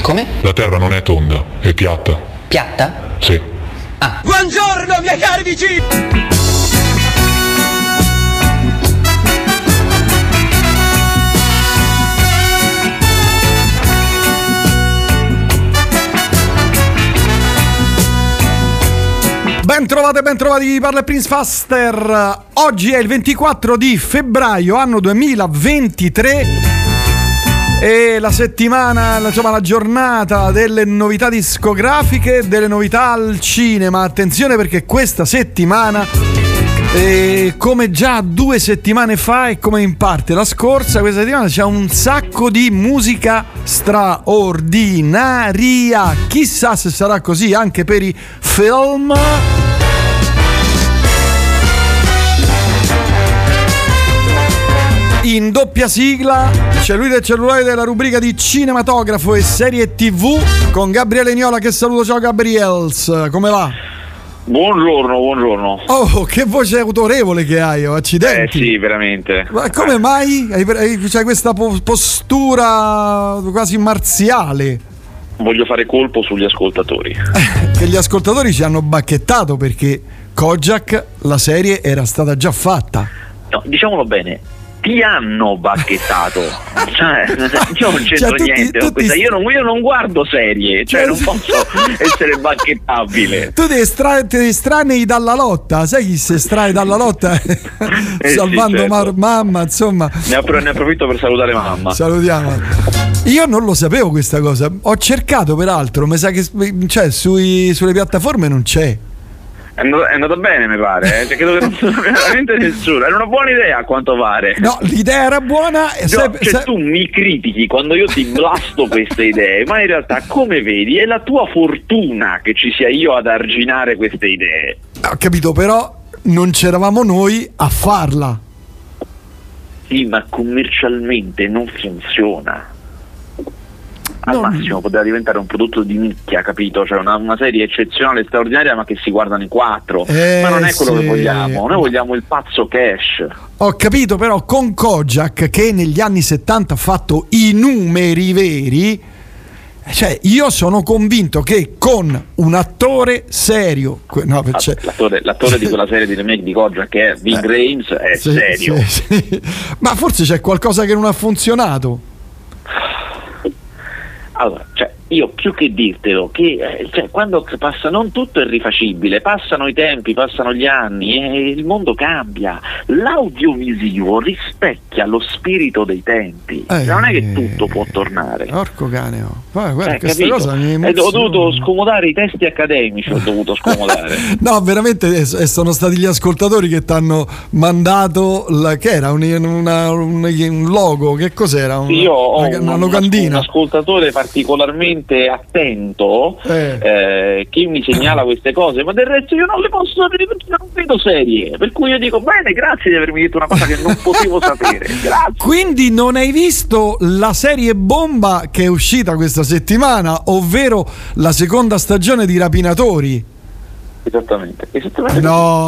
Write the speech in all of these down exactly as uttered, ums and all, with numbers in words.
Come? La terra non è tonda, è piatta. Piatta? Sì. Ah. Buongiorno miei cari vicini! Ben trovate, ben trovati, parla Prince Faster. Oggi è il ventiquattro di febbraio, anno duemilaventitré. E la settimana, insomma la giornata delle novità discografiche, delle novità al cinema. Attenzione perché questa settimana, eh, come già due settimane fa e come in parte la scorsa, questa settimana c'è un sacco di musica straordinaria. Chissà se sarà così anche per i film. In doppia sigla c'è lui del cellulare della rubrica di cinematografo e serie tivù con Gabriele Niola, che saluto. Ciao Gabriels, come va? Buongiorno, buongiorno. Oh, che voce autorevole che hai, oh, accidenti. Eh sì, veramente. Ma come mai? Hai, hai, c'hai questa po- postura quasi marziale. Voglio fare colpo sugli ascoltatori. Eh, che gli ascoltatori ci hanno bacchettato perché Kojak, la serie, era stata già fatta. No, diciamolo bene. Ti hanno bacchettato, cioè, io non c'entro cioè, tutti, niente con questa. Io non, io non guardo serie, cioè non posso essere bacchettabile. Tu ti estrai, ti estranei dalla lotta, sai chi si estrae dalla lotta? Eh Salvando sì, certo. Mar- mamma, insomma. Ne, appro- ne approfitto per salutare mamma. Salutiamo. Io non lo sapevo questa cosa, ho cercato peraltro, mi sa che cioè, sui, sulle piattaforme non c'è. È andato, è andato bene, mi pare, eh? Cioè, credo che non sia veramente nessuno. Era una buona idea, a quanto pare. No, l'idea era buona. E no, se, cioè, se... tu mi critichi quando io ti blasto queste idee, ma in realtà, come vedi, è la tua fortuna che ci sia io ad arginare queste idee. Ho capito, però non c'eravamo noi a farla. Sì, ma commercialmente non funziona. Al No. massimo poteva diventare un prodotto di nicchia, capito? Cioè una, una serie eccezionale, straordinaria, ma che si guardano in quattro. Eh, ma non è quello sì. che vogliamo. Noi vogliamo il pazzo cash. Ho capito, però con Kojak, che negli anni settanta ha fatto i numeri veri, cioè io sono convinto che con un attore serio, no, cioè... l'attore, l'attore di quella serie di remake di Kojak, che è Ving Eh, Rhames, è sì, serio. sì, sì. Ma forse c'è qualcosa che non ha funzionato. Allora, cioè, io più che dirtelo, che eh, cioè, quando passa, non tutto è rifacibile, passano i tempi, passano gli anni e il mondo cambia. L'audiovisivo rispecchia lo spirito dei tempi, Eh, non è che tutto può tornare. Porco cane, oh. Guarda, guarda, Eh, questa capito? cosa mi Eh, emoziona. ho dovuto scomodare i testi accademici, ho dovuto scomodare. No, veramente eh, sono stati gli ascoltatori che ti hanno mandato la, che era un, una, un, un logo, che cos'era? Una, Io ho una, una un, locandina. un ascoltatore particolarmente attento Eh. eh, che mi segnala queste cose, ma del resto io non le posso sapere perché non vedo serie, per cui io dico bene, grazie di avermi detto una cosa che non potevo sapere. Grazie. Quindi non hai visto la serie bomba che è uscita questa settimana, ovvero la seconda stagione di Rapinatori? Esattamente, esattamente.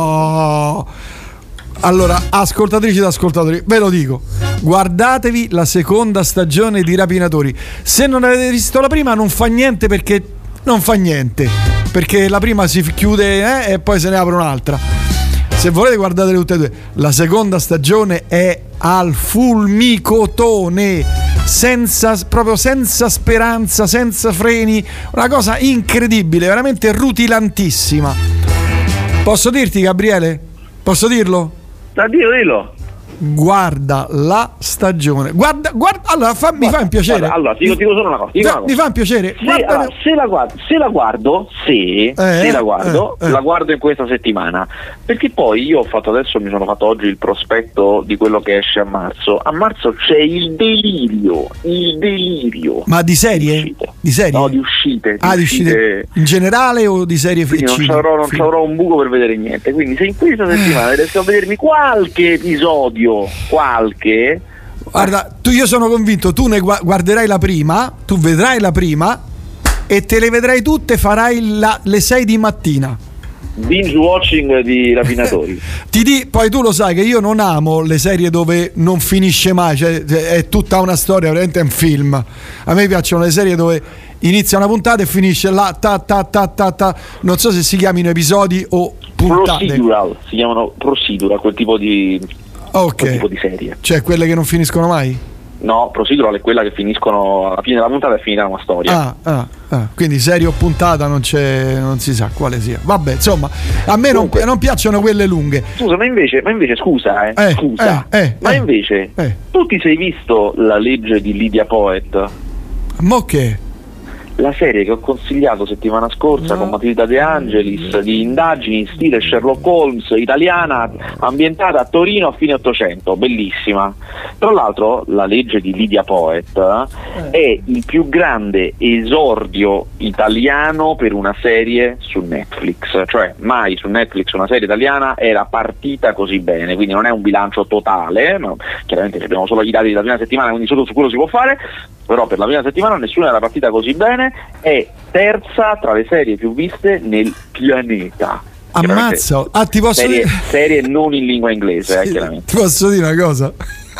No. Allora, ascoltatrici ed ascoltatori, ve lo dico, guardatevi la seconda stagione di Rapinatori. Se non avete visto la prima non fa niente, perché non fa niente, perché la prima si chiude eh, e poi se ne apre un'altra. Se volete guardate tutte e due. La seconda stagione è al fulmicotone, senza, proprio senza speranza, senza freni, una cosa incredibile, veramente rutilantissima. Posso dirti, Gabriele? Posso dirlo? Da Dio, dillo. Guarda la stagione. Guarda, guarda, allora fa, mi fa un piacere. Guarda, allora, ti dico, dico solo una cosa. Dico Fa- una cosa. mi fa un piacere. Se, Guarda- allora, se, la guardo, se la guardo, se, se la guardo, eh, eh. la guardo in questa settimana, perché poi io ho fatto adesso, mi sono fatto oggi il prospetto di quello che esce a marzo. A marzo c'è il delirio, il delirio. Ma di serie? Uscite. Di serie? No, di uscite. Di Ah, di uscite in generale o di serie Quindi non film? c'avrò, non Film. c'avrò un buco per vedere niente. Quindi se in questa settimana riesco a vedermi qualche episodio, qualche. Guarda, tu, io sono convinto, tu ne gua- guarderai la prima, tu vedrai la prima e te le vedrai tutte, farai la- le sei di mattina. binge watching di rapinatori. Ti di, poi tu lo sai che io non amo le serie dove non finisce mai, cioè è tutta una storia, veramente è un film. A me piacciono le serie dove inizia una puntata e finisce là, ta ta ta ta ta. Non so se si chiamino episodi o puntate. Procedural, si chiamano procedural, quel tipo di, ok, quel tipo di serie. Cioè quelle che non finiscono mai? No, procedural è quella che finiscono alla fine della puntata e finita una storia. Ah, ah, ah. Quindi serie o puntata non c'è, non si sa quale sia. Vabbè, insomma, a me non, non piacciono quelle lunghe. Scusa, ma invece, ma invece scusa, eh, eh scusa, eh, eh, ma eh, invece eh. tu ti sei visto La legge di Lydia Poet? Mo che? La serie che ho consigliato settimana scorsa no. con Matilda De Angelis, di indagini in stile Sherlock Holmes, italiana, ambientata a Torino a fine Ottocento, bellissima. Tra l'altro La legge di Lydia Poet eh. è il più grande esordio italiano per una serie su Netflix, cioè mai su Netflix una serie italiana era partita così bene, quindi non è un bilancio totale, ma chiaramente abbiamo solo i dati della prima settimana, quindi solo su quello si può fare, però per la prima settimana nessuna era partita così bene. È terza tra le serie più viste nel pianeta. Ammazza, ah, ti posso serie, dire serie non in lingua inglese, sì, eh, chiaramente. Ti posso dire una cosa?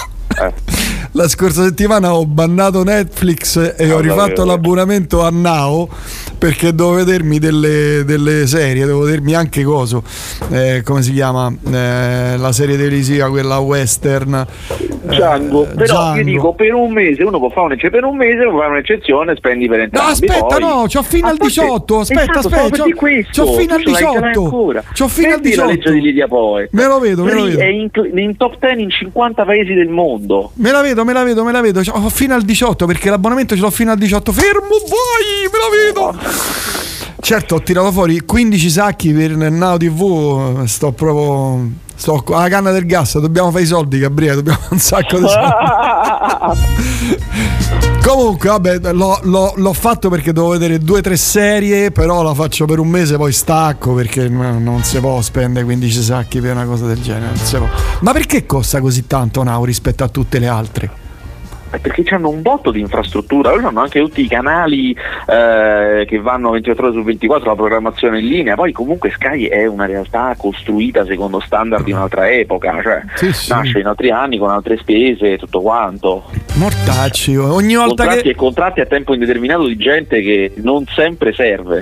Eh. La scorsa settimana ho bannato Netflix e no, ho rifatto davvero. l'abbonamento a Now perché devo vedermi delle, delle serie, devo vedermi anche coso, eh, come si chiama, eh, la serie televisiva, quella western Django, eh, però Django. Io dico per un mese uno può fare un'eccezione, per un mese può fare un'eccezione, spendi per entrambi. No aspetta, poi... no, c'ho fino al diciotto, aspetta, esatto, aspetta, c'ho, questo, c'ho fino al diciotto, c'ho fino al diciotto. La legge di Lydia Poet. Me lo vedo, me lo vedo. È in, in top dieci in cinquanta paesi del mondo. Me la vedo, me la vedo, me la vedo. Ho fino al diciotto perché l'abbonamento ce l'ho fino al diciotto. Fermo, vai, me la vedo. Certo, ho tirato fuori quindici sacchi per Now tivù. Sto proprio. Sto alla canna del gas. Dobbiamo fare i soldi, Gabriele. Dobbiamo fare un sacco di soldi. Comunque, vabbè, l'ho, l'ho, l'ho fatto perché devo vedere due o tre serie. Però la faccio per un mese, poi stacco perché non si può spendere quindici sacchi per una cosa del genere. Non si può. Ma perché costa così tanto Now rispetto a tutte le altre? Perché hanno un botto di infrastruttura, loro hanno anche tutti i canali eh, che vanno ventiquattro ore su ventiquattro, la programmazione in linea, poi comunque Sky è una realtà costruita secondo standard di un'altra epoca, cioè sì, sì. nasce in altri anni con altre spese, tutto quanto. Mortacci, ogni volta contratti che... e contratti a tempo indeterminato di gente che non sempre serve.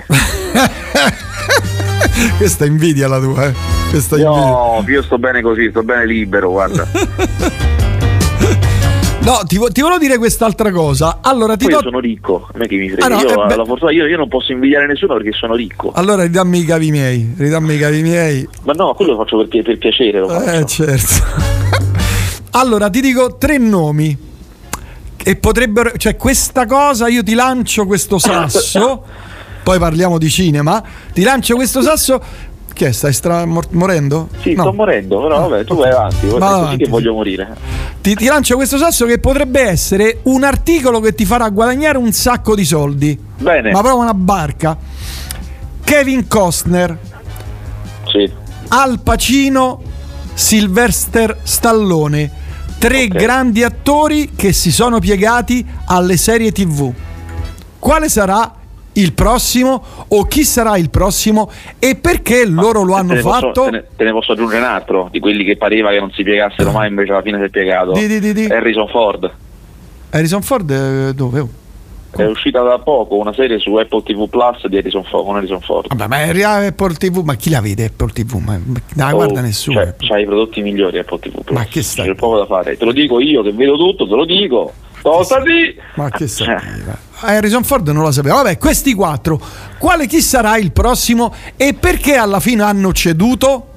Questa invidia la tua, eh? Questa no, invidia. Io sto bene così, sto bene libero, guarda. No, ti, vo- ti volevo dire quest'altra cosa. Allora, ti Poi do... io sono ricco, a me che mi frega. Ah, no, io, eh, alla fortuna, io, io non posso invidiare nessuno perché sono ricco. Allora ridammi i cavi miei, ridammi i cavi miei. Ma no, quello lo faccio perché per piacere lo faccio. Eh, certo. Allora, ti dico tre nomi e potrebbero, cioè questa cosa, io ti lancio questo sasso, poi parliamo di cinema, ti lancio questo sasso. Che è? Stai stra- mor- morendo? Sì, no. sto morendo, però vabbè, tu vai avanti, vai così avanti, che voglio morire. Ti, ti lancio questo sasso che potrebbe essere un articolo che ti farà guadagnare un sacco di soldi. Bene. Ma proprio una barca. Kevin Costner. Sì. Al Pacino, Sylvester Stallone. Tre okay. grandi attori che si sono piegati alle serie tivù. Quale sarà il prossimo o chi sarà il prossimo e perché Ma loro lo hanno te fatto? Posso, te, ne, te ne posso aggiungere un altro di quelli che pareva che non si piegassero mai, invece alla fine si è piegato. Di, di, di, di. Harrison Ford. Harrison Ford eh, dove? Oh. È uscita da poco una serie su Apple tivù Plus di Harrison Ford, con Harrison Ford. Vabbè, ma è Apple tivù, ma chi la vede Apple tivù? Ma la oh, guarda nessuno. Cioè, c'hai i prodotti migliori Apple tivù Plus. Ma che stai? C'è poco da fare. Te lo dico io che vedo tutto, te lo dico. Stati. Ma che stai? Harrison Ford non lo sapeva. Vabbè, questi quattro. Quale chi sarà il prossimo e perché alla fine hanno ceduto?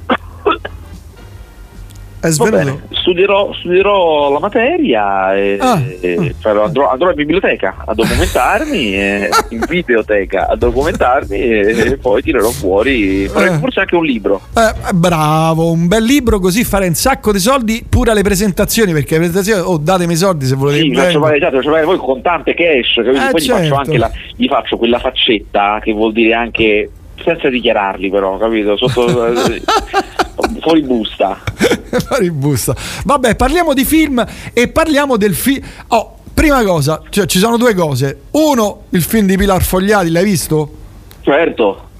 È svenuto. Studierò, studierò la materia e, ah, e farò, andrò, andrò in biblioteca a documentarmi, e, in videoteca a documentarmi e, e poi tirerò fuori eh. forse anche un libro. Eh, bravo, un bel libro, così fare un sacco di soldi pure alle presentazioni, perché le presentazioni, oh, datemi i soldi se volete. Sì, faccio fare, esatto, faccio fare voi contante cash, capito? Eh, poi certo. gli faccio anche la, gli faccio quella faccetta che vuol dire anche senza dichiararli, però, capito? Sotto fuori busta. Fuori busta. Vabbè, parliamo di film e parliamo del film. Oh, prima cosa, cioè ci sono due cose. Uno, il film di Pilar Fogliati, l'hai visto? Certo.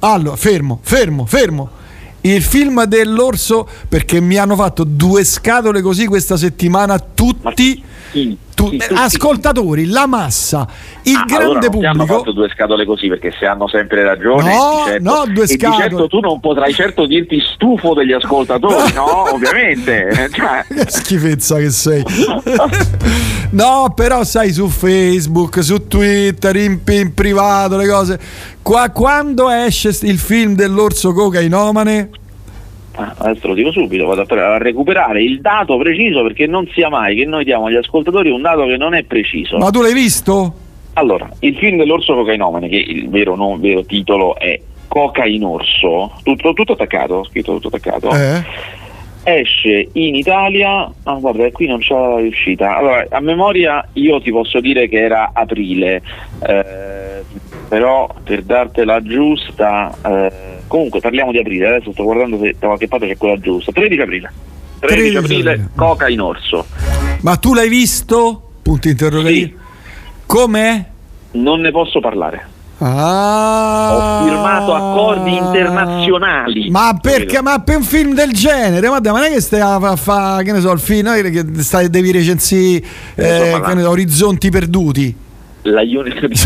Allora, fermo, fermo, fermo. Il film dell'orso, perché mi hanno fatto due scatole così questa settimana tutti, Sì, tu, sì, eh, tutti. ascoltatori, la massa, il Ah, grande allora non ti pubblico. hanno fatto due scatole così, perché se hanno sempre ragione, No, di certo, no, due e di scatole. certo tu non potrai certo dirti stufo degli ascoltatori, no? Ovviamente, cioè. Che schifezza che sei. No, però sai, su Facebook, su Twitter, in, in privato, le cose. Qua, quando esce il film dell'orso cocainomane? Ah, adesso lo dico subito, vado a, a recuperare il dato preciso, perché non sia mai che noi diamo agli ascoltatori un dato che non è preciso. Ma tu l'hai visto? Allora, il film dell'orso cocainomane, che il vero, no, vero titolo è Cocainorso, tutto, tutto attaccato, scritto tutto attaccato, Eh? esce in Italia, ah guarda, qui non c'è riuscita. Allora, a memoria io ti posso dire che era aprile, eh, però per dartela giusta, eh, comunque parliamo di aprile, adesso sto guardando se da qualche parte c'è quella giusta, tredici aprile. tredici aprile, Cocainorso. Ma tu l'hai visto? Punto interrogativo. Sì. Com'è? Non ne posso parlare. Ah, Ho firmato accordi internazionali. Ma perché? Ma per un film del genere? Ma dai, ma non è che stai a fa, fa- che ne so, il film, no? Che stai, devi recensire eh, Insomma, che ne so, Orizzonti perduti. La, Uni-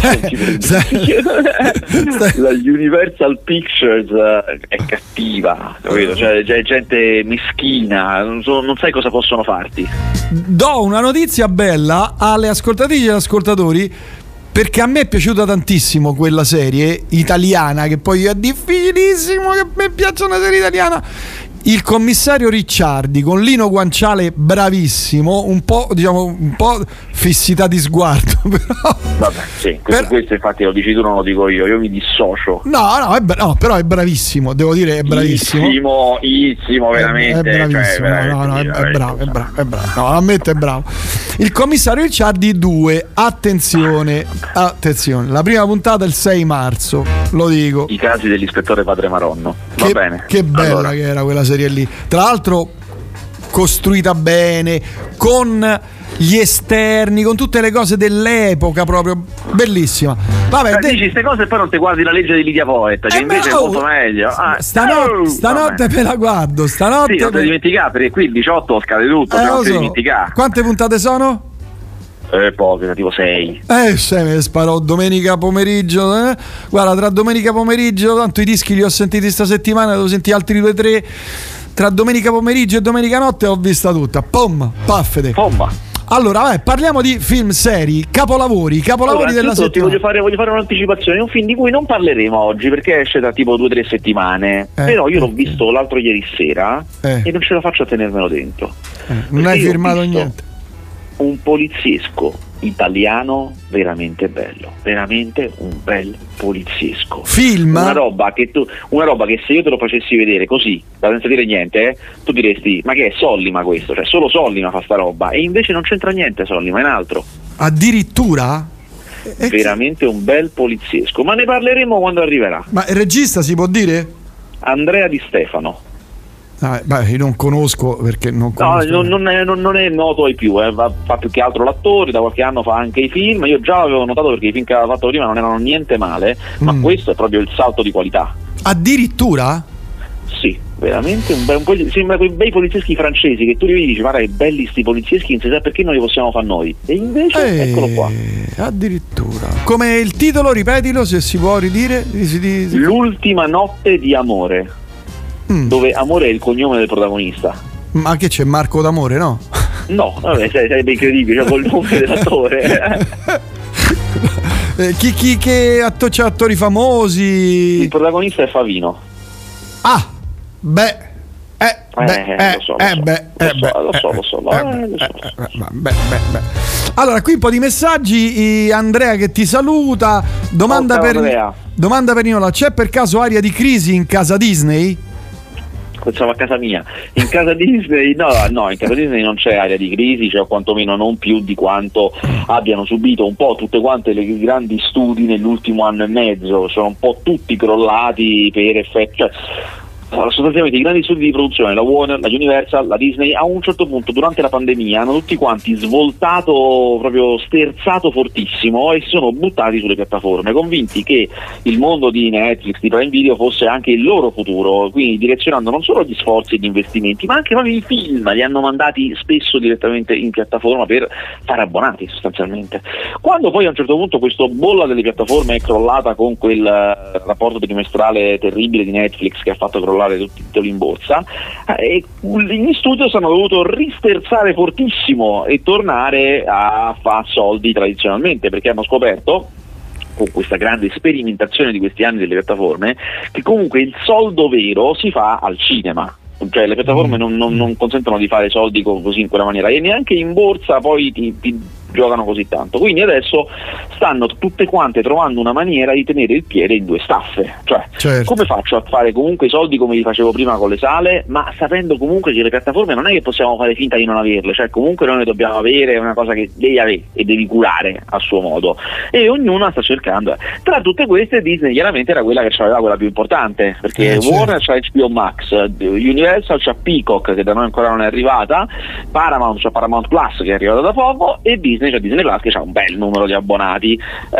la Universal Pictures eh, è cattiva, capito? Cioè, c'è gente meschina, non, so, non sai cosa possono farti. Do una notizia bella alle ascoltatrici e agli ascoltatori, perché a me è piaciuta tantissimo quella serie italiana, che poi è difficilissimo che a me piaccia una serie italiana. Il commissario Ricciardi con Lino Guanciale bravissimo, un po', diciamo, un po' fissità di sguardo, però. Vabbè, sì, questo, Per- questo infatti lo dici tu, non lo dico io, io mi dissocio. No, no, è bra- no, però è bravissimo, devo dire, è bravissimo. Issimo, issimo, veramente. È, è bravissimo, cioè, no, no, è, veramente, è bravo, è bravo, è bravo. No, ammetto, è bravo. Il commissario Ricciardi due, attenzione, attenzione, la prima puntata è il sei marzo, lo dico. I casi dell'ispettore Padre Maronno. Va Che, bene. che bella Allora, che era quella serie lì. Tra l'altro costruita bene, con gli esterni, con tutte le cose dell'epoca, proprio bellissima. Vabbè, cioè, de- dici queste cose e poi non ti guardi la legge di Lidia Poeta, che Eh, invece ma- è molto meglio. Ah, stano- oh, stanotte vabbè. me la guardo, stanotte Sì, non ti me- dimenticare, perché qui il diciotto scade tutto, Eh, se lo non ti so. dimenticare. Quante puntate sono? Eh, poche, tipo sei. Eh, se me le sparo domenica pomeriggio. Eh? Guarda, tra domenica pomeriggio, tanto i dischi li ho sentiti sta settimana, devo sentire altri due o tre. Tra domenica pomeriggio e domenica notte ho vista tutta. Pom, paffete. Bomba. Allora, vabbè, parliamo di film seri, capolavori, capolavori Allora, della innanzitutto ti settimana. voglio fare, voglio fare un'anticipazione, è un film di cui non parleremo oggi perché esce da tipo due o tre settimane, Eh, però io l'ho ok. visto l'altro ieri sera Eh. e non ce la faccio a tenermelo dentro. Eh, non Perché hai io ho firmato visto niente. Un poliziesco italiano veramente bello, veramente un bel poliziesco. Film? Una roba che tu, una roba che se io te lo facessi vedere così, da senza dire niente, eh, tu diresti "Ma che è Sollima questo?", cioè solo Sollima fa sta roba, e invece non c'entra niente Sollima, è un altro. Addirittura? Eh, Veramente un bel poliziesco, ma ne parleremo quando arriverà. Ma il regista si può dire? Andrea Di Stefano. Ah, beh, io non conosco perché non No, conosco. non, non è, non- non è noto ai più, eh, fa, fa più che altro l'attore, da qualche anno fa anche i film. Io già l'avevo notato perché i film che aveva fatto prima non erano niente male, ma Mm. questo è proprio il salto di qualità. Addirittura? Sì, veramente un bel, un po', sembra quei bei polizieschi francesi che tu li vedi e dici "Ma che belli sti polizieschi, non si sa perché non li possiamo fare noi". E invece Eh, eccolo qua. Addirittura. Come il titolo, ripetilo se si può ridire. Si- si- si- L'ultima notte di amore, Mm. dove amore è il cognome del protagonista. Ma che c'è, Marco d'Amore, no? No, vabbè, sarebbe incredibile, cioè col nome dell'attore. Eh, chi, chi che atto- c'è attori Il famosi? protagonista è Favino. Ah, beh. Eh, beh, Eh, lo so, lo eh, so, beh, lo eh, so, beh, lo so, eh, lo so, eh, eh, beh, lo so, eh, lo so. eh, beh, beh, beh. Allora, qui un po' di messaggi. eh, Andrea che ti saluta. Domanda Oh, ciao, per Andrea. domanda per Niola: c'è per caso aria di crisi in casa Disney? Pensavo a casa mia. In casa Disney, no, no, in casa Disney non c'è area di crisi, cioè quantomeno non più di quanto abbiano subito un po' tutte quante le grandi studi nell'ultimo anno e mezzo, sono un po' tutti crollati per effetto. Cioè, Allora, sostanzialmente i grandi studi di produzione, la Warner, la Universal, la Disney, a un certo punto durante la pandemia hanno tutti quanti svoltato, proprio sterzato fortissimo e si sono buttati sulle piattaforme, convinti che il mondo di Netflix, di Prime Video fosse anche il loro futuro, quindi direzionando non solo gli sforzi e gli investimenti, ma anche proprio i film, li hanno mandati spesso direttamente in piattaforma per fare abbonati sostanzialmente. Quando poi a un certo punto questa bolla delle piattaforme è crollata con quel uh, rapporto trimestrale terribile di Netflix che ha fatto crollare tutti i titoli in borsa, e gli studios hanno dovuto risterzare fortissimo e tornare a fare soldi tradizionalmente, perché hanno scoperto, con questa grande sperimentazione di questi anni delle piattaforme, che comunque il soldo vero si fa al cinema. Cioè le piattaforme non, non, non consentono di fare soldi così in quella maniera, e neanche in borsa poi ti, ti giocano così tanto. Quindi adesso stanno tutte quante trovando una maniera di tenere il piede in due staffe, cioè certo. Come faccio a fare comunque i soldi come li facevo prima con le sale, ma sapendo comunque che le piattaforme non è che possiamo fare finta di non averle, cioè comunque noi ne dobbiamo avere, è una cosa che devi avere e devi curare a suo modo, e ognuno sta cercando. Tra tutte queste Disney chiaramente era quella che aveva quella più importante, perché eh, certo. Warner c'ha H B O Max, Universal c'ha Peacock che da noi ancora non è arrivata, Paramount c'ha Paramount Plus che è arrivata da poco, e Disney c'ha Disney Plus che c'ha un bel numero di abbonati.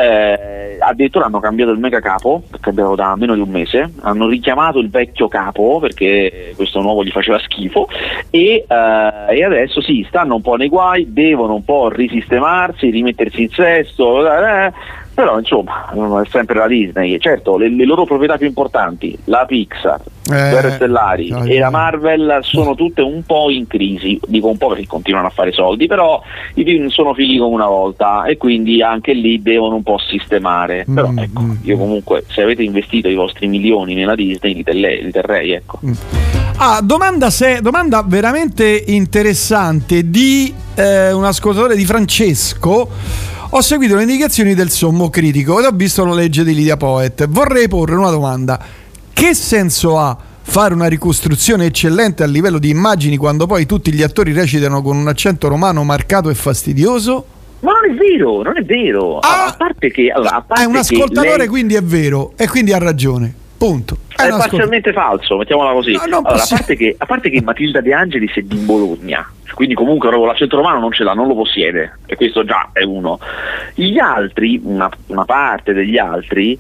Eh, addirittura hanno cambiato il mega capo, perché abbiamo da meno di un mese, hanno richiamato il vecchio capo perché questo nuovo gli faceva schifo, e, eh, e adesso sì, stanno un po' nei guai, devono un po' risistemarsi, rimettersi in sesto, eh, però insomma è sempre la Disney. Certo, le, le loro proprietà più importanti, la Pixar, eh, Guerre Stellari no, e la Marvel, sono tutte un po' in crisi, dico un po' perché continuano a fare soldi, però i film sono fighi come una volta e quindi anche lì devono un po' sistemare. mm, Però ecco, mm, io comunque se avete investito i vostri milioni nella Disney li, terrei, li terrei ecco. mm. Ah, domanda, se, domanda veramente interessante di eh, un ascoltatore, di Francesco. Ho seguito le indicazioni del sommo critico ed ho visto la legge di Lydia Poet. Vorrei porre una domanda: che senso ha fare una ricostruzione eccellente a livello di immagini quando poi tutti gli attori recitano con un accento romano marcato e fastidioso? Ma non è vero, non è vero. Ah, a parte che allora, a parte è un ascoltatore che lei... quindi è vero, e quindi ha ragione. Punto. È, è parzialmente falso, mettiamola così. No, allora, a, parte che, a parte che Matilda De Angelis è di Bologna, quindi comunque proprio l'accento romano non ce l'ha, non lo possiede, e questo già è uno. Gli altri, una, una parte degli altri,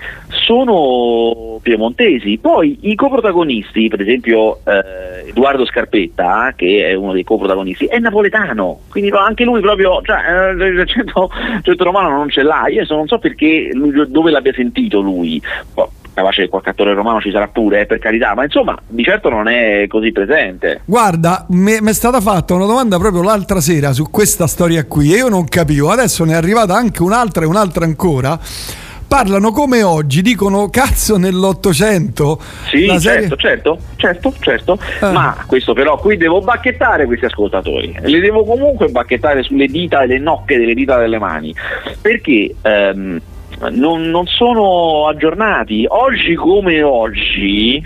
sono piemontesi. Poi i coprotagonisti, per esempio eh, Edoardo Scarpetta, che è uno dei coprotagonisti, è napoletano, quindi anche lui proprio, cioè, eh, l'accento, l'accento romano non ce l'ha. Io non so perché lui, dove l'abbia sentito lui. Capace che qualche attore romano ci sarà pure, eh, per carità, ma insomma di certo non è così presente. Guarda, mi è stata fatta una domanda proprio l'altra sera su questa storia qui e io non capivo, adesso ne è arrivata anche un'altra e un'altra ancora. Parlano come oggi, dicono cazzo nell'Ottocento. Sì, la serie... certo, certo, certo, certo. Ah. Ma questo però qui devo bacchettare questi ascoltatori, li devo comunque bacchettare sulle dita e le nocche delle dita delle mani, perché ehm, Non, non sono aggiornati. Oggi come oggi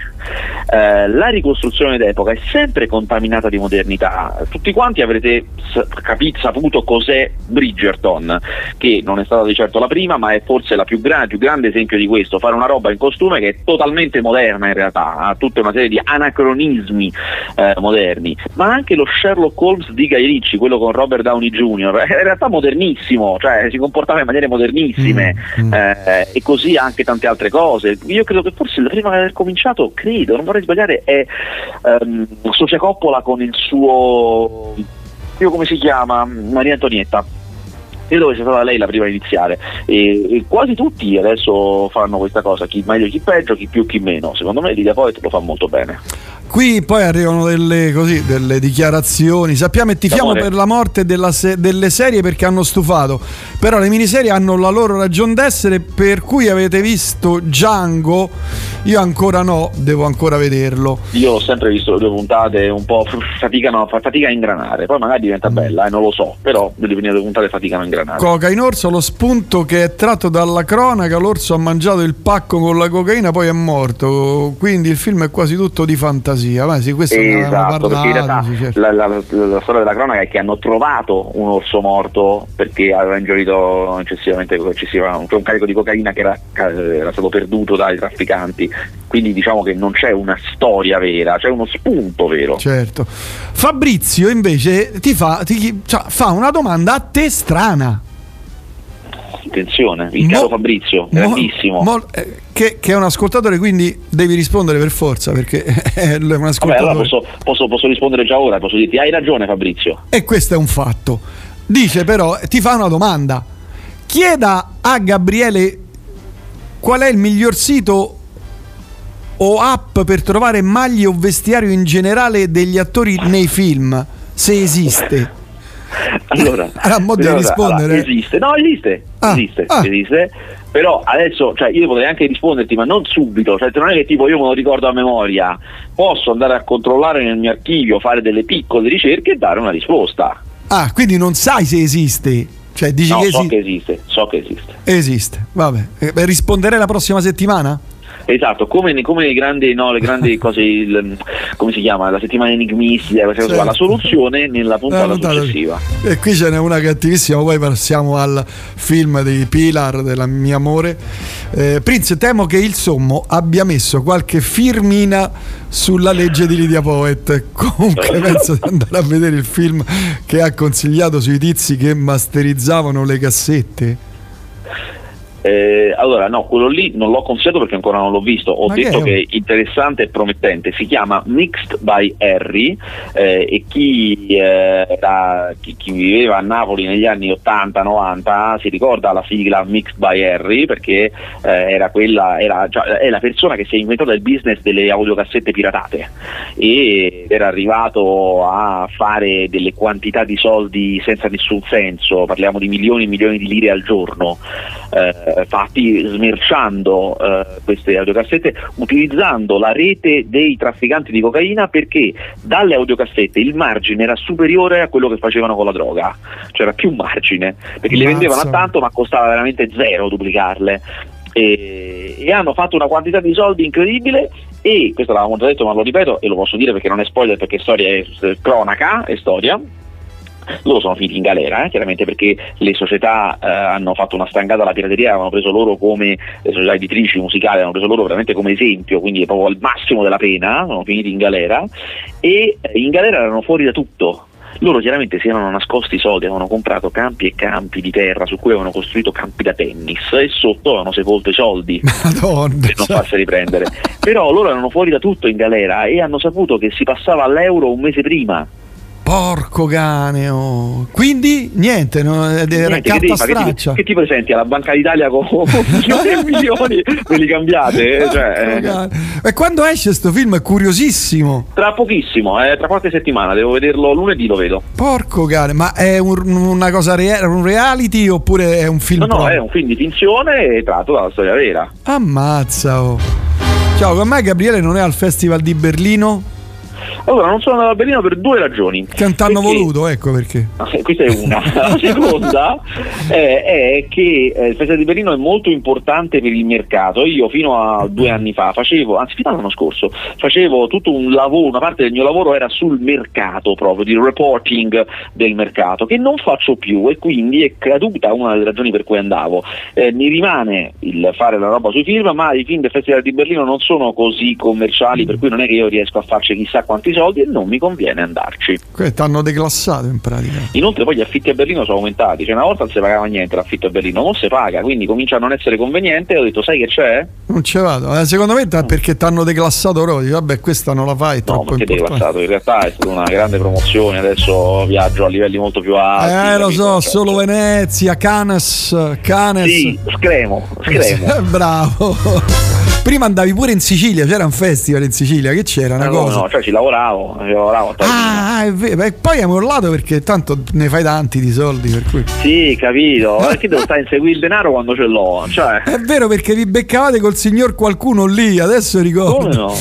eh, la ricostruzione d'epoca è sempre contaminata di modernità. Tutti quanti avrete capito, saputo cos'è Bridgerton, che non è stata di certo la prima, ma è forse la più, gra- più grande esempio di questo. Fare una roba in costume che è totalmente moderna, in realtà ha tutta una serie di anacronismi eh, moderni. Ma anche lo Sherlock Holmes di Guy Ritchie, quello con Robert Downey junior, è in realtà modernissimo, cioè si comportava in maniere modernissime. Mm. Eh, e così anche tante altre cose. Io credo che forse la prima che aver cominciato, credo, non vorrei sbagliare, è um, Sofia Coppola con il suo, io come si chiama, Maria Antonietta. Credo che sia stata lei la prima a iniziare, e, e quasi tutti adesso fanno questa cosa, chi meglio chi peggio, chi più chi meno. Secondo me Lydia Poet lo fa molto bene. Qui poi arrivano delle, così, delle dichiarazioni. Sappiamo e tifiamo Amore. per la morte della se- delle serie perché hanno stufato, però le miniserie hanno la loro ragion d'essere, per cui avete visto Django? Io ancora no, devo ancora vederlo. Io ho sempre visto le due puntate, un po' faticano, fatica a ingranare, poi magari diventa bella, eh, non lo so, però le prime due puntate faticano a ingranare. Coca in orso, lo spunto che è tratto dalla cronaca: l'orso ha mangiato il pacco con la cocaina, poi è morto, quindi il film è quasi tutto di fantasia. Ma sì, questo ne avevamo esatto, perché in realtà parlato, sì, certo. la, la, la, la storia della cronaca è che hanno trovato un orso morto perché aveva ingerito eccessivamente eccessiva, un carico di cocaina che era, era stato perduto dai trafficanti, quindi, quindi diciamo che non c'è una storia vera, c'è uno spunto vero. Certo. Fabrizio invece ti fa, ti, cioè, fa una domanda a te strana. Attenzione, il Mo- caro Fabrizio, grandissimo. Mo- mo- eh, che, che è un ascoltatore, quindi devi rispondere per forza, perché è un Vabbè, ascoltatore. allora posso, posso, posso rispondere già ora, posso dirti hai ragione Fabrizio. E questo è un fatto. Dice però, ti fa una domanda. Chieda a Gabriele qual è il miglior sito o app per trovare maglie o vestiario in generale degli attori nei film, se esiste. Allora, allora, mo devi allora, rispondere. allora, esiste, no esiste, Ah, esiste, ah. esiste. Però adesso, cioè, io potrei anche risponderti, ma non subito, cioè non è che tipo io me lo ricordo a memoria, posso andare a controllare nel mio archivio, fare delle piccole ricerche e dare una risposta. Ah, quindi non sai se esiste. Cioè dici No, che so esiste. che esiste, so che esiste. Esiste, vabbè. Eh, beh, risponderei la prossima settimana? Esatto, come, ne- come le grandi, no, le grandi cose, il, come si chiama, la settimana enigmistica, questa cosa qua, la soluzione nella puntata, La puntata- successiva. E qui ce n'è una cattivissima, poi passiamo al film di Pilar, della mia amore. Eh, Prince, temo che il sommo abbia messo qualche firmina sulla legge di Lydia Poet. Comunque penso di andare a vedere il film che ha consigliato sui tizi che masterizzavano le cassette. Eh, allora no, quello lì non l'ho consigliato perché ancora non l'ho visto. Ho Ma che detto è? che è interessante e promettente. Si chiama Mixed by Harry, eh, e chi, eh, era- chi, chi viveva a Napoli negli anni ottanta novanta si ricorda la sigla Mixed by Harry, perché eh, era quella era già, è la persona che si è inventata il business delle audiocassette piratate e era arrivato a fare delle quantità di soldi senza nessun senso. Parliamo di milioni e milioni di lire al giorno, eh, fatti smerciando eh, queste audiocassette, utilizzando la rete dei trafficanti di cocaina, perché dalle audiocassette il margine era superiore a quello che facevano con la droga, c'era più margine perché le Mazza. vendevano a tanto ma costava veramente zero duplicarle. E, e hanno fatto una quantità di soldi incredibile, e questo l'avevamo già detto ma lo ripeto e lo posso dire perché non è spoiler, perché storia è eh, cronaca, è storia. Loro sono finiti in galera, eh, chiaramente perché le società eh, hanno fatto una stangata alla pirateria, avevano preso loro come, le società editrici musicali hanno preso loro veramente come esempio, quindi è proprio al massimo della pena, sono finiti in galera, e eh, in galera erano fuori da tutto. Loro chiaramente si erano nascosti i soldi, avevano comprato campi e campi di terra su cui avevano costruito campi da tennis e sotto avevano sepolto i soldi Madonna. per non farsi riprendere. Però loro erano fuori da tutto in galera e hanno saputo che si passava all'euro un mese prima. Porco cane, oh. Quindi niente, no, era Niente, che, carta devi fare? Che, straccia. ti, che ti presenti alla Banca d'Italia con milioni e milioni, ve li cambiate? eh? Cioè, eh, E quando esce sto film è curiosissimo. tra pochissimo, eh, tra qualche settimana, devo vederlo lunedì, lo vedo. Porco cane, ma è un- una cosa rea- un reality oppure è un film? No, no, proprio? è un film di finzione tratto dalla storia vera. Ammazza, oh. Ciao, con me Gabriele non è al Festival di Berlino? Allora, non sono andato a Berlino per due ragioni. Che non t'hanno Perché- voluto, ecco perché. Eh, Questa è una. La seconda eh, è che eh, il Festival di Berlino è molto importante per il mercato. Io fino a due anni fa facevo, anzi fino all'anno scorso, facevo tutto un lavoro, una parte del mio lavoro era sul mercato proprio, di reporting del mercato, che non faccio più, e quindi è caduta una delle ragioni per cui andavo. Eh, mi rimane il fare la roba sui film, ma i film del Festival di Berlino non sono così commerciali, per cui non è che io riesco a farci chissà quanti soldi e non mi conviene andarci. Que- T'hanno declassato in pratica. Inoltre poi gli affitti a Berlino sono aumentati, cioè una volta non si pagava niente l'affitto a Berlino, non si paga, quindi comincia a non essere conveniente, e ho detto sai che c'è? Non ci vado. Eh, secondo me è perché t'hanno declassato proprio. Dici, vabbè, questa non la fai, è No, troppo perché importante. declassato, in realtà è stata una grande promozione, adesso viaggio a livelli molto più alti. Eh, lo capito? so, Cioè, solo Venezia, Canes, Canes. Sì, scremo, scremo. Eh, bravo. Prima andavi pure in Sicilia, c'era un festival in Sicilia, che c'era una No, no, cosa. no, cioè ci lavoravo, ci lavoravo a Torino. Ah, è vero. E poi hai mollato perché tanto ne fai tanti di soldi, per cui. Sì, capito, perché devo stare a inseguire il denaro quando ce l'ho, cioè, È vero, perché vi beccavate col signor qualcuno lì, adesso ricordo. come no?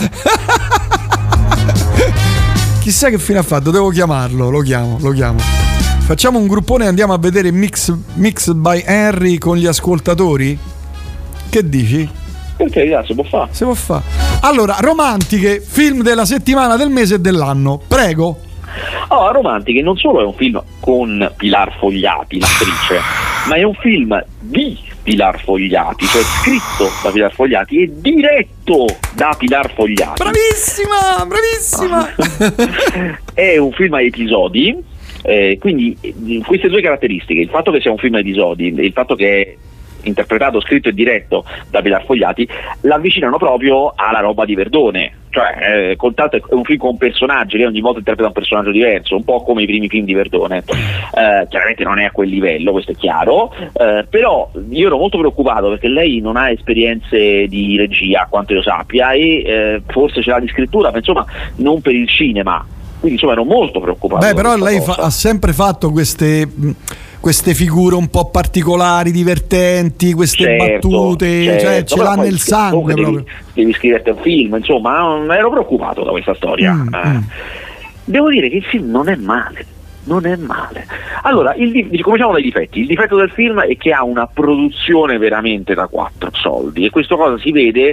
Chissà che fine ha fatto, devo chiamarlo, lo chiamo, lo chiamo. Facciamo un gruppone e andiamo a vedere Mix, Mix by Henry con gli ascoltatori? Che dici? Perché carità, si può fare. Si può fare. Allora, romantiche, film della settimana, del mese e dell'anno. Prego. Oh, Romantiche non solo è un film con Pilar Fogliati, l'attrice, ma è un film di Pilar Fogliati, cioè scritto da Pilar Fogliati e diretto da Pilar Fogliati. Bravissima, bravissima. È un film a episodi, eh, quindi queste due caratteristiche, il fatto che sia un film a episodi e il fatto che è interpretato, scritto e diretto da Pilar Fogliati, l'avvicinano proprio alla roba di Verdone. Cioè, eh, con tanto è un film con personaggi che ogni volta interpreta un personaggio diverso, un po' come i primi film di Verdone. Eh, chiaramente non è a quel livello, questo è chiaro, eh, però io ero molto preoccupato perché lei non ha esperienze di regia, a quanto io sappia, e eh, forse ce l'ha di scrittura, ma insomma non per il cinema. Quindi insomma ero molto preoccupato. Beh, però lei fa, ha sempre fatto queste queste figure un po' particolari, divertenti, queste certo, battute, certo, cioè ce l'ha nel sangue devi, proprio. Devi scriverti un film, insomma, ero preoccupato da questa storia. Mm, eh. mm. Devo dire che il film non è male. Non è male. Allora, il, cominciamo dai difetti. Il difetto del film è che ha una produzione veramente da quattro soldi, e questo cosa si vede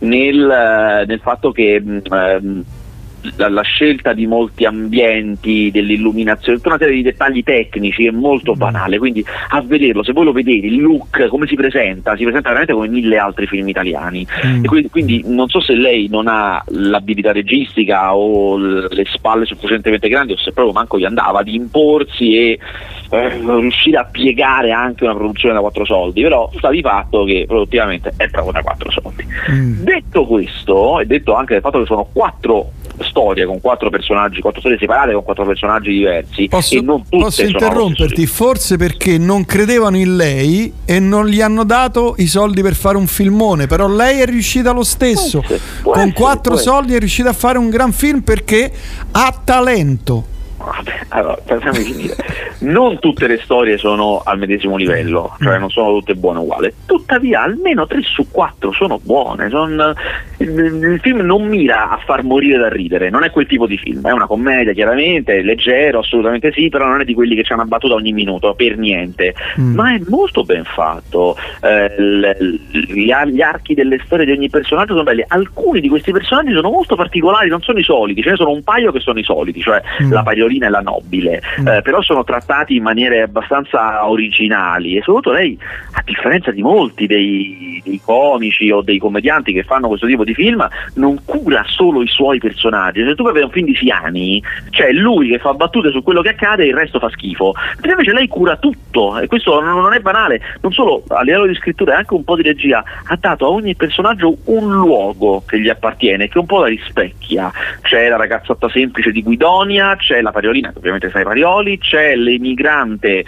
nel, nel fatto che ehm, La, la scelta di molti ambienti, dell'illuminazione, tutta una serie di dettagli tecnici è molto banale, quindi a vederlo, se voi lo vedete, il look, come si presenta, si presenta veramente come mille altri film italiani. Mm. E quindi, quindi non so se lei non ha l'abilità registica o l- le spalle sufficientemente grandi, o se proprio manco gli andava di imporsi e eh, riuscire a piegare anche una produzione da quattro soldi, però sta di fatto che produttivamente è proprio da quattro soldi. Mm. Detto questo, e detto anche del fatto che sono quattro storie con quattro personaggi, quattro storie separate con quattro personaggi diversi, posso, e non tutte posso sono interromperti? Forse perché non credevano in lei e non gli hanno dato i soldi per fare un filmone, però lei è riuscita lo stesso, può essere, può con essere, quattro soldi è riuscita a fare un gran film perché ha talento. Vabbè, allora, facciamo finire. Non tutte le storie sono al medesimo livello, cioè non sono tutte buone uguali. Tuttavia, almeno tre su quattro sono buone. Son... Il, il film non mira a far morire da ridere, non è quel tipo di film. È una commedia, chiaramente, è leggero, assolutamente sì, però non è di quelli che c'è una battuta ogni minuto, per niente. Mm. Ma è molto ben fatto. Eh, l, gli, gli archi delle storie di ogni personaggio sono belli. Alcuni di questi personaggi sono molto particolari, non sono i soliti, ce ne sono un paio che sono i soliti, cioè mm. la Pariolina e la Nobile, mm. eh, però sono trattati in maniere abbastanza originali, e soprattutto lei, a differenza di molti dei, dei comici o dei commedianti che fanno questo tipo di film, non cura solo i suoi personaggi. Se tu vai a vedere un film di Siani, c'è lui che fa battute su quello che accade e il resto fa schifo, perché invece lei cura tutto, e questo non è banale. Non solo a livello di scrittura e anche un po' di regia, ha dato a ogni personaggio un luogo che gli appartiene, che un po' la rispecchia. C'è la ragazzotta semplice di Guidonia, c'è la Pariolina che ovviamente sa i Parioli, c'è l'emigrante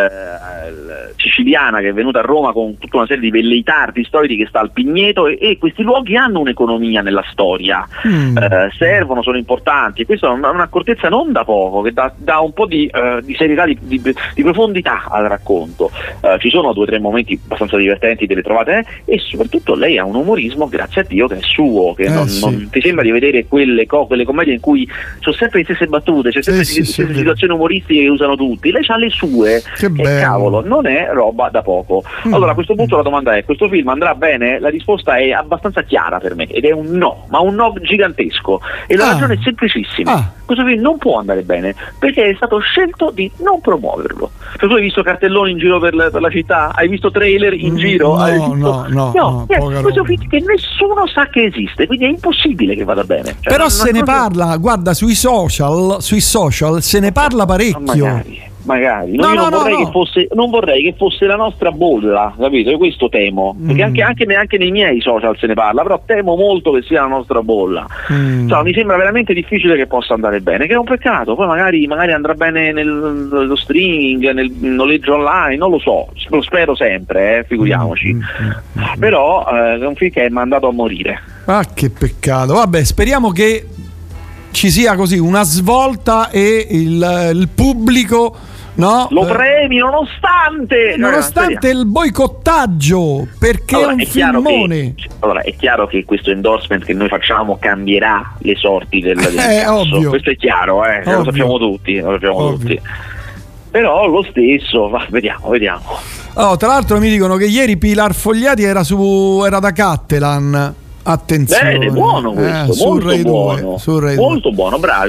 eh, siciliana che è venuta a Roma con tutta una serie di velleitardi storici che sta al Pigneto, e, e questi luoghi hanno un'economia nella storia, mm. eh, servono, sono importanti, e questa è una, un'accortezza non da poco, che dà, dà un po' di, eh, di serietà, di, di, di profondità al racconto. Eh, ci sono due o tre momenti abbastanza divertenti, delle trovate, eh, e soprattutto lei ha un umorismo, grazie a Dio, che è suo, che eh, non, sì. non ti sembra di vedere quelle, co- quelle commedie in cui sono sempre le stesse battute, c'è sempre sì, sì, sì, situazioni umoristiche che usano tutti, lei ha le sue, e cavolo, non è roba da poco. Mm. Allora a questo punto la domanda è: questo film andrà bene? La risposta è abbastanza chiara per me, ed è un no, ma un no gigantesco, e la ah. ragione è semplicissima. Ah. Questo film non può andare bene perché è stato scelto di non promuoverlo. Cioè, tu hai visto cartelloni in giro per la, per la città? Hai visto trailer in giro? No, hai visto... no, no, no, no eh, questo film che nessuno sa che esiste, quindi è impossibile che vada bene. Cioè, però non, se non ne parla, che... guarda, sui social, sui social se ne parla parecchio. Magari. Magari no, io no, non, no, vorrei no. Che fosse, non vorrei che fosse la nostra bolla, capito? Io questo temo, mm. perché anche, anche, anche nei miei social se ne parla, però temo molto che sia la nostra bolla. Mm. Cioè, mi sembra veramente difficile che possa andare bene, che è un peccato. Poi magari, magari andrà bene nello streaming, nel noleggio online, non lo so, lo spero sempre, eh, figuriamoci. Mm. Mm. Però eh, è un film che è mandato a morire. Ah, che peccato. Vabbè, speriamo che ci sia così una svolta e il, il pubblico, no, lo premi nonostante nonostante il boicottaggio, perché allora, è un è filmone. Che, allora è chiaro che questo endorsement che noi facciamo cambierà le sorti del, del è caso. Ovvio. Questo è chiaro, eh? Lo sappiamo tutti, lo sappiamo tutti. Però lo stesso, va, vediamo, vediamo. Oh, tra l'altro mi dicono che ieri Pilar Fogliati era su era da Cattelan. Attenzione. Bene, buono questo, eh, molto Rai buono, due, molto buono, bravi.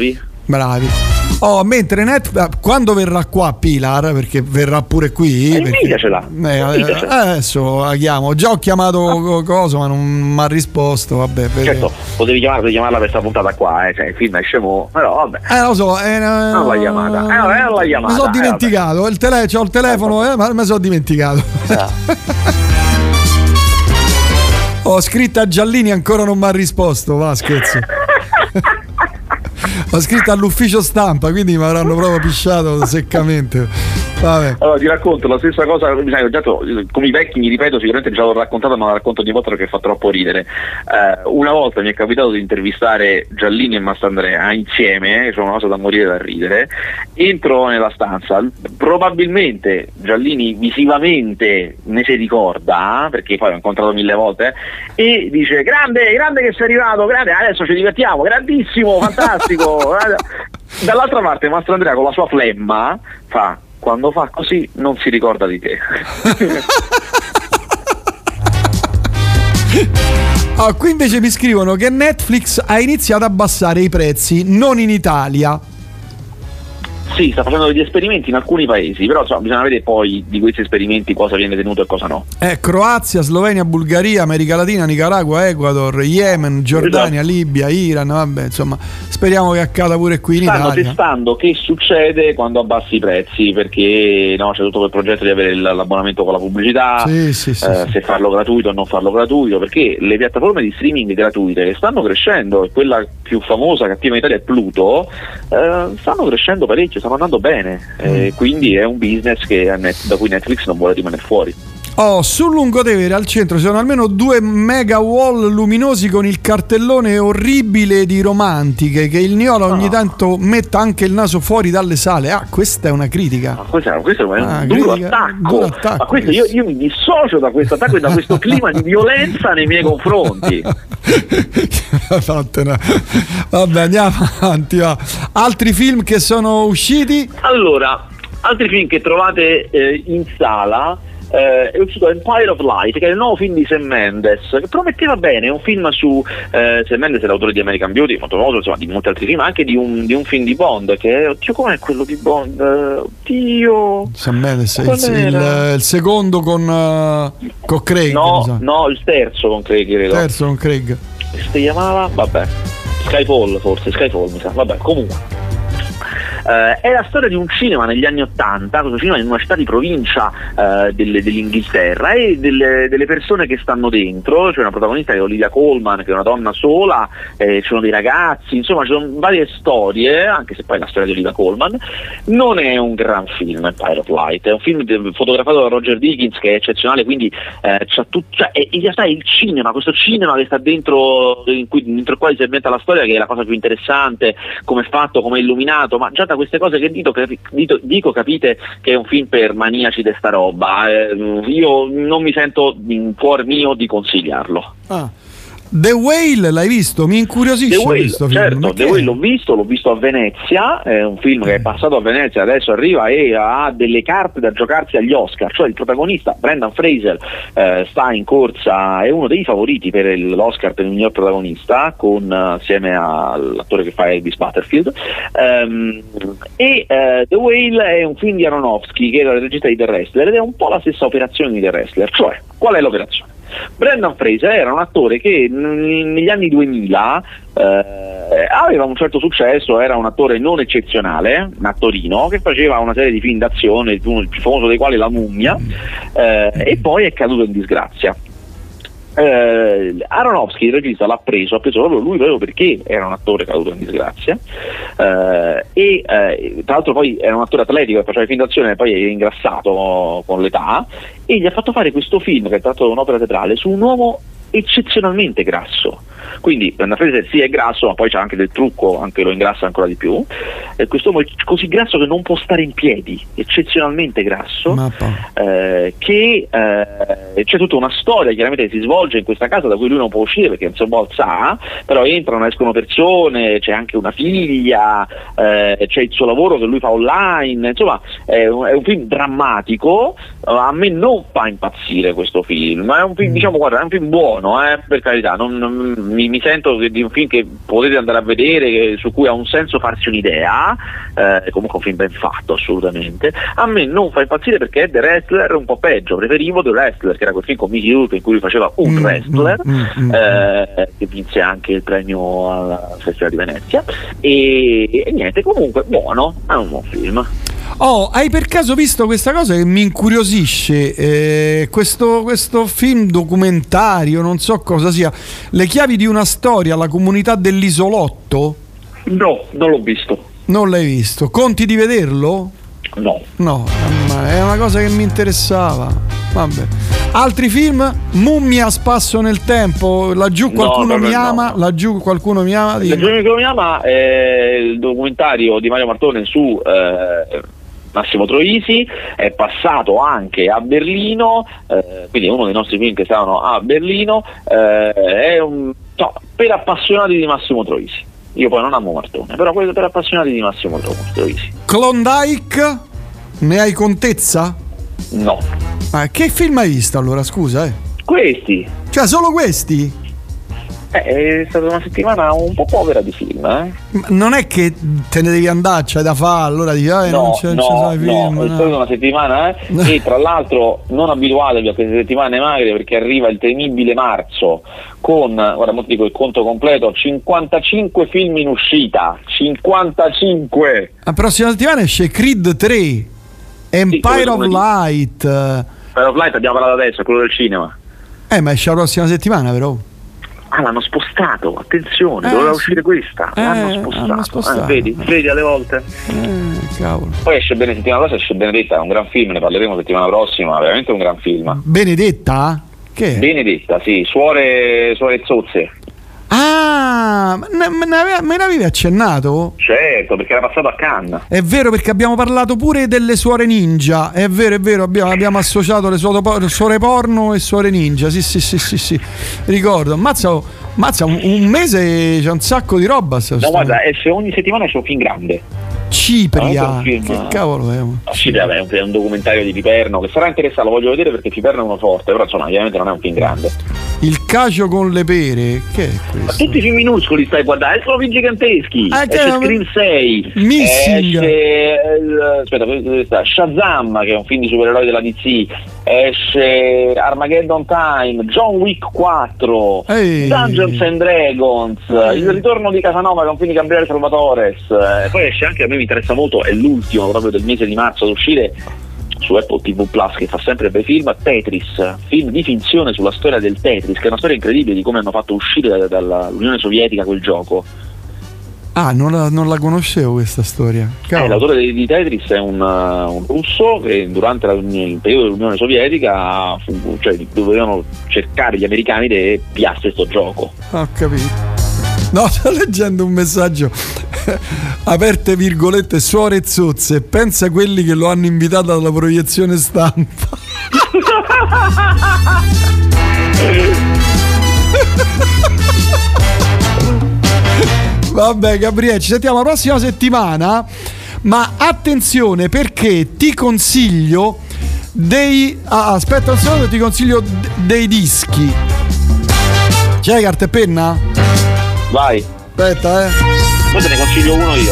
Bravi. Oh, mentre Net, quando verrà qua Pilar, perché verrà pure qui, eh, perché, eh, eh, adesso la chiamo. Già ho chiamato ah. Coso, ma non mi ha risposto. Vabbè, certo, potevi chiamarla, potevi chiamarla per questa puntata qua, eh. Cioè, il film esce mo, però vabbè. Eh, lo so, eh, non l'ha chiamata. Eh, non l'ha chiamata. Mi sono eh, dimenticato. Il tele- c'ho il telefono, eh, ma mi sono dimenticato. Ah. Ho scritto a Giallini, ancora non mi ha risposto. Va, scherzo. Ho scritto all'ufficio stampa, quindi mi avranno proprio pisciato seccamente. Vabbè. Allora ti racconto la stessa cosa, già to, come i vecchi mi ripeto, sicuramente già l'ho raccontata, ma la racconto ogni volta perché fa troppo ridere. Uh, una volta mi è capitato di intervistare Giallini e Mastandrea insieme, cioè una cosa da morire da ridere. Entro nella stanza, probabilmente Giallini visivamente ne si ricorda, perché poi l'ho incontrato mille volte, e dice: grande, grande che sei arrivato, grande, adesso ci divertiamo, grandissimo, fantastico. Dall'altra parte Mastandrea con la sua flemma fa: quando fa così non si ricorda di te. Oh, qui invece mi scrivono che Netflix ha iniziato a abbassare i prezzi, non in Italia. Sì, sta facendo degli esperimenti in alcuni paesi, però insomma, bisogna vedere poi di questi esperimenti cosa viene tenuto e cosa no. Eh, Croazia, Slovenia, Bulgaria, America Latina, Nicaragua, Ecuador, Yemen, Giordania, esatto. Libia, Iran, vabbè, insomma, speriamo che accada pure qui in Stanno Italia. Stanno testando che succede quando abbassi i prezzi, perché no, c'è tutto quel progetto di avere l'abbonamento con la pubblicità, sì, sì, sì, eh, sì. se farlo gratuito o non farlo gratuito, perché le piattaforme di streaming gratuite che stanno crescendo, e quella più famosa che attiva in Italia è Pluto, eh, stanno crescendo parecchio, stanno andando bene. Eh, quindi è un business che net, da cui Netflix non vuole rimanere fuori. Oh, sul Lungotevere al centro ci sono almeno due mega wall luminosi con il cartellone orribile di Romantiche, che il Niola ogni oh. tanto metta anche il naso fuori dalle sale. Ah, questa è una critica. Ah, questo, questo è un ah, duro, critica, attacco. duro attacco. Ma questo io, io mi dissocio da questo attacco e da questo clima di violenza nei miei confronti. Vabbè, andiamo avanti. Va. Altri film che sono usciti? Allora, altri film che trovate eh, in sala. Eh, è uscito Empire of Light, che è il nuovo film di Sam Mendes, che prometteva bene. È un film su eh, Sam Mendes è l'autore di American Beauty, molto famoso, insomma, di molti altri film, anche di un, di un film di Bond che è, oddio, com'è quello di Bond? Oddio, Sam Mendes il, il, il secondo con, uh, con Craig, no, no, il terzo con Craig, credo. terzo con Craig si chiamava, vabbè, Skyfall, forse Skyfall mi sa, vabbè, comunque Uh, è la storia di un cinema negli anni Ottanta, questo cinema in una città di provincia uh, delle, dell'Inghilterra, e delle, delle persone che stanno dentro. C'è una protagonista che è Olivia Colman, che è una donna sola, eh, ci sono dei ragazzi, insomma ci sono varie storie, anche se poi è la storia di Olivia Colman. Non è un gran film Empire of Light, è un film de- fotografato da Roger Deakins, che è eccezionale, quindi eh, c'ha tut- cioè, è, in realtà è il cinema, questo cinema che sta dentro, in cui, dentro il quale si ambienta la storia, che è la cosa più interessante, come è fatto, come è illuminato, ma già da queste cose che dito, dito, dico capite che è un film per maniaci di sta roba. Eh, io non mi sento in cuor mio di consigliarlo. Ah. The Whale l'hai visto? Mi incuriosisce The Whale, questo film. certo, The Whale l'ho visto, l'ho visto a Venezia, è un film che è passato a Venezia, adesso arriva e ha delle carte da giocarsi agli Oscar, cioè il protagonista Brendan Fraser eh, sta in corsa, è uno dei favoriti per l'Oscar per il miglior protagonista, con assieme all'attore che fa Elvis Butterfield, um, e uh, The Whale è un film di Aronofsky, che era il regista di The Wrestler, ed è un po' la stessa operazione di The Wrestler, cioè qual è l'operazione? Brendan Fraser era un attore che negli anni duemila eh, aveva un certo successo, era un attore non eccezionale, un attorino che faceva una serie di film d'azione, il più famoso dei quali La Mummia, eh, e poi è caduto in disgrazia. Eh, Aronofsky, il regista, l'ha preso, ha preso proprio lui proprio perché era un attore caduto in disgrazia, eh, e eh, tra l'altro poi era un attore atletico che faceva film d'azione e poi è ingrassato con l'età, e gli ha fatto fare questo film, che è tratto un'opera teatrale, su un uomo eccezionalmente grasso. Quindi Brendan Fraser sì è grasso, ma poi c'è anche del trucco, anche lo ingrassa ancora di più. E quest'uomo è così grasso che non può stare in piedi, eccezionalmente grasso, eh, che eh, c'è tutta una storia chiaramente che si svolge in questa casa da cui lui non può uscire perché insomma sa, però entrano, escono persone, c'è anche una figlia, eh, c'è il suo lavoro che lui fa online, insomma è un, è un film drammatico. A me non fa impazzire questo film, è un film, diciamo, guarda, è un film buono, eh, per carità, non, non, mi, mi sento di un film che potete andare a vedere, che, su cui ha un senso farsi un'idea, eh, è comunque un film ben fatto assolutamente. A me non fa impazzire perché è The Wrestler un po' peggio, preferivo The Wrestler, che era quel film con Mickey Rourke in cui lui faceva un Mm, wrestler, mm, mm, eh, che vinse anche il premio al Festival di Venezia, e, e niente, comunque buono, è un buon film. Oh, hai per caso visto questa cosa che mi incuriosisce? Eh, questo, questo film documentario, non so cosa sia, Le chiavi di una storia, la comunità dell'isolotto? No, non l'ho visto. Non l'hai visto? Conti di vederlo? No. No, ma è una cosa che mi interessava. Vabbè. Altri film? Mummia a spasso nel tempo, laggiù qualcuno No, mi no, ama, no. laggiù qualcuno mi ama. Il giorno che mi ama è il documentario di Mario Martone su eh, Massimo Troisi, è passato anche a Berlino, eh, quindi è uno dei nostri film che stavano a Berlino, eh, è un, no, per appassionati di Massimo Troisi. Io poi non amo Martone, però questo per appassionati di Massimo Troisi. Klondike? Ne hai contezza? No. Ma che film hai visto allora, scusa, eh? Questi? Cioè, solo questi? Eh, è stata una settimana un po' povera di film, eh? Ma non è che te ne devi andare, c'hai da fare, allora dici, ah, non No, c'è, non no, ci sono i film. no, è no. stata una settimana, eh? E tra l'altro non abituatevi a queste settimane magre, perché arriva il temibile marzo con, guarda, mo ti dico il conto completo, cinquantacinque film in uscita, cinquantacinque! La prossima settimana esce Creed tre, Empire quello of lunedì. Light. Fire of Light abbiamo parlato adesso, è quello del cinema. Eh, ma esce la prossima settimana però. Ah, l'hanno spostato, attenzione, Eh, doveva sì. uscire questa, Eh, l'hanno hanno spostato, spostato. Eh, vedi, vedi alle volte. Eh, cavolo. Poi esce bene settimana prossima, esce Benedetta, è un gran film, ne parleremo settimana prossima, veramente un gran film. Benedetta? Che è? Benedetta, sì, suore, suore zozze. Ah, me me ne aveva- me l'avevi accennato? Certo, perché era passato a Cannes. È vero, perché abbiamo parlato pure delle suore ninja. È vero, è vero, abbiamo, abbiamo associato le suore, suore porno e suore ninja. Sì, sì, sì, sì, sì. Ricordo. Ammazza, ammazza un, un mese c'è un sacco di roba. sta- No, sta- guarda, esce ogni settimana esce un film grande. Cipria. Ah, un film. Che cavolo è? No, sì, vabbè, è un, è un documentario di Piperno che sarà interessante, lo voglio vedere perché Piperno è uno forte, però insomma, ovviamente non è un film grande. Il cacio con le pere. Che è Ma questo? tutti i film minuscoli stai guardando, sono film giganteschi. Ah, che- Esce Scream sei, Missing. esce eh, aspetta, dove sta? Shazam, che è un film di supereroi della D C, esce Armageddon Time, John Wick quattro, Ehi. Dungeons and Dragons, Ehi. Il ritorno di Casanova, che è un film di Gabriele Salvatores, eh, poi esce anche, a me mi interessa molto, è l'ultimo proprio del mese di marzo ad uscire su Apple ti vu Plus, che fa sempre bei film, Tetris, film di finzione sulla storia del Tetris, che è una storia incredibile di come hanno fatto uscire dall'Unione Sovietica quel gioco. Ah, non la, non la conoscevo questa storia. Eh, Cavolo. l'autore di, di Tetris è un, uh, un russo che durante la- il periodo dell'Unione Sovietica fu- cioè, dovevano cercare gli americani di piasse sto gioco. Ho capito. No, sto leggendo un messaggio. Aperte virgolette, suore zozze. Pensa a quelli che lo hanno invitato alla proiezione stampa. Vabbè, Gabriele, ci sentiamo la prossima settimana. Ma attenzione, perché ti consiglio dei. Ah, aspetta un secondo, ti consiglio d- dei dischi. C'hai carta e penna? Vai, Aspetta, eh. poi te ne consiglio uno io.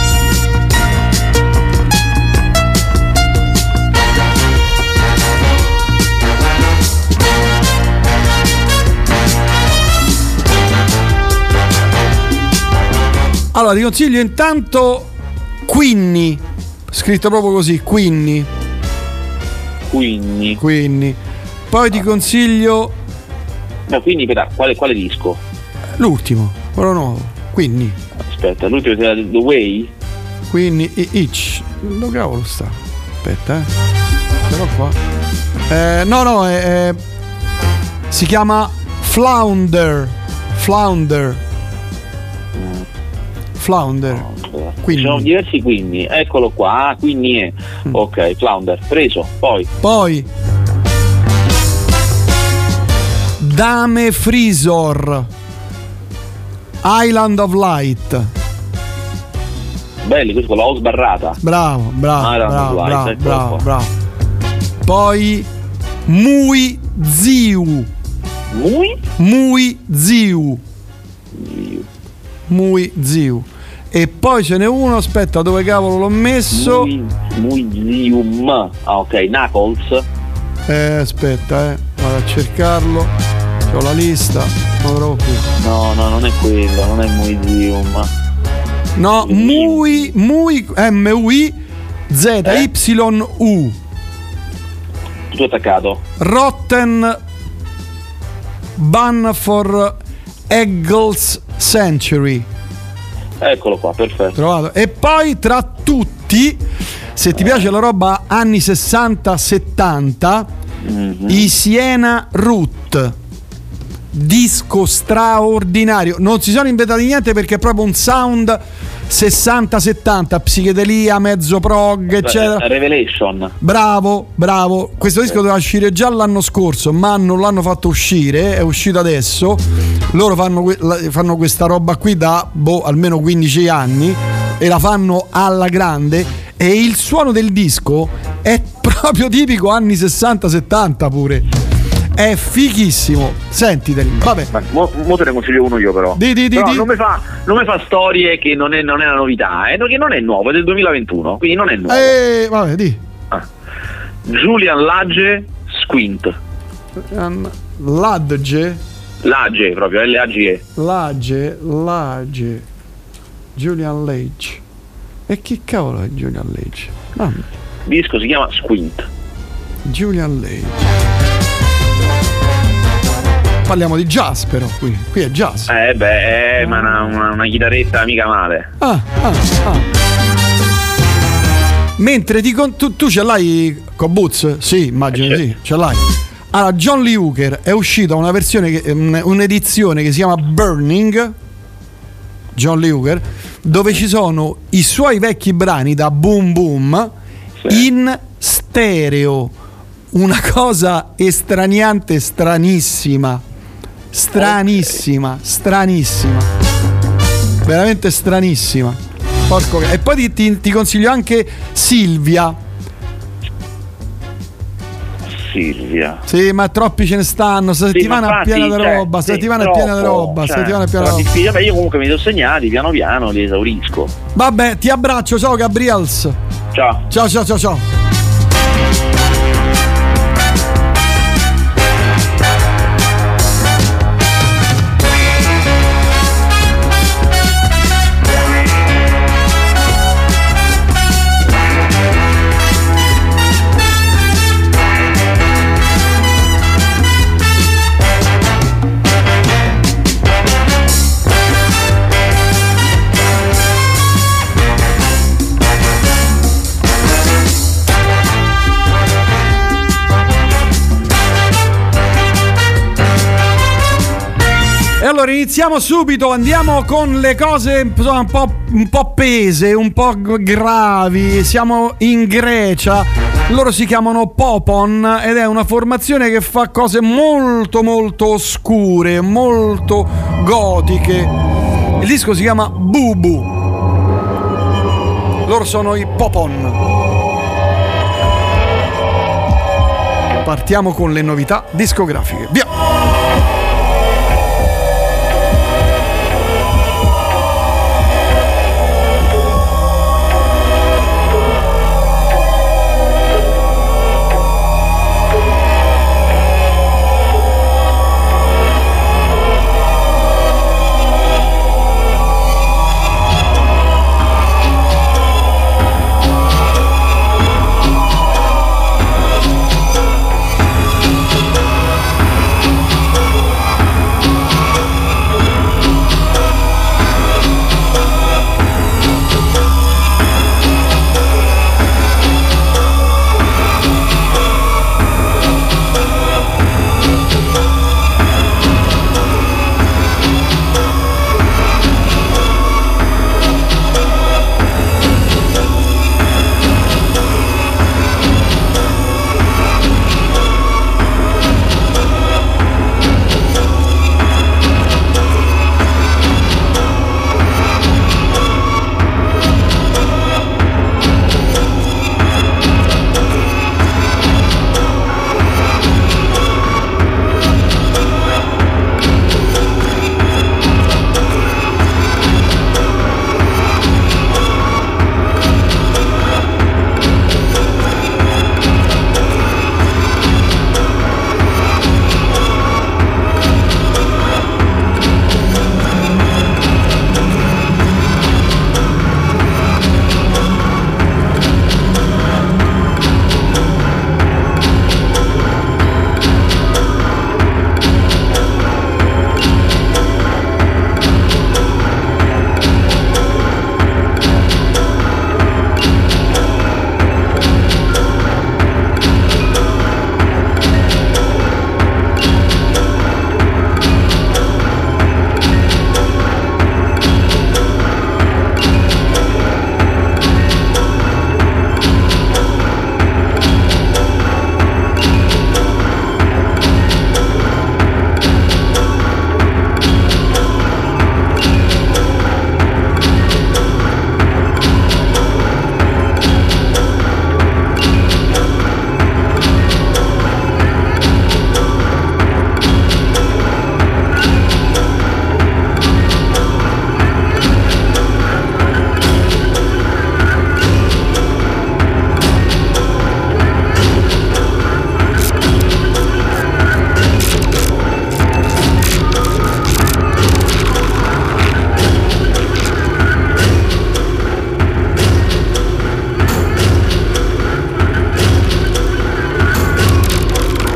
Allora, ti consiglio intanto Quinny, scritto proprio così, Quinny, Quindi, Quinny. Poi ti consiglio no, quindi per quale, quale disco? l'ultimo, quello nuovo, Quinny, Aspetta, l'ultimo era The Way? Quinny e Itch. Dove cavolo sta? Aspetta, eh. Però qua. Eh, no, no, è, è- si chiama Flounder. Flounder. Flounder. Quindi. Ci sono diversi quindi, eccolo qua, ah, quindi è. Ok, Flounder, preso, poi. Poi Dame Freezor, Island of Light. Belli, questo con la O sbarrata. Bravo, bravo, Island of bravo, Light, bravo, eccolo bravo, qua. bravo. Poi Mui Ziu. Muy? Mui Ziu. Muy Ziu. E poi ce n'è uno, aspetta, dove cavolo l'ho messo? Museum. Ah, ok, Knuckles. Eh, aspetta, eh, vado a cercarlo. C'ho la lista, non lo trovo più. No, no, non è quello, non è Museum. No, Muy, Muy, M U I Z Y U. Tutto attaccato. Rotten Ban for Eagles Century. Eccolo qua, perfetto. Trovato. E poi tra tutti, se ti piace la roba anni sessanta settanta, mm-hmm. i Siena Root, disco straordinario. Non si sono inventati niente perché è proprio un sound sessanta settanta, psichedelia, mezzo prog, eccetera. Revelation. Bravo, bravo. Questo disco doveva uscire già l'anno scorso, ma non l'hanno fatto uscire, è uscito adesso. Loro fanno, fanno questa roba qui da boh, almeno quindici anni e la fanno alla grande, e il suono del disco è proprio tipico anni sessanta settanta pure. È fighissimo, sentiteli. Vabbè. Ma mo, mo te ne consiglio uno io però. Di, di, di, però di. non mi fa, non mi fa storie che non è, non è una novità, eh, che non è nuovo, è del duemilaventuno, quindi non è nuovo. Eh, vabbè, di. Ah. Julian Lage Squint. Lage? Lage, proprio, L A G E. Lage, Lage. Julian Lage. E che cavolo è Julian Lage? Mamma. Il disco si chiama Squint. Julian Lage. Parliamo di jazz però, qui, qui è jazz. Eh beh, eh, ma una, una, una chitarretta mica male. Ah, ah, ah. Mentre ti con- tu, tu ce l'hai con Boots? Sì, immagino eh, sì, ce l'hai. Allora, John Lee Hooker è uscita una versione, che, un'edizione che si chiama Burning, John Lee Hooker, dove ci sono i suoi vecchi brani da Boom Boom sì. in stereo. Una cosa estraniante, stranissima. Stranissima, okay. stranissima. Veramente stranissima. Porco. E poi ti, ti, ti consiglio anche Silvia. Silvia. Sì, ma troppi ce ne stanno. Sta settimana sì, è piena di cioè, roba. Sta sì, settimana troppo, è piena di roba. Cioè, settimana è piena di roba. Vabbè, io comunque mi sono segnati, piano piano li esaurisco. Vabbè, ti abbraccio, ciao Gabriels. Ciao. Ciao ciao ciao ciao. Allora iniziamo subito, andiamo con le cose insomma, un po', un po' pese, un po' gravi. Siamo in Grecia, loro si chiamano Popon ed è una formazione che fa cose molto molto oscure, molto gotiche. Il disco si chiama Bubu. Loro sono i Popon. Partiamo con le novità discografiche. Via!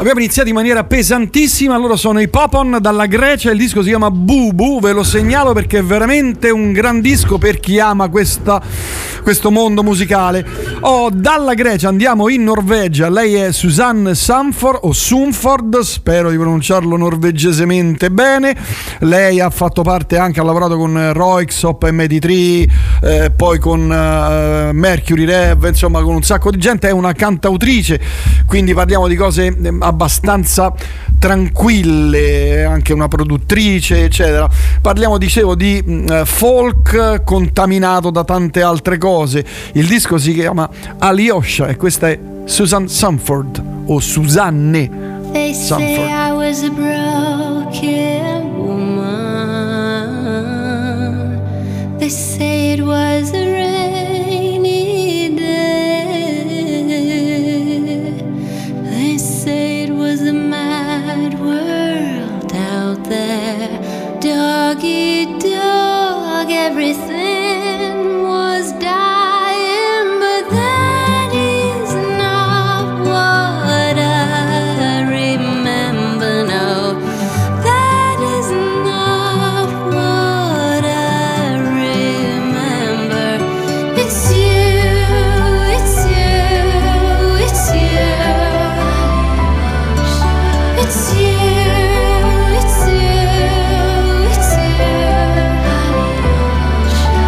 abbiamo iniziato in maniera pesantissima. Loro sono i Popon dalla Grecia, il disco si chiama Bubu, ve lo segnalo perché è veramente un gran disco per chi ama questa, questo mondo musicale. Oh, dalla Grecia andiamo in Norvegia, lei è Susanne Sumford o Sumford, spero di pronunciarlo norvegesemente bene. Lei ha fatto parte anche, ha lavorato con Röyksopp, M D tre, eh, poi con eh, Mercury Rev, insomma con un sacco di gente, è una cantautrice, quindi parliamo di cose abbastanza tranquille, anche una produttrice eccetera. Parliamo, dicevo, di uh, folk contaminato da tante altre cose. Il disco si chiama Alyosha e questa è Susanne Sumford o Susanne They Sumford. say I was a broken woman. They say it was a rainy day. They say it was a mad world out there. Dog eat dog, everything was dying, but that is not what I remember. No, that is not what I remember. It's you, it's you, it's you, it's you. It's you, it's you.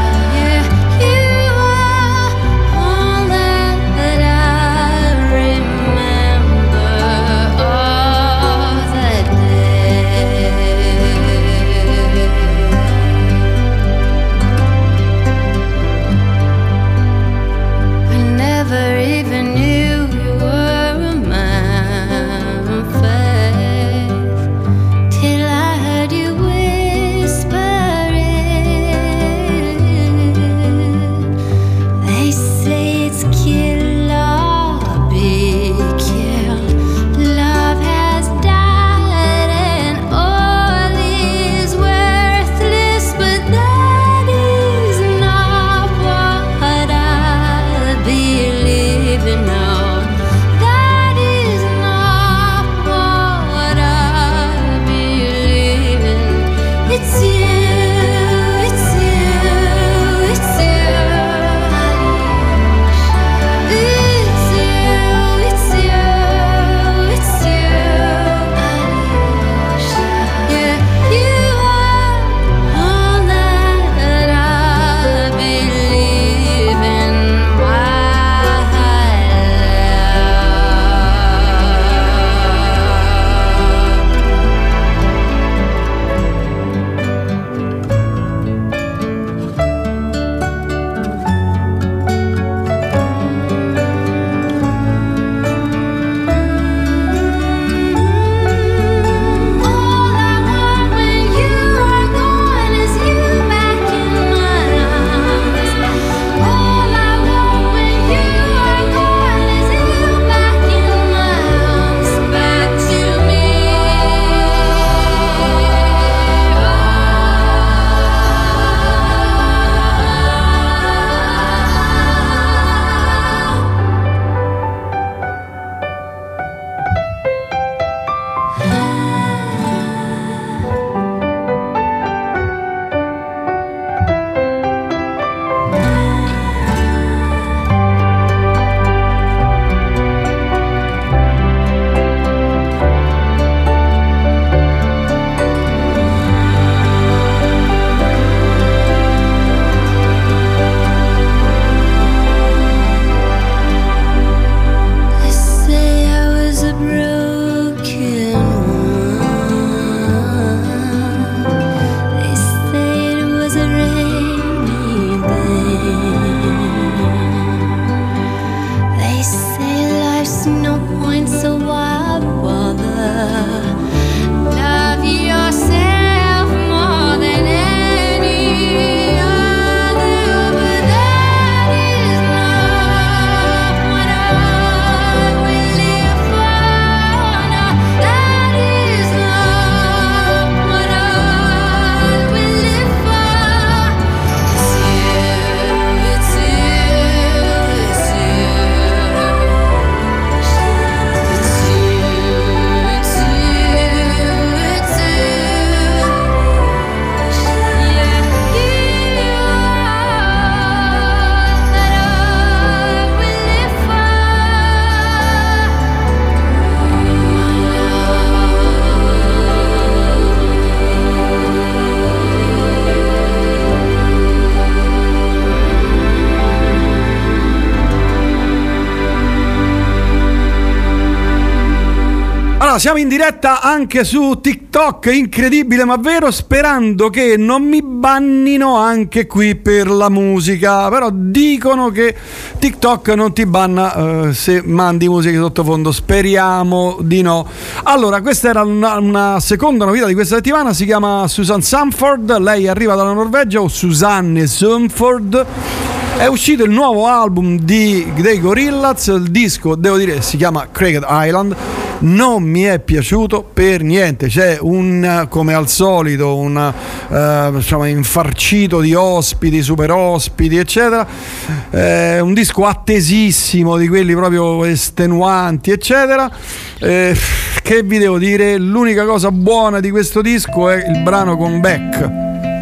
Allora, siamo in diretta anche su TikTok, incredibile ma vero, sperando che non mi bannino anche qui per la musica, però dicono che TikTok non ti banna eh, se mandi musica sottofondo, speriamo di no. Allora, questa era una, una seconda novità di questa settimana, si chiama Susanne Sumford, lei arriva dalla Norvegia, o Susanne Sumford. È uscito il nuovo album di, dei Gorillaz, il disco, devo dire, si chiama Cracked Island. Non mi è piaciuto per niente, c'è un, come al solito, un eh, diciamo, infarcito di ospiti, super ospiti, eccetera. Eh, un disco attesissimo, di quelli proprio estenuanti, eccetera. Eh, che vi devo dire? L'unica cosa buona di questo disco è il brano con Beck.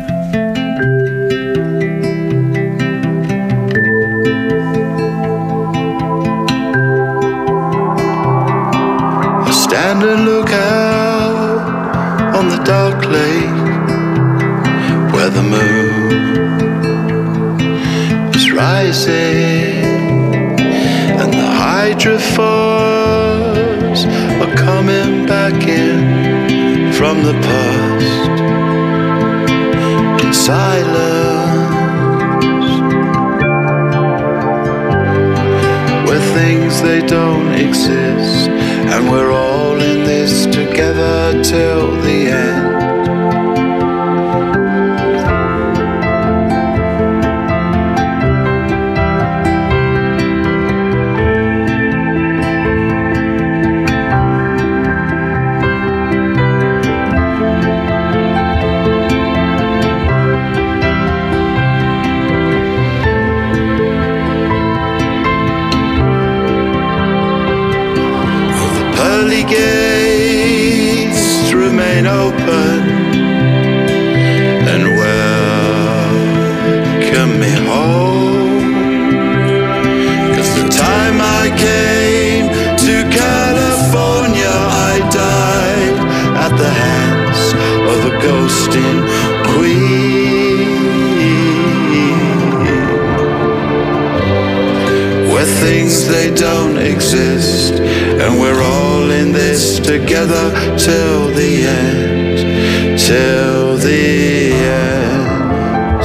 Stand and look out on the dark lake where the moon is rising and the hydrophores are coming back in from the past in silence, where things they don't exist. And we're all in this together till the end. Gates remain open and welcome me home, 'cause the time I came to California I died at the hands of a ghosting queen, where things they don't exist. And we're all in this together till the end, till the end.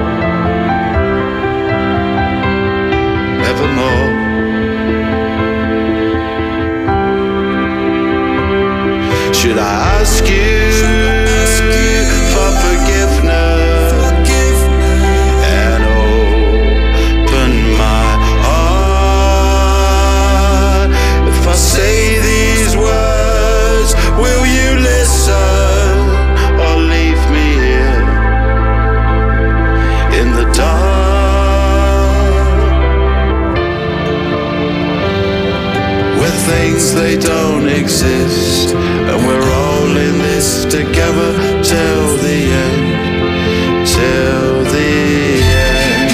Evermore. Should I ask you for forgiveness and open my heart? If I say these words, will you listen or leave me here in the dark, where things they don't exist, and we're all in this together till the end, till the end.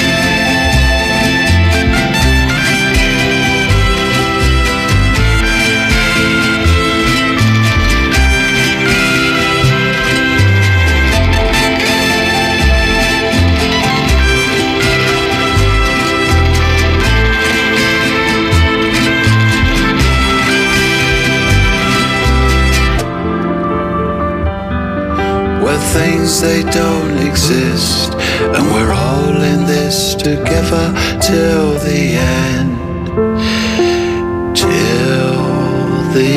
Things they don't exist, and we're all in this together till the end, till the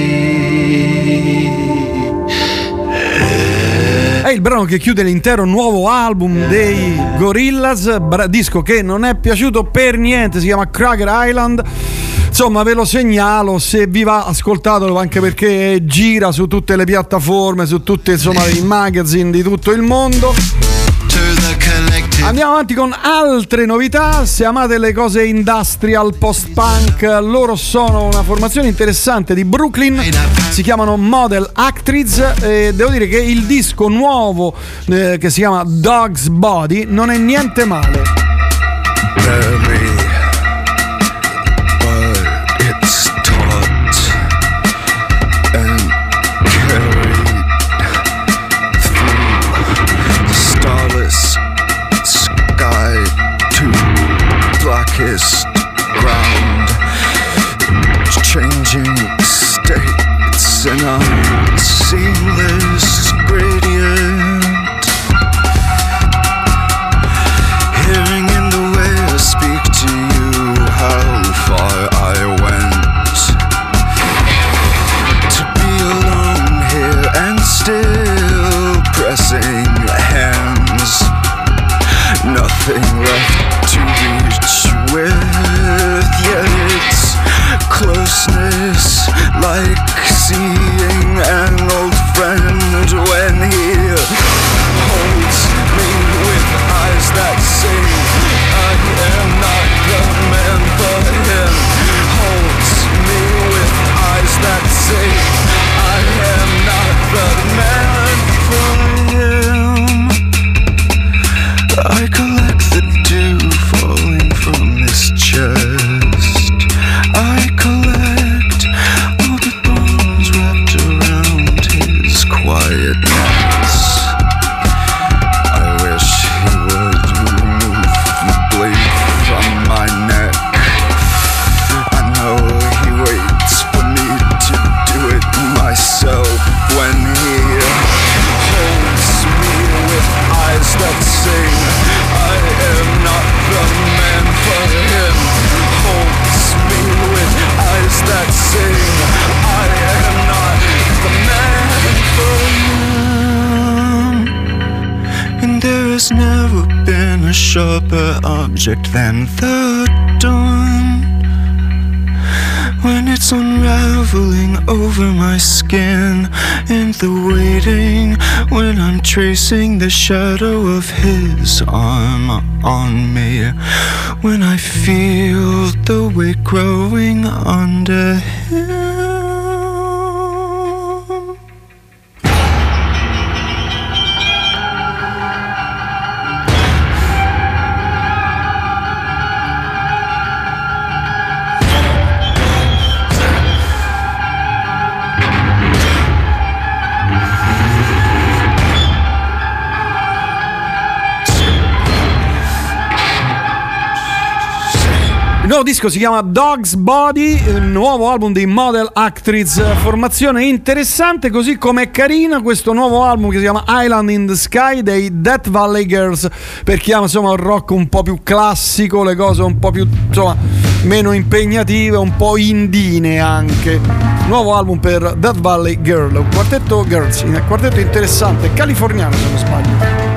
end. È il brano che chiude l'intero nuovo album dei Gorillaz, bra- disco che non è piaciuto per niente, si chiama Cracked Island. Insomma, ve lo segnalo, se vi va ascoltatelo, anche perché gira su tutte le piattaforme, su tutti, insomma, i magazine di tutto il mondo. Andiamo avanti con altre novità. Se amate le cose industrial, post-punk, loro sono una formazione interessante di Brooklyn, si chiamano Model Actriz, e devo dire che il disco nuovo eh, che si chiama Dog's Body non è niente male. Blackest ground, changing states There's never been a sharper object than the dawn, when it's unraveling over my skin in the waiting, when I'm tracing the shadow of his arm on me, when I feel the weight growing under him. Il nuovo disco si chiama Dog's Body, il nuovo album dei Model Actress, formazione interessante, così come è carina questo nuovo album che si chiama Island in the Sky dei Death Valley Girls, per chi ama insomma un rock un po' più classico, le cose un po' più insomma meno impegnative, un po' indine anche. Nuovo album per Death Valley Girl, un quartetto girls, un quartetto interessante, californiano se non sbaglio.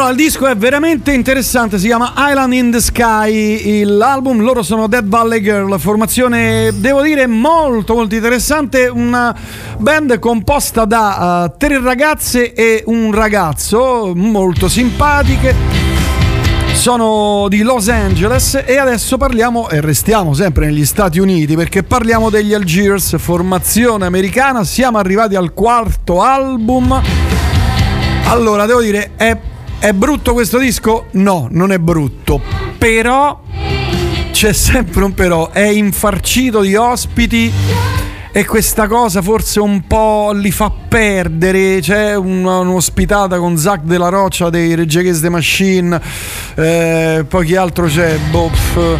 il disco è veramente interessante, si chiama Island in the Sky, l'album, loro sono Dead Valley Girl, formazione devo dire molto molto interessante, una band composta da uh, tre ragazze e un ragazzo, molto simpatiche, sono di Los Angeles e adesso parliamo e restiamo sempre negli Stati Uniti perché parliamo degli Algiers, formazione americana, siamo arrivati al quarto album. Allora devo dire è È brutto questo disco? No, non è brutto, però c'è sempre un però, è infarcito di ospiti e questa cosa forse un po' li fa perdere. C'è una, un'ospitata con Zach della Roccia dei Rage Against the Machine, eh, poi chi altro c'è? Boh,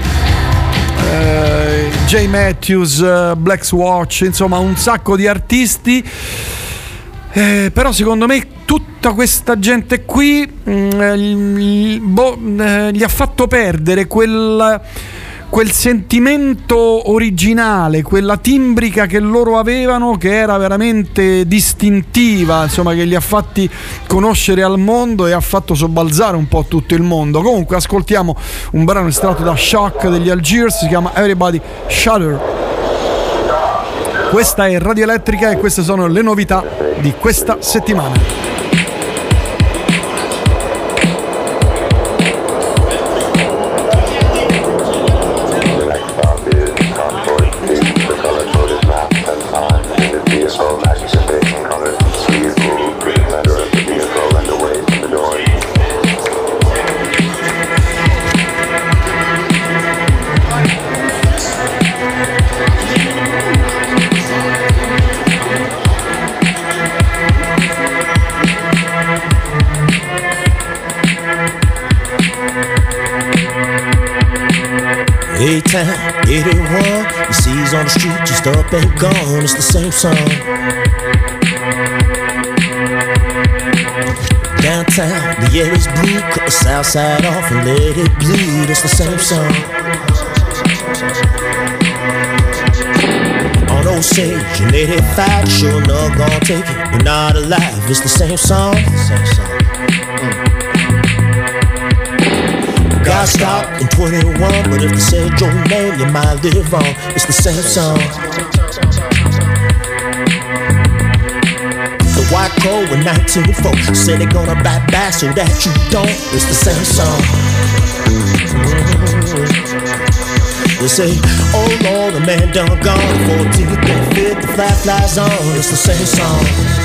eh, Jay Matthews, uh, Black Swatch, insomma un sacco di artisti. Eh, però secondo me tutta questa gente qui mh, boh, eh, gli ha fatto perdere quel, quel sentimento originale, quella timbrica che loro avevano, che era veramente distintiva, insomma, che li ha fatti conoscere al mondo e ha fatto sobbalzare un po' tutto il mondo. Comunque ascoltiamo un brano estratto da Shock degli Algiers, si chiama Everybody Shudder. Questa è Radio Elettrica e queste sono le novità di questa settimana. A-Town, eighty-one, you see he's on the street, just up and gone, it's the same song. Downtown, the air is blue, cut the south side off and let it bleed, it's the same song. On Osage, in eighty-five, sure enough gonna take it, but not alive, it's the same song. Same song. Got stopped in twenty-one, but if they said your name, you might live on. It's the same song. The White Crow in nineteen oh four said they're gonna bite back so that you don't. It's the same song. They say, oh Lord, the man done gone. fourteen and fifty, the fly flies on. It's the same song.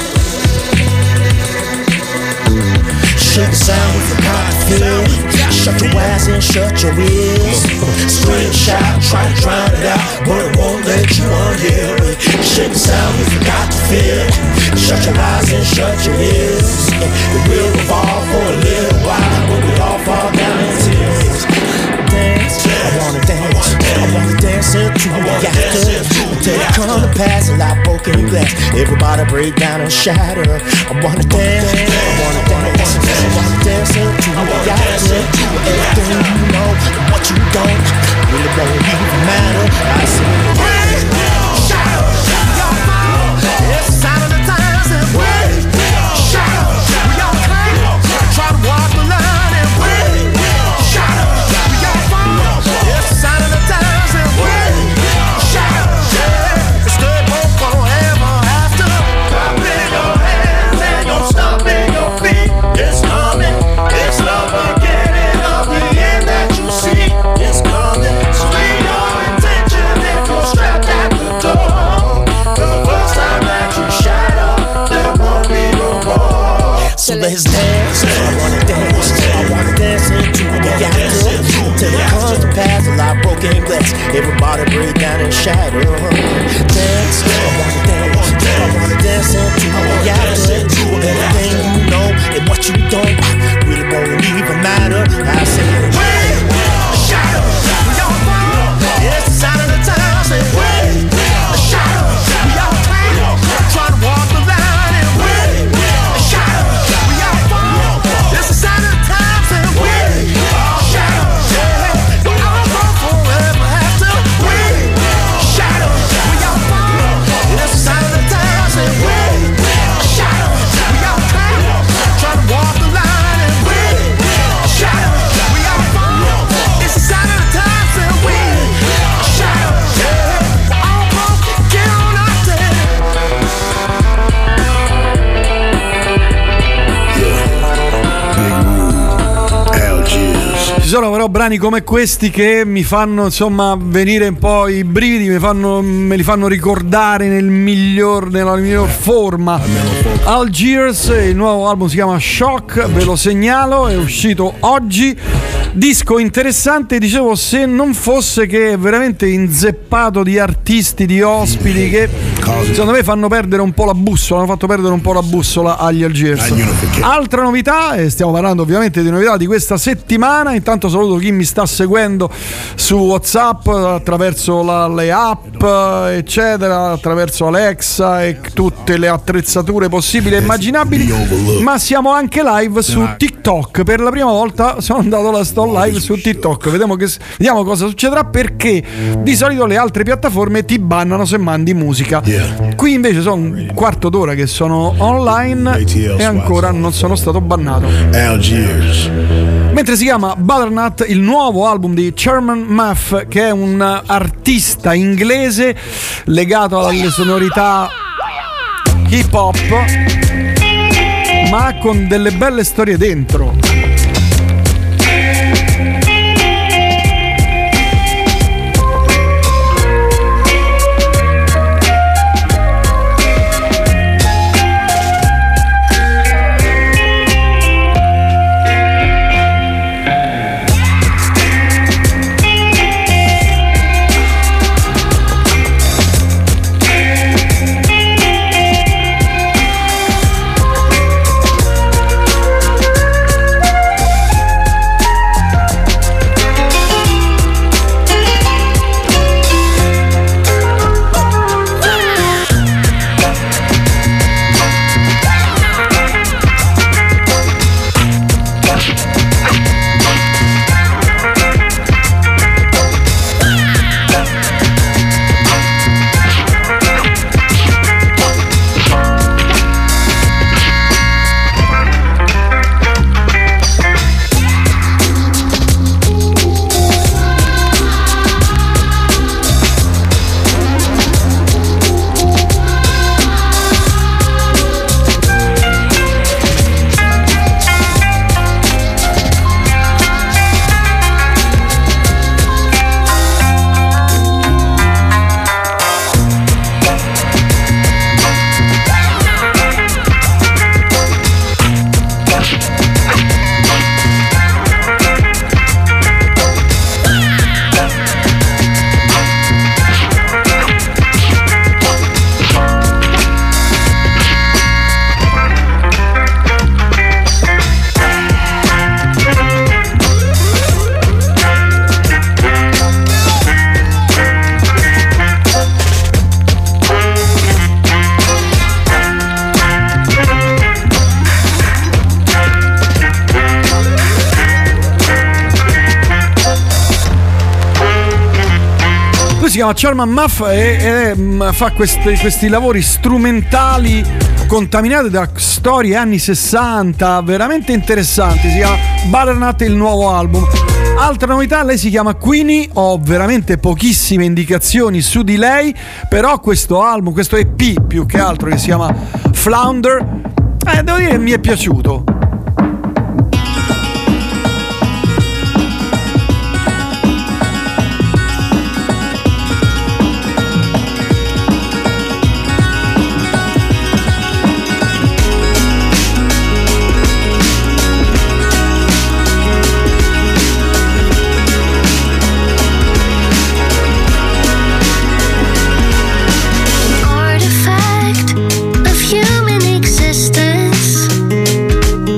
Shake the sound with the cotton. Shut your ass and shut your ears. Scream, shout, try to drown it out, but it won't let you unhear it. Shake the sound if you got to feel. Shut your eyes and shut your ears. The wheel will fall for a little while, but we all fall down in tears. Dance, I wanna dance, I wanna dance until we got to. Until it come to pass, a lot broken glass. Everybody break down and shatter. I wanna dance, I wanna dance, I wanna dance until we got to. Everything you know and what you don't really won't even matter. I say, we will shout, it's the sign of the times, and we will shout. We all claim, try to walk the line, and we will shout. We all fall, it's the sign of the times, and we will shout. Yeah, stay both forever after. Clap in your hands and don't stomp in your feet. It's coming, it's love again. It's coming, so leave your intention if you're strapped at the door. Cause the first time that you shadow, there won't be no more. So let's dance, I wanna dance, I wanna dance into the after. Till it comes to pass, a lot broken glass. Everybody break down and shatter. Dance, I wanna dance, I wanna dance into the after. Everything you know and what you don't really won't even matter. I say, it's the sign of the times, and we will shout. We all claim, try to walk the line, and we will shout. We all fall, sono però brani come questi che mi fanno insomma venire un po' i brividi, mi fanno, me li fanno ricordare nel miglior, nella miglior forma. Algiers, il nuovo album si chiama Shock, ve lo segnalo, è uscito oggi. Disco interessante, dicevo, se non fosse che è veramente inzeppato di artisti, di ospiti che secondo me fanno perdere un po' la bussola, hanno fatto perdere un po' la bussola agli Algiers. Altra novità, e stiamo parlando ovviamente di novità di questa settimana, intanto saluto chi mi sta seguendo su WhatsApp attraverso la, le app eccetera, attraverso Alexa e tutte le attrezzature possibili e immaginabili, ma siamo anche live su TikTok. Per la prima volta sono andato la sto live su TikTok, vediamo, che, vediamo cosa succederà, perché di solito le altre piattaforme ti bannano se mandi musica. Qui invece sono un quarto d'ora che sono online e ancora non sono stato bannato. Mentre si chiama Butternut, il nuovo album di Sherman Muff, che è un artista inglese legato alle sonorità hip hop, ma con delle belle storie dentro. Si chiama Sherman Muff e, e fa questi, questi lavori strumentali contaminati da storie anni sessanta, veramente interessanti. Si chiama Butternut, il nuovo album. Altra novità, lei si chiama Queenie, ho veramente pochissime indicazioni su di lei, però questo album, questo E P più che altro, che si chiama Flounder, eh, devo dire che mi è piaciuto. Artifact of human existence.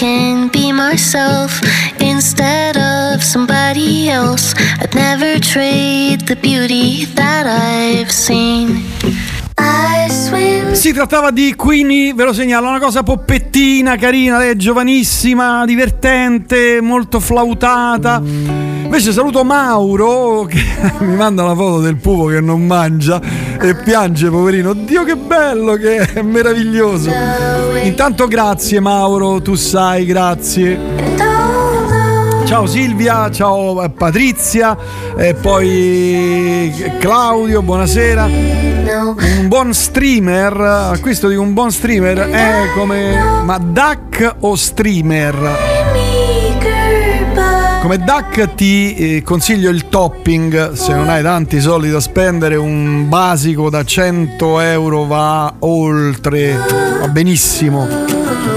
can be myself instead of somebody else. I'd never trade the beauty that I've seen. I swim. Si trattava di Queenie, ve lo segnalo, una cosa poppettina, carina, lei è giovanissima, divertente, molto flautata. Invece saluto Mauro che mi manda una foto del pupo che non mangia e piange, poverino. Oddio che bello, che è meraviglioso. Intanto grazie Mauro, tu sai, grazie. Ciao Silvia, ciao Patrizia, e poi Claudio, buonasera. Un buon streamer, acquisto di un buon streamer è come... ma duck o streamer? Come duck ti eh, consiglio il topping, se non hai tanti soldi da spendere, un basico da cento euro va oltre, va benissimo.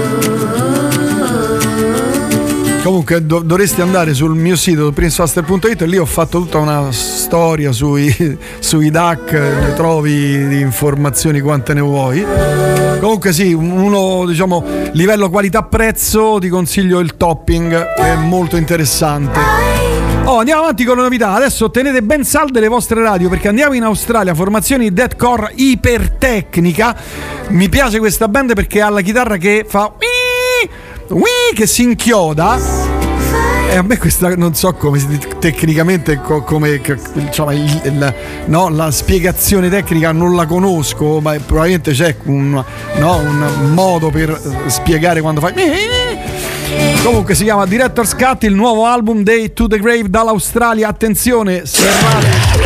Comunque do- dovresti andare sul mio sito prince faster punto it e lì ho fatto tutta una storia sui, sui D A C, ne trovi di informazioni quante ne vuoi. Comunque sì, uno diciamo livello qualità-prezzo, ti consiglio il topping, è molto interessante. Oh, andiamo avanti con le novità. Adesso tenete ben salde le vostre radio perché andiamo in Australia, formazione di deathcore ipertecnica. Mi piace questa band perché ha la chitarra che fa Wii, che si inchioda, e a me questa non so come tecnicamente co, come diciamo, il, il, no, la spiegazione tecnica non la conosco, ma probabilmente c'è un, no, un modo per spiegare quando fai. Comunque si chiama Director's Cut, il nuovo album Day to the Grave dall'Australia. Attenzione, serrate.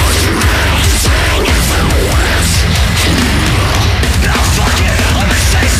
Say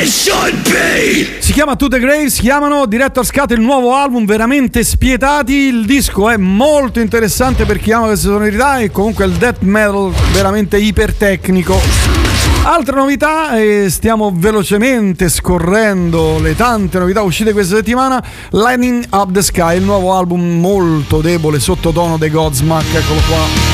Si chiama To The Grave, si chiamano Director's Cut, il nuovo album, veramente spietati. Il disco è molto interessante per chi ama queste sonorità e comunque il death metal veramente ipertecnico. Altra novità, e stiamo velocemente scorrendo le tante novità uscite questa settimana. Lighting Up The Sky, il nuovo album molto debole, sottotono dei Godsmack, eccolo qua.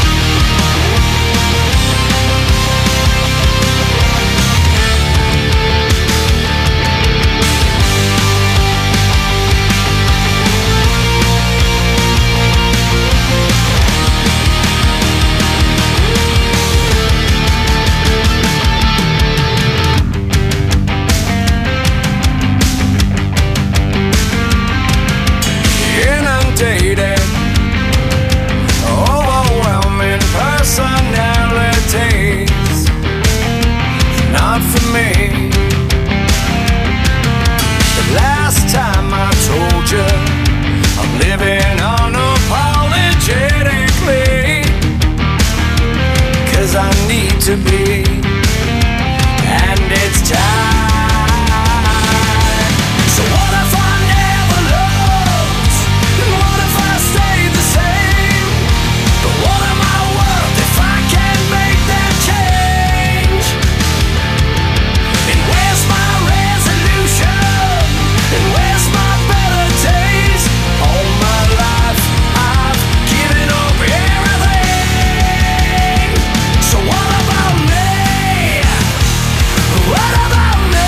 To be, and it's time. So what if I never loved? And what if I stayed the same? But what am I worth if I can't make that change? And where's my resolution? And where's my better days? All my life I've given up everything. So what about me? What about me?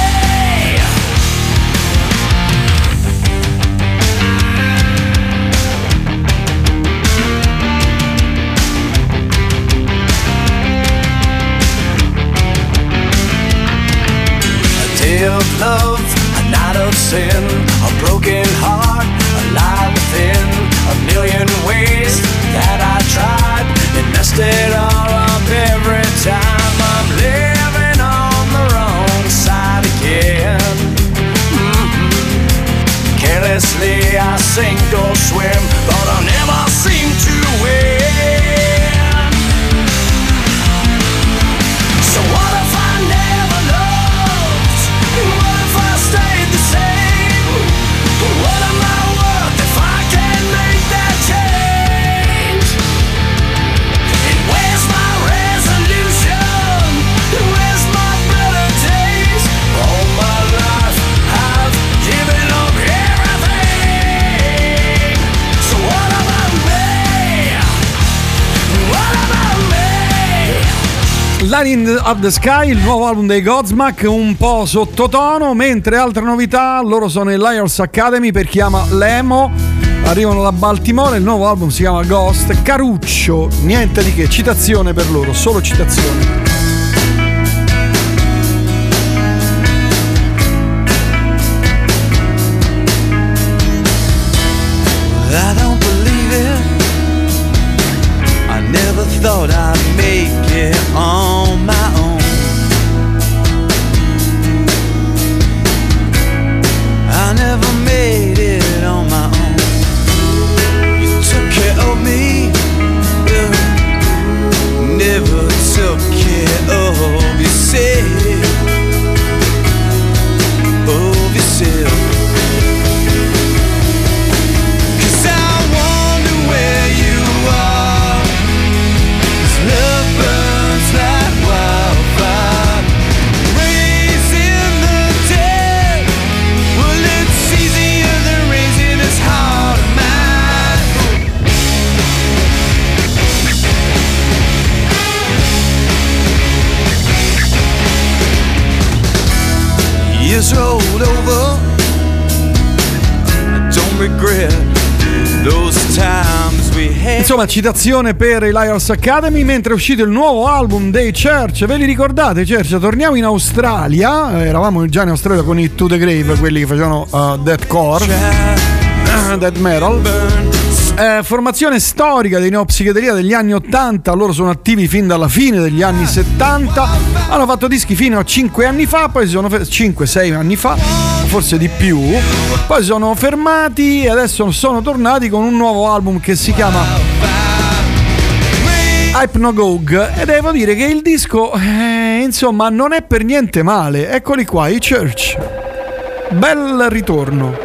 A day of love, a night of sin, a broken heart, a lie within, a million ways that I tried and messed it all up every time. I'm living on the wrong side again. Mm-hmm. Carelessly I sink or swim, but I never seem to win. So what if I never loved? And what if I stayed the same? But what am I worth if I can't make that change? And where's my resolution? And where's my better days? All my life I've given up everything. So what about me? What about me? Lighting Up The Sky, il nuovo album dei Godsmack, un po' sottotono, mentre altre novità, loro sono i Liars Academy, per chi ama l'emo, arrivano da Baltimora, il nuovo album si chiama Ghost. Caruccio, niente di che, citazione per loro, solo citazione. I don't believe it. I never thought I'd make it on my own. I never made it on my own. You took care of me, yeah. Never took care of yourself. Of yourself. Years rolled over, I don't regret those times we had. Insomma, citazione per i Liars Academy, mentre è uscito il nuovo album dei Church. Ve li ricordate, Church? Torniamo in Australia, eravamo già in Australia con i To The Grave, quelli che facevano uh, deathcore, uh, death metal. Eh, formazione storica dei neopsichedelia degli anni ottanta, loro sono attivi fin dalla fine degli anni settanta, hanno fatto dischi fino a cinque anni fa, poi si sono fer- cinque sei anni fa, forse di più, poi si sono fermati e adesso sono tornati con un nuovo album che si chiama Hypnagogue, e devo dire che il disco eh, insomma non è per niente male. Eccoli qua, i Church, bel ritorno.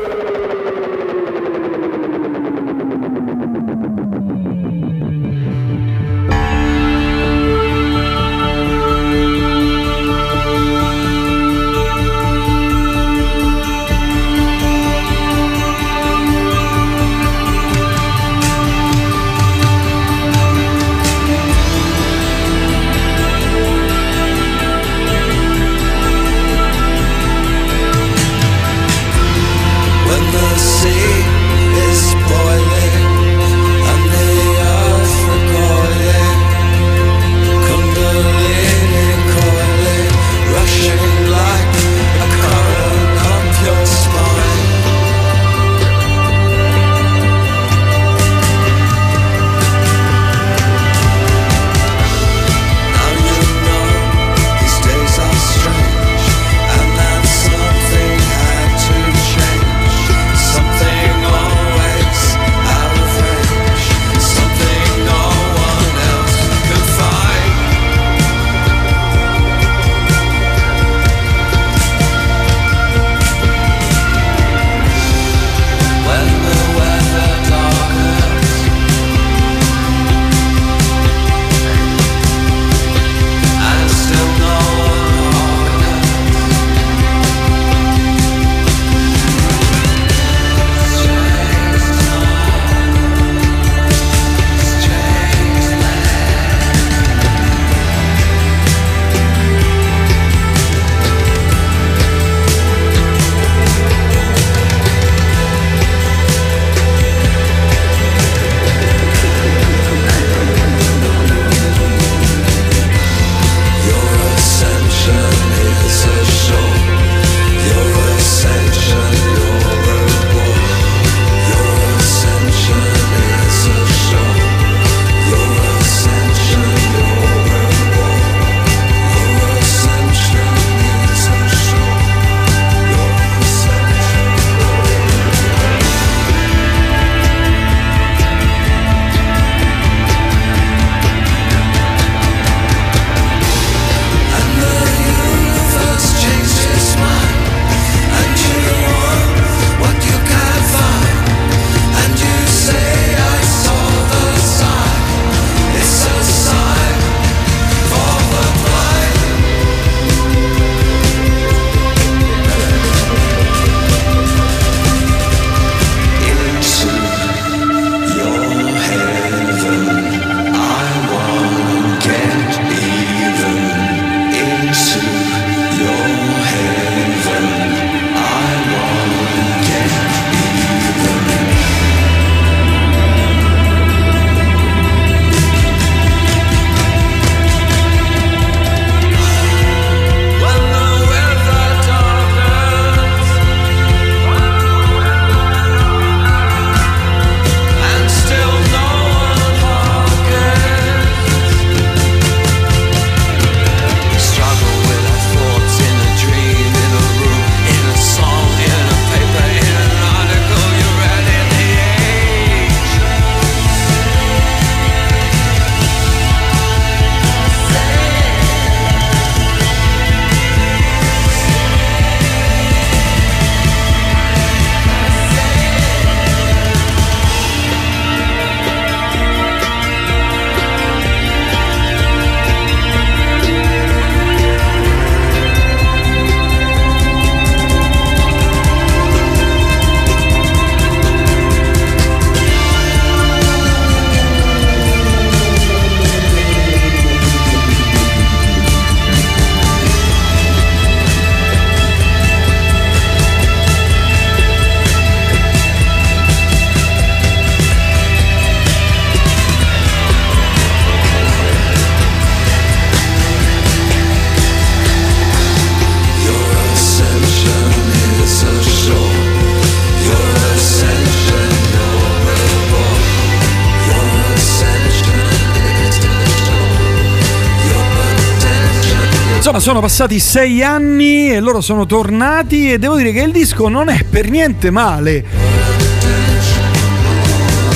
Insomma, sono passati sei anni e loro sono tornati e devo dire che il disco non è per niente male.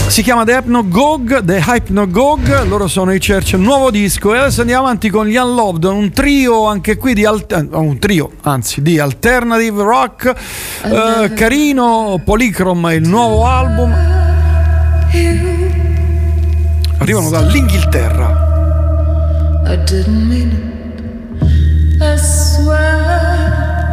Si chiama The Hypnagogue, The Hypnagogue, loro sono i Church, nuovo disco. E adesso andiamo avanti con gli Unloved, un trio anche qui di alter- un trio, anzi di alternative rock, eh, carino, Polychrome, il nuovo album. Arrivano dall'Inghilterra. I didn't mean it, I swear.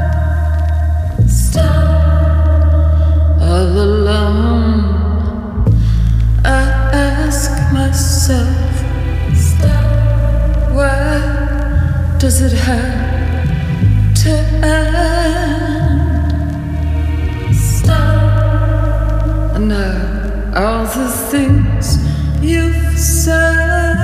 Stop all alone. I ask myself, stop. Why does it have to end? Stop. And now all the things you've said.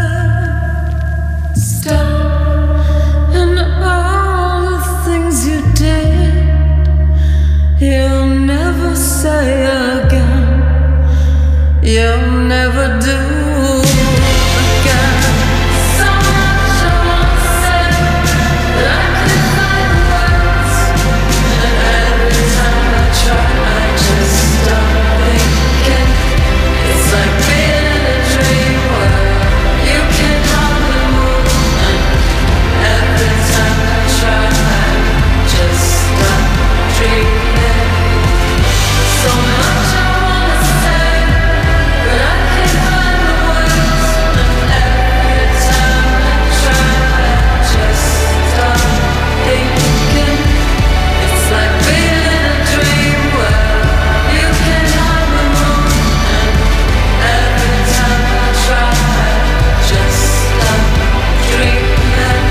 Stop. And all the things you did, you'll never say again. You'll never do again. So much I want to say, but I can't find words. And every time I try, I just stop thinking. It's like being in a dream where you can't hardly move. And every time I try, I just stop dreaming. So much I wanna say, but I can't find the words. And every time I try, I just stop thinking. It's like being in a dream where you can't hardly move. And every time I try, I just stop dreaming.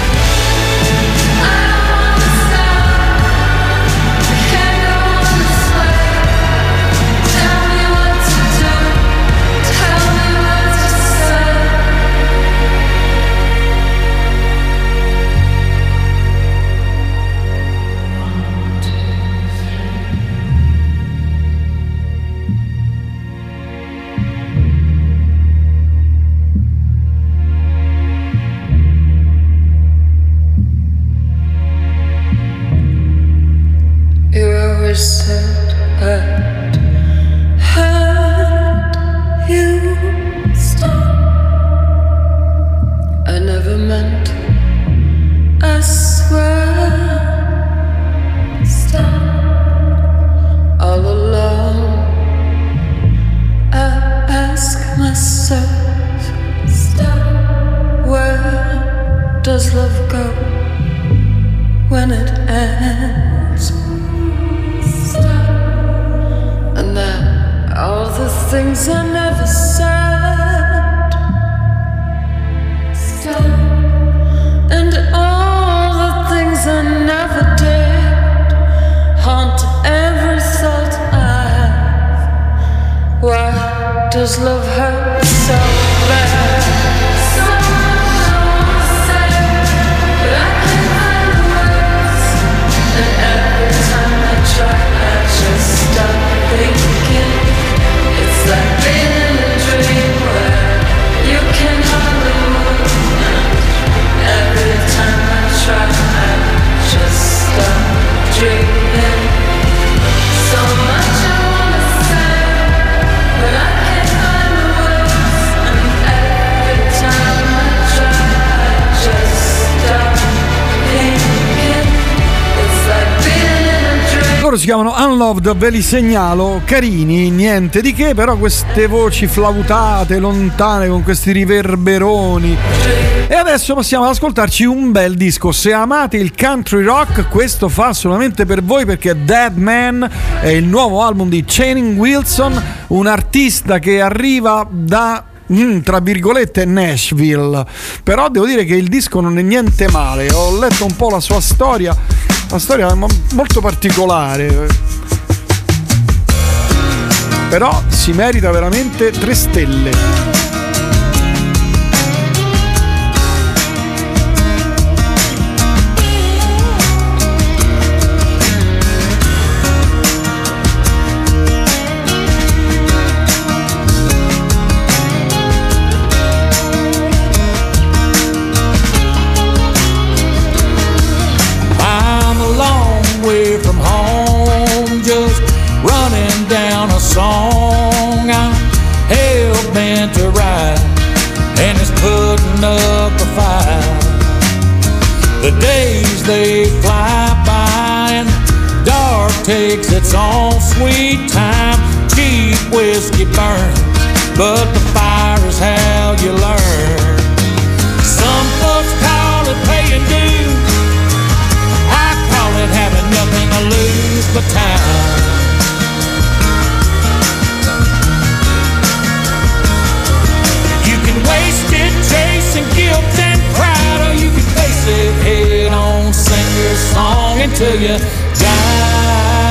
I don't wanna stop. I can't go on this way. Tell me what to do. Tell me what to say. One, two, three. You always said I'd hurt you. Stop. I never meant, I swear. Stop. All along, I ask myself, stop. Where does love go when it ends? Stop. And now all the things I never said. Stop. And all the things I never did haunt every thought I have. Why does love hurt so bad? So much I wanna say, but I can't find the words. And every time I try, I just stop thinking. It's like being in a dream where you can hardly move. And every time I try, I just stop dreaming. So much I wanna say, but I can't find the words. And every time I try, I just stop thinking. It's like being in a dream. Loro si chiamano Unloved, ve li segnalo, carini, niente di che, però queste voci flautate, lontane, con questi riverberoni. E adesso passiamo ad ascoltarci un bel disco. Se amate il country rock, questo fa solamente per voi, perché Dead Man è il nuovo album di Channing Wilson, un artista che arriva da Mm, tra virgolette Nashville, però devo dire che il disco non è niente male. Ho letto un po' la sua storia, la storia è mo- molto particolare, però si merita veramente tre stelle. Song. I'm The days they fly by and dark takes its own sweet time. Cheap whiskey burns, but the fire is how you learn. Some folks call it paying dues, I call it having nothing to lose but time. You can waste it chasing guilt and pride, or you can face it head on, sing your song until you die.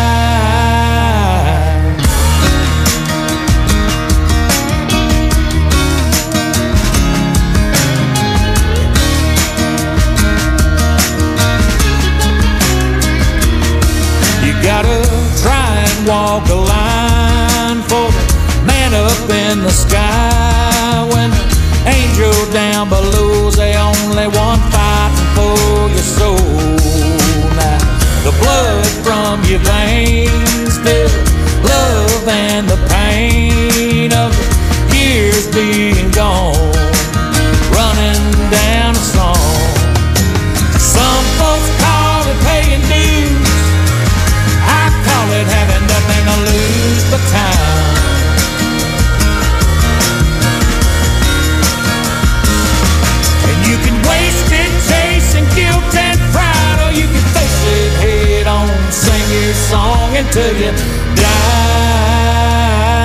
Gotta try and walk a line for the man up in the sky. When the angel down below's the only one fighting for your soul. Now the blood from your veins, the love and the pain of the years being gone, running down a song. Some folks call it paying dues, I call it having nothing to lose but time. And you can waste it chasing guilt and pride, or you can face it head on, sing your song until you die.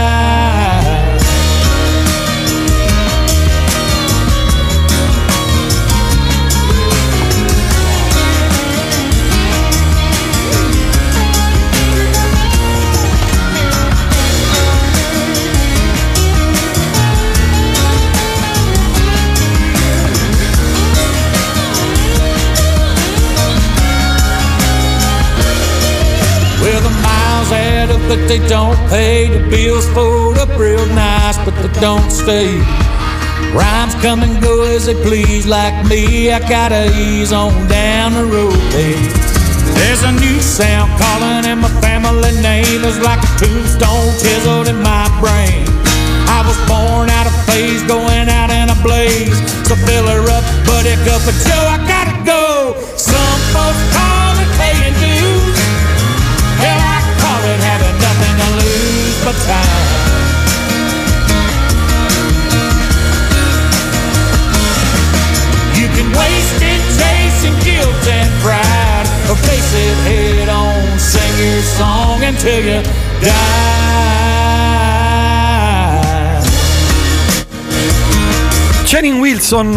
Well, the miles add up, but they don't pay. The bills fold up real nice, but they don't stay. Rhymes come and go as they please, like me. I gotta ease on down the road, babe. There's a new sound calling, and my family name is like a tombstone chiseled in my brain. I was born out of phase, going out in a blaze. So fill her up, buddy, cup of Joe, I gotta go. Some folks call it paying dues, hell, I call it having nothing to lose but time. You can waste it chasing guilt and pride, or face it head on, sing your song until you die. Channing Wilson,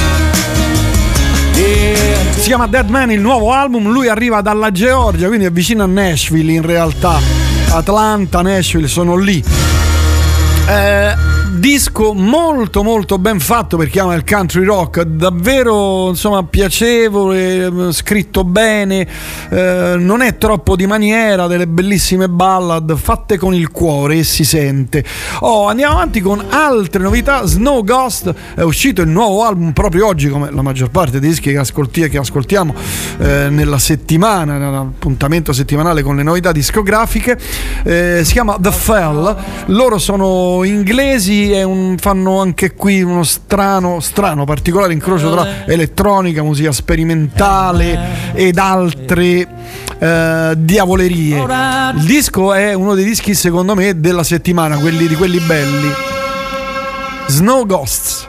si chiama Dead Man il nuovo album. Lui arriva dalla Georgia, quindi è vicino a Nashville in realtà. Atlanta, Nashville, sono lì. Eh, disco molto molto ben fatto perché ama il country rock, davvero insomma piacevole, scritto bene, eh, non è troppo di maniera, delle bellissime ballad fatte con il cuore e si sente. Oh, andiamo avanti con altre novità. Snow Ghost, è uscito il nuovo album proprio oggi, come la maggior parte dei dischi che, ascolti, che ascoltiamo eh, nella settimana, nell'appuntamento settimanale con le novità discografiche. Eh, si chiama The Fell, loro sono inglesi, è un, fanno anche qui uno strano strano particolare incrocio tra elettronica, musica sperimentale ed altre eh, diavolerie. Il disco è uno dei dischi secondo me della settimana, quelli di quelli belli. Snow Ghosts.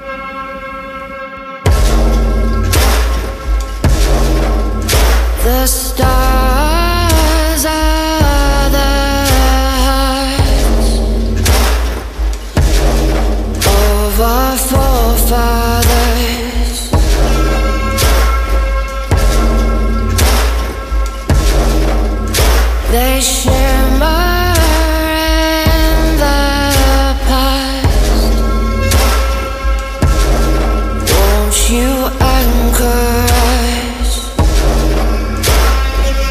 The stars are the hearts of our forefathers. They shimmer in the past. Won't you anchor us?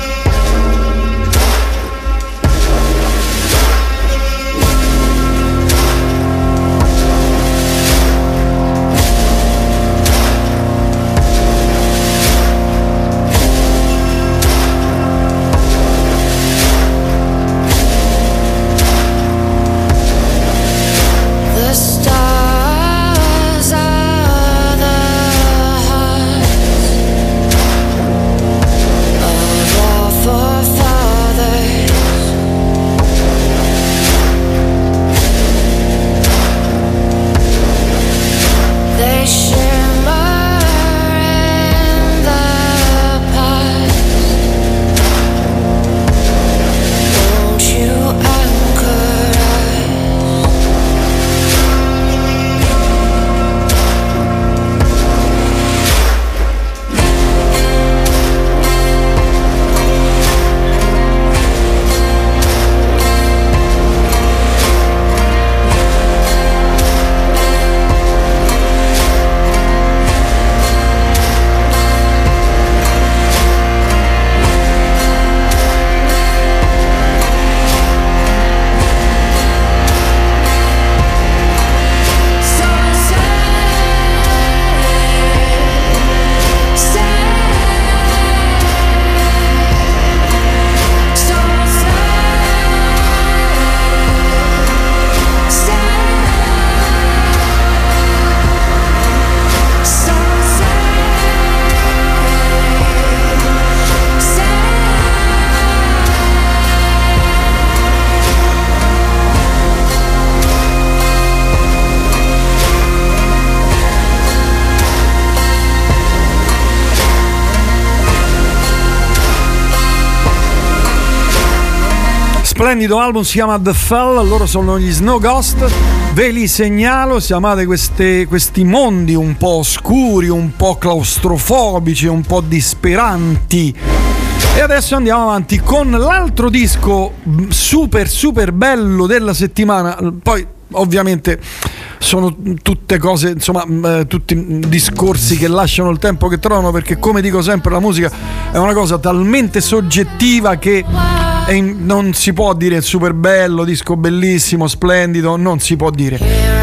splendido album, si chiama The Fell, loro sono gli Snow Ghost. Ve li segnalo se amate queste, questi mondi un po' oscuri, un po' claustrofobici, un po' disperanti. E adesso andiamo avanti con l'altro disco super super bello della settimana. Poi ovviamente sono tutte cose, insomma, eh, tutti discorsi che lasciano il tempo che trovano, perché come dico sempre la musica è una cosa talmente soggettiva che è in, non si può dire super bello, disco bellissimo, splendido, non si può dire.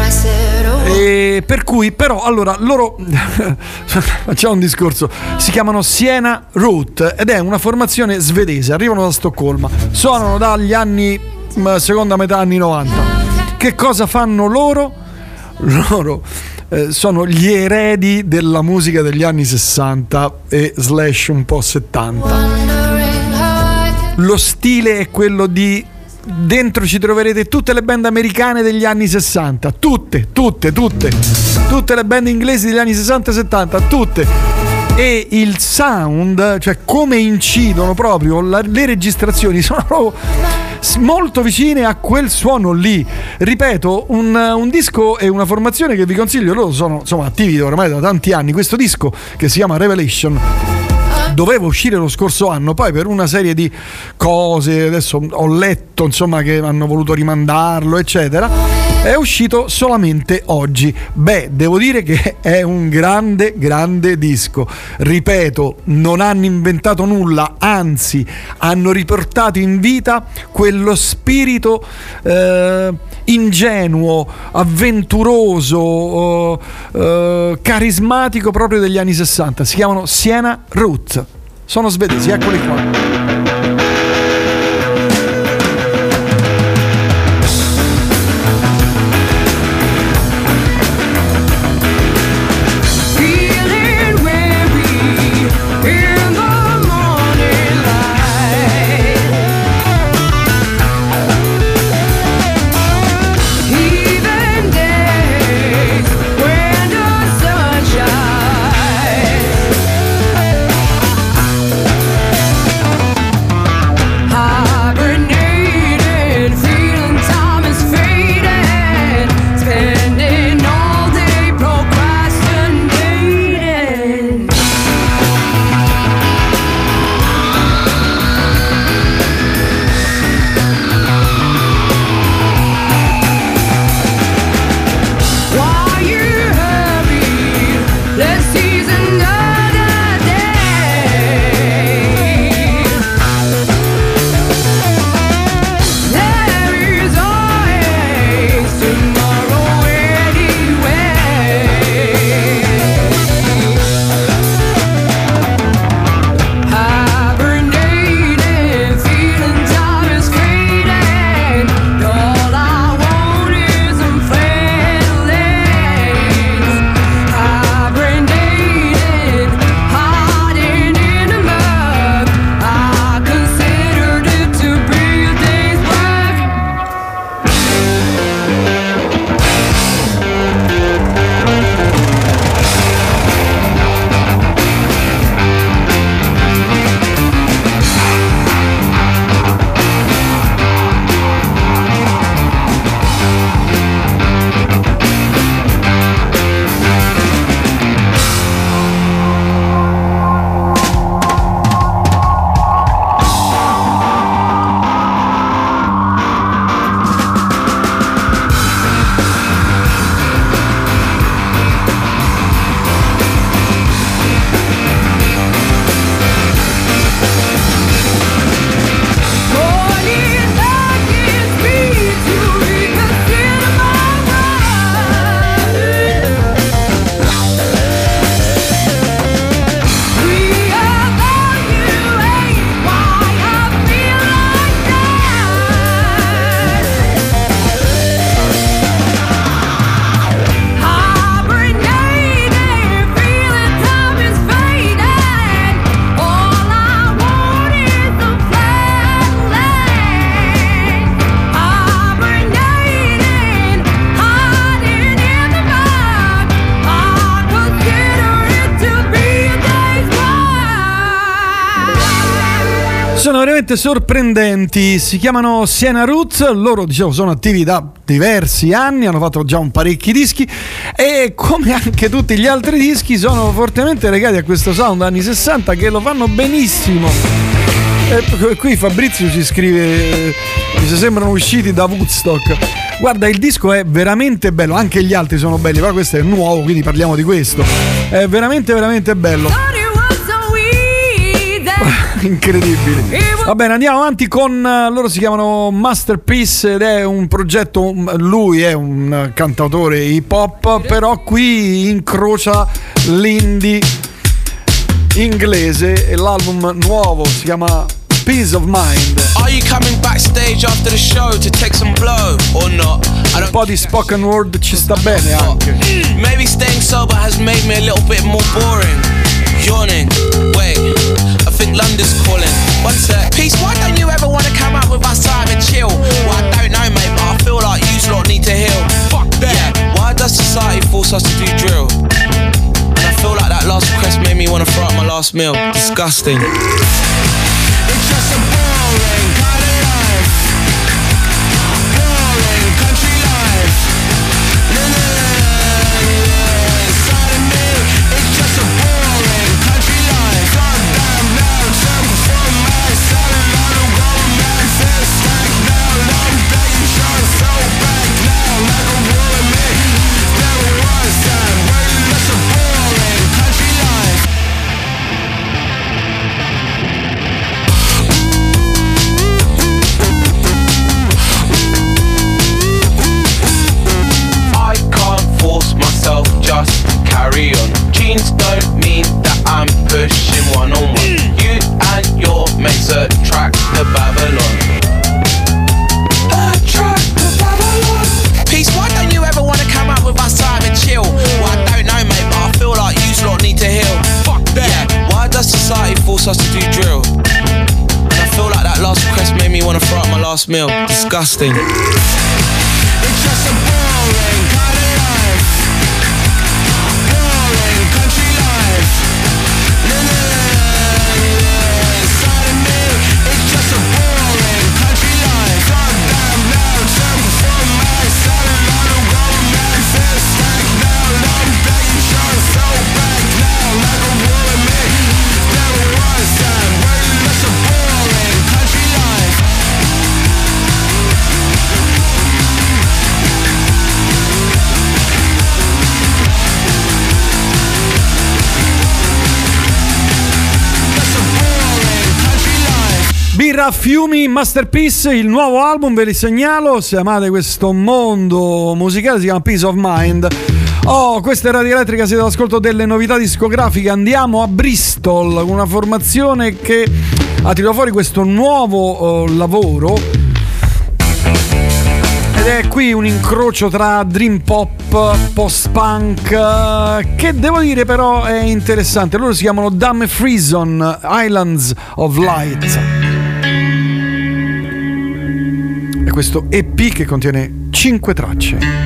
E per cui però allora loro facciamo un discorso, si chiamano Siena Root ed è una formazione svedese, arrivano da Stoccolma, suonano dagli anni seconda metà anni novanta. Che cosa fanno loro? Loro eh, sono gli eredi della musica degli anni sessanta e slash un po' settanta. Lo stile è quello di, dentro ci troverete tutte le band americane degli anni sessanta, tutte, tutte, tutte, tutte le band inglesi degli anni sessanta e settanta, tutte. E il sound, cioè come incidono proprio la, le registrazioni, sono proprio molto vicine a quel suono lì. Ripeto, un, un disco e una formazione che vi consiglio, loro sono insomma attivi ormai da tanti anni. Questo disco, che si chiama Revelation, doveva uscire lo scorso anno, poi per una serie di cose, adesso ho letto insomma che hanno voluto rimandarlo eccetera, è uscito solamente oggi. Beh, devo dire che è un grande grande disco, ripeto, non hanno inventato nulla, anzi hanno riportato in vita quello spirito eh, ingenuo, avventuroso, eh, eh, carismatico proprio degli anni sessanta. Si chiamano Siena Root, sono svedesi, eccoli qua. Sono veramente sorprendenti, si chiamano Siena Roots, loro dicevo sono attivi da diversi anni, hanno fatto già un parecchi dischi e come anche tutti gli altri dischi sono fortemente legati a questo sound anni sessanta che lo fanno benissimo. E qui Fabrizio ci scrive, mi sembrano usciti da Woodstock. Guarda, il disco è veramente bello, anche gli altri sono belli, però questo è nuovo, quindi parliamo di questo. È veramente veramente bello. Incredibile. Va bene, andiamo avanti con loro, si chiamano Masterpiece ed è un progetto, lui è un cantautore hip hop, però qui incrocia l'indie inglese e l'album nuovo si chiama Peace of Mind. Are you coming backstage after the show to take some blow or not? I don't Un po' di spoken word ci sta bene anche. Maybe staying sober has made me a little bit more boring. Yawning, wait, I think London's calling. One sec, Peace, why don't you ever want to come out with us time and chill? Well, I don't know, mate, but I feel like you lot need to heal. Fuck that. Yeah, why does society force us to do drill? And I feel like that last request made me want to throw up my last meal. Disgusting. It's just a boring kind of life. Boring country life. No, no, no, inside of me, it's just a boring country life. I'm down, down, circle from my side of London, going mad, fist stack now, long begging, showing so back now, like a war in me. There was time, waiting, that's a boring country life. I can't force myself, just carry on. Jeans don't mean that I'm pushing one on one. You and your mates attract the Babylon. Attract the Babylon. Peace, why don't you ever want to come out with us time and chill? Well, I don't know, mate, but I feel like you lot need to heal. Fuck that. Yeah, why does society force us to do drill? And I feel like that last request made me want to throw up my last meal. Disgusting. It's just a boring kind of life. Boring country life. No, no, no, inside of me, it's just a boring country life. I'm down, down, circle from my side of London, going mad, fist stack now, long begging, showing so back now, like a war in me. There was time, waiting, that's a boring country life. Birra Fiumi, Masterpiece, il nuovo album, ve li segnalo, se amate questo mondo musicale si chiama Peace of Mind. Oh, questa è Radio Elettrica, siete all'ascolto delle novità discografiche. Andiamo a Bristol, una formazione che ha tirato fuori questo nuovo uh, lavoro ed è qui un incrocio tra dream pop, post-punk, uh, che devo dire però è interessante. Loro si chiamano Dame Frison, Islands of Light. È questo E P che contiene cinque tracce.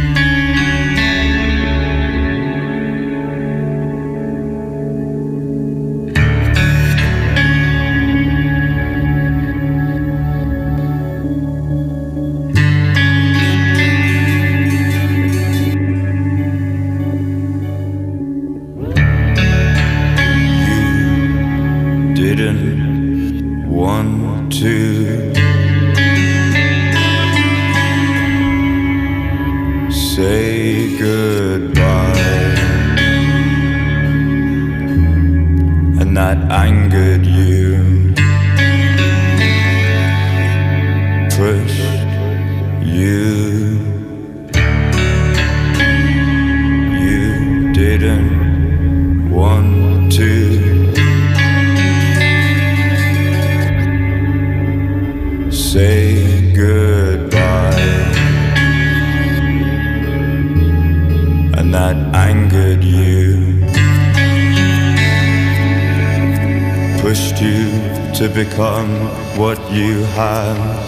Didn't want to say goodbye, and that angered you, pushed you. You didn't want to say goodbye, and that angered you, pushed you to become what you have.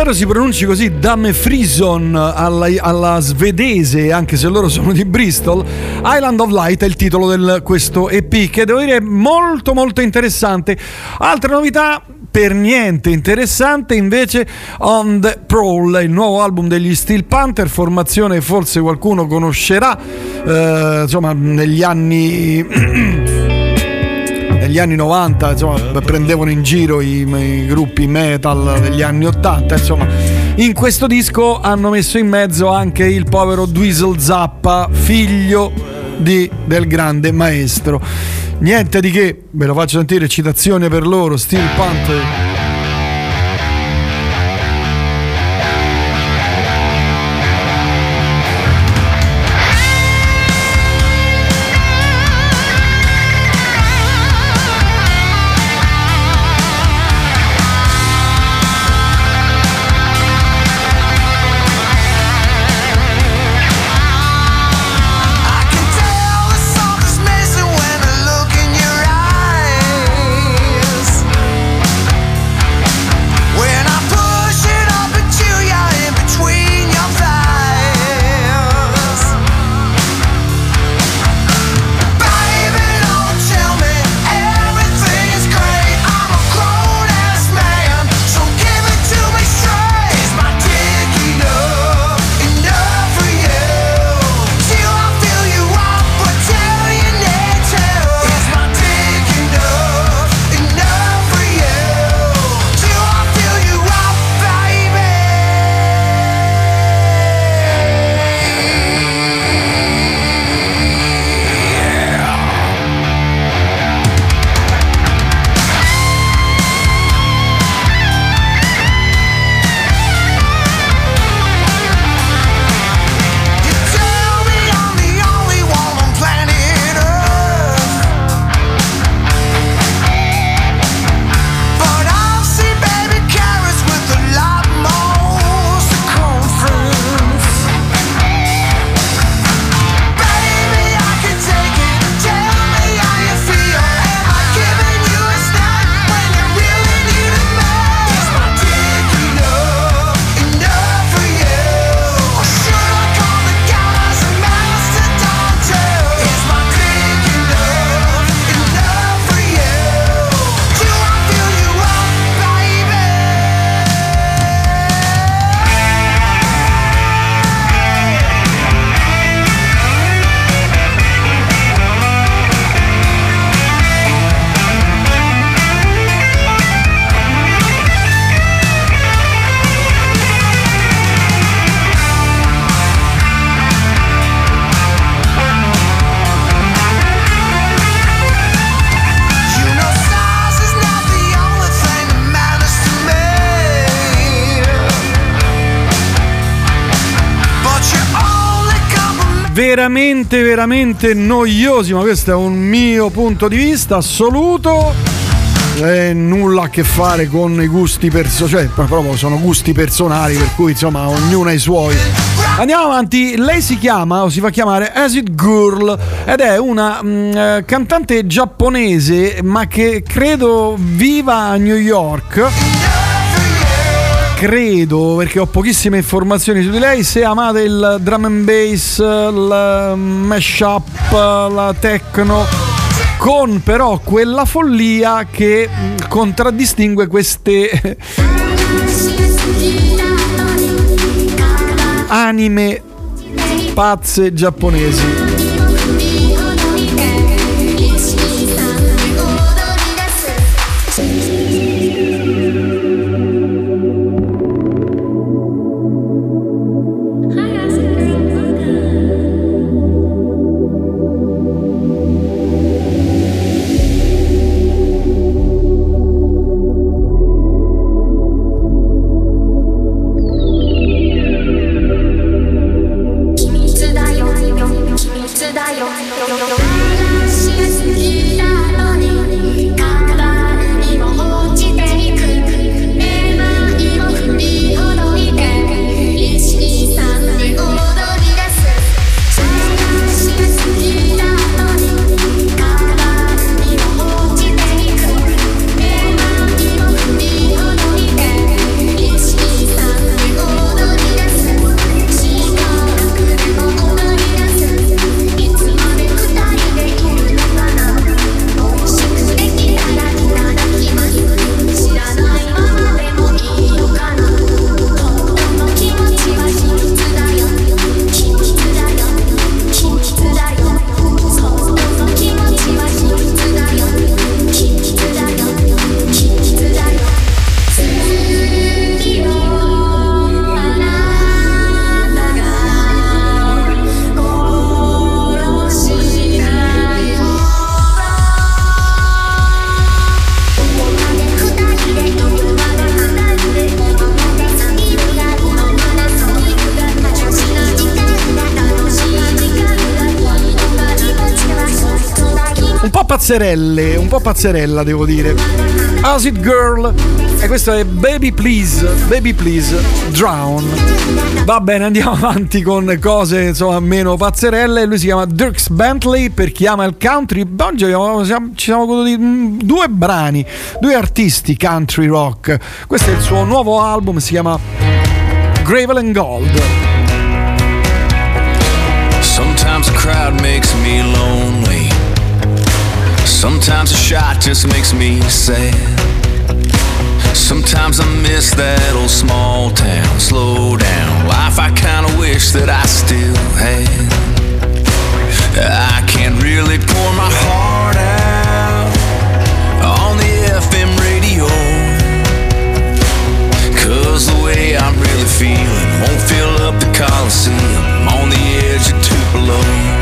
pare si pronunci così, Dame Frison alla, alla svedese, anche se loro sono di Bristol. Island of Light è il titolo di questo E P, che devo dire molto molto interessante. Altre novità per niente interessante invece, On the Prowl, il nuovo album degli Steel Panther, formazione forse qualcuno conoscerà, eh, insomma negli anni negli anni novanta, insomma, prendevano in giro i, i gruppi metal degli anni ottanta, insomma. In questo disco hanno messo in mezzo anche il povero Dweezil Zappa, figlio di, del grande maestro. Niente di che, ve lo faccio sentire, citazione per loro, Steel Panther. Veramente, veramente noiosi, ma questo è un mio punto di vista assoluto. Eh, nulla a che fare con i gusti personali, cioè proprio sono gusti personali, per cui insomma ognuno ha i suoi. Andiamo avanti. Lei si chiama o si fa chiamare Acid Girl ed è una mh, cantante giapponese, ma che credo viva a New York. Credo, perché ho pochissime informazioni su di lei. Se amate il drum and bass, il mashup, la techno, con però quella follia che contraddistingue queste anime pazze giapponesi. Kimi pazzerelle, un po' pazzerella devo dire. Acid Girl, e questo è Baby Please, Baby Please Drown. Va bene, andiamo avanti con cose insomma meno pazzerelle. Lui si chiama Dierks Bentley, per chi ama il country. Oggi abbiamo, siamo, ci siamo goduti due brani, due artisti country rock. Questo è il suo nuovo album, si chiama Gravel and Gold. Sometimes a crowd makes me lonely. Sometimes a shot just makes me sad. Sometimes I miss that old small town. Slow down, life I kinda wish that I still had. I can't really pour my heart out on the F M radio, 'cause the way I'm really feeling won't fill up the Coliseum. I'm on the edge of Tupelo.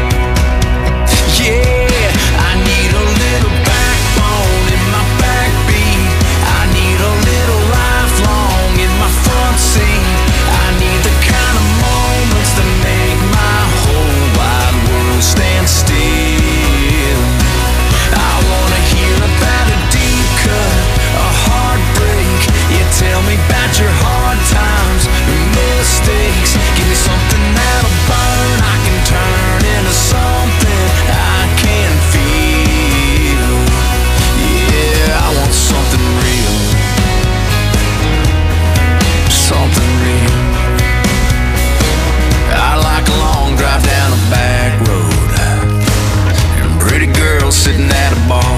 Yeah, I need a little backbone in my backbeat. I need a little lifelong in my front seat. I need the kind of moments that make my whole wide world stand still. I wanna hear about a deep cut, a heartbreak. You tell me about your hard times, your mistakes. Give me something that'll burn, I can turn into something I can feel. Yeah, I want something real, something real. I like a long drive down a back road and pretty girls sitting at a bar.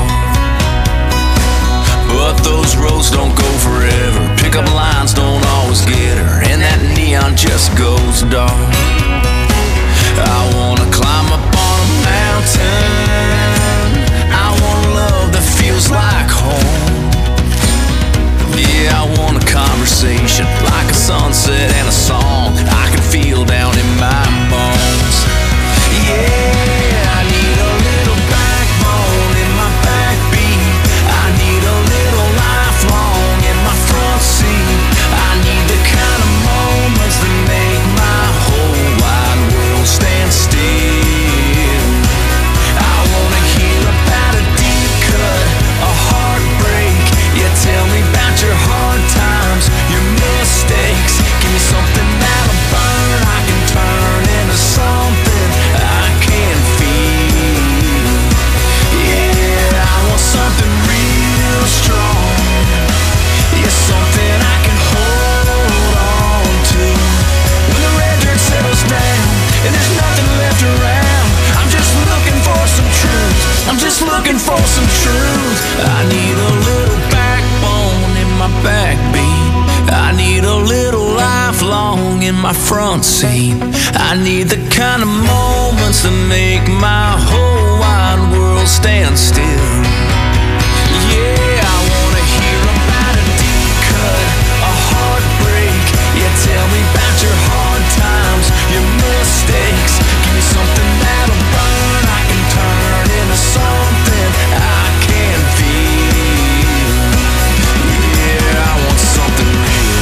But those roads don't go forever. Pickup lines don't always get her, and that neon just goes dark. I wanna climb up on a mountain. I want love that feels like home. Yeah, I want a conversation like a sunset and a song I can feel down in my bones. Yeah, I need a little backbone in my backbeat. I need a little lifelong in my front seat. I need the kind of moments that make my whole wide world stand still. I wanna hear about a deep cut, a heartbreak. You tell me about your hard times, your mistakes. Give me something that'll burn, I can turn into something I can feel. Yeah, I want something real strong. Yeah, something I can hold on to. When the red dirt settles down and there's nothing left around, I'm just looking for some truth. I'm just looking for some truth. I need a little backbone in my backbeat. I need a little lifelong in my front seat. I need the kind of moments that make my whole wide world stand still. Yeah, I wanna hear about a deep cut, a heartbreak. You tell me about your hard times, your mistakes. Give me something that'll burn, I can turn into something I can feel. Yeah, I want something real.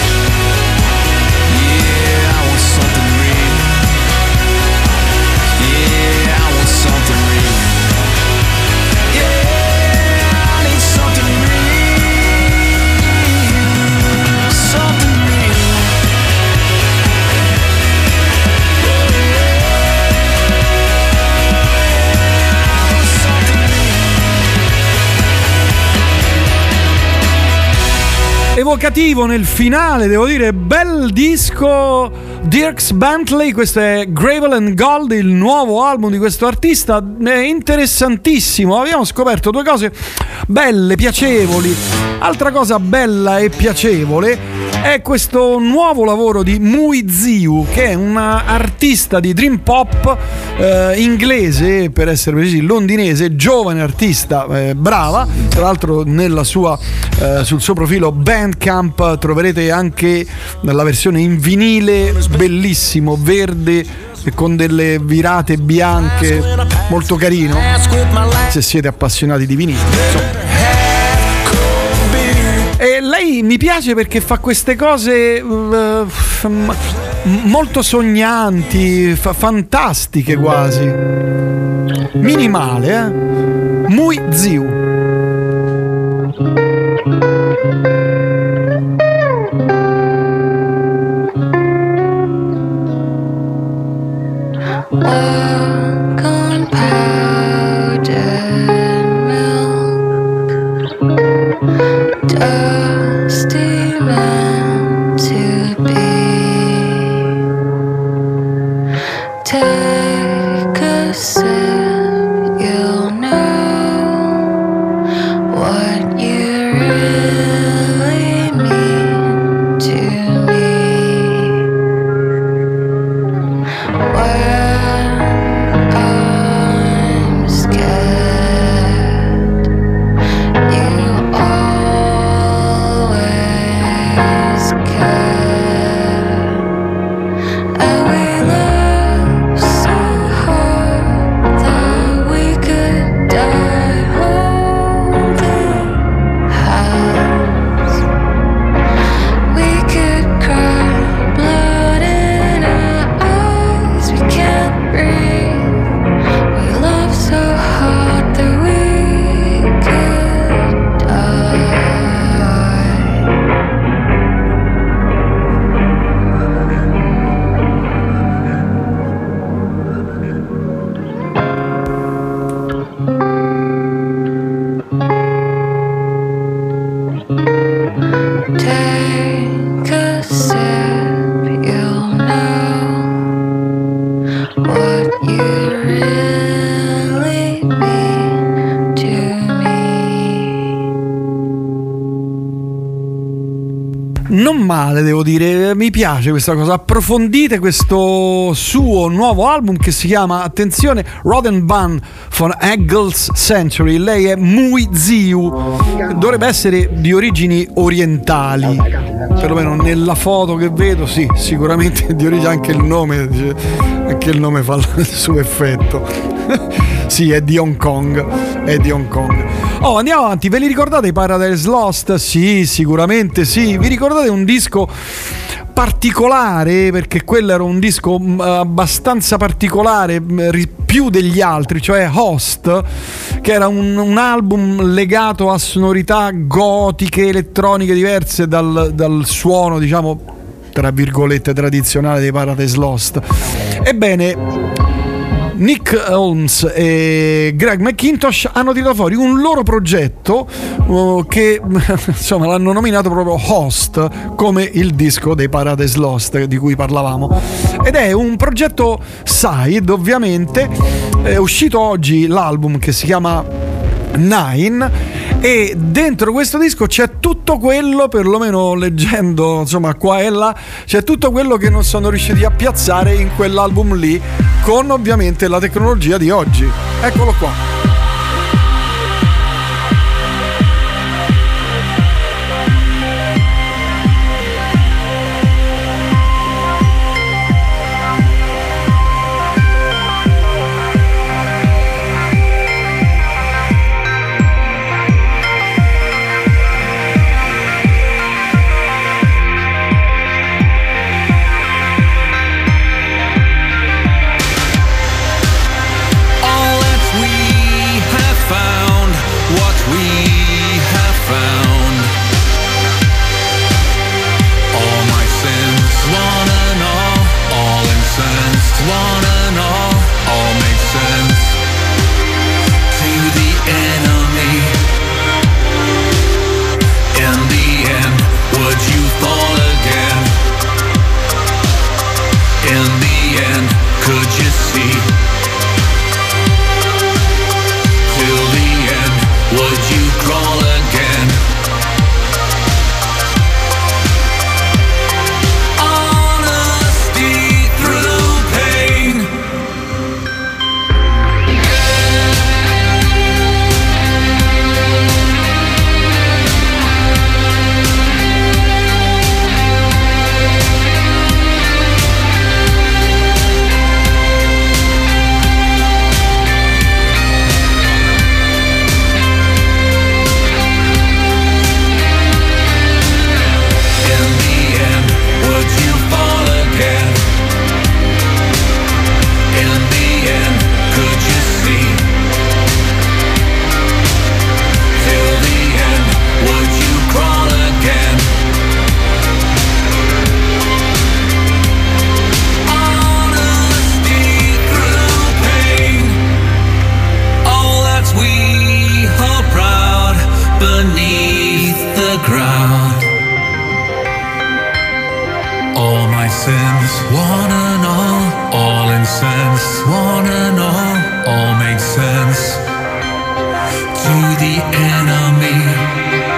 Yeah, I want something real. Yeah, I want something real. Yeah, I need something real. Something real. Evocativo nel finale, devo dire, bel disco. Dierks Bentley, questo è Gravel and Gold, il nuovo album di questo artista, è interessantissimo. Abbiamo scoperto due cose belle, piacevoli. Altra cosa bella e piacevole è questo nuovo lavoro di Mui Ziu, che è una artista di dream pop eh, inglese, per essere precisi londinese, giovane artista, eh, brava. Tra l'altro nella sua, eh, sul suo profilo Bandcamp troverete anche la versione in vinile, bellissimo, verde e con delle virate bianche, molto carino se siete appassionati di vinile, insomma. E lei mi piace perché fa queste cose uh, molto sognanti, fa- fantastiche quasi. Minimale, eh? Muy Ziu. Walk on powdered milk, dusty meant to be. Take a sip, you'll know what you really mean to me. When I'm scared, you always care, and we love so hard that we could die holding hands. We could cry blood in our eyes. We can't breathe. We love so hard that we could die. Take a sip, you'll know what you really mean to me. Non male, devo dire, mi piace questa cosa. Approfondite questo suo nuovo album che si chiama, attenzione, Roden Van von Eagles Century. Lei è Muy Ziu, dovrebbe essere di origini orientali, perlomeno nella foto che vedo, sì, sicuramente di origine, anche il nome, dice, anche il nome fa il suo effetto. Sì, è di Hong Kong, è di Hong Kong. Oh, andiamo avanti, ve li ricordate i Paradise Lost? Sì, sicuramente sì. Vi ricordate un disco particolare, perché quello era un disco mh, abbastanza particolare, mh, ri- più degli altri, cioè Host, che era un, un album legato a sonorità gotiche, elettroniche diverse dal, dal suono, diciamo, tra virgolette, tradizionale dei Paradise Lost. Ebbene, Nick Holmes e Greg McIntosh hanno tirato fuori un loro progetto uh, che insomma l'hanno nominato proprio Host, come il disco dei Paradise Lost di cui parlavamo, ed è un progetto side, ovviamente. È uscito oggi l'album che si chiama Nine, e dentro questo disco c'è tutto quello, perlomeno leggendo insomma qua e là, c'è tutto quello che non sono riusciti a piazzare in quell'album lì, con ovviamente la tecnologia di oggi. Eccolo qua. Oh, if we sense. One and all, all incensed. One and all, all made sense to the enemy.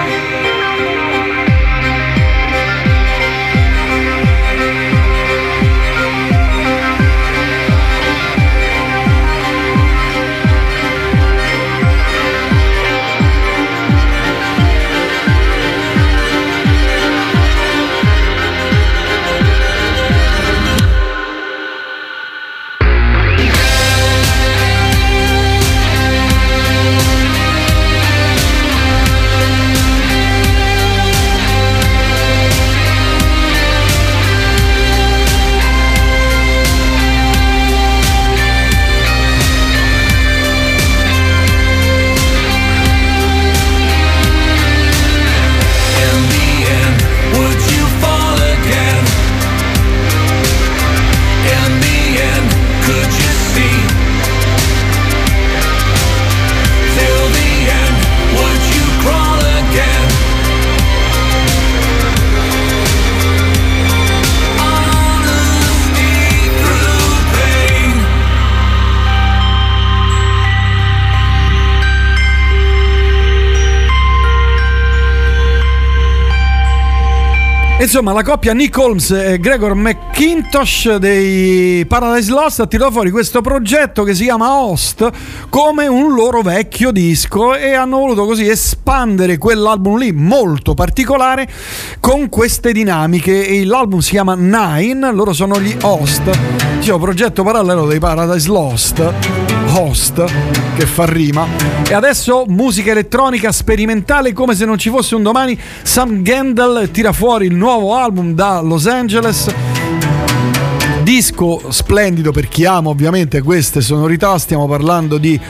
Insomma, la coppia Nick Holmes e Gregor McIntosh dei Paradise Lost ha tirato fuori questo progetto che si chiama Host come un loro vecchio disco e hanno voluto così espandere quell'album lì molto particolare con queste dinamiche, e l'album si chiama Nine, loro sono gli Host, dicevo, progetto parallelo dei Paradise Lost, Host, che fa rima. E adesso musica elettronica sperimentale come se non ci fosse un domani. Sam Gendel tira fuori il nuovo album da Los Angeles, disco splendido per chi ama ovviamente queste sonorità. Stiamo parlando di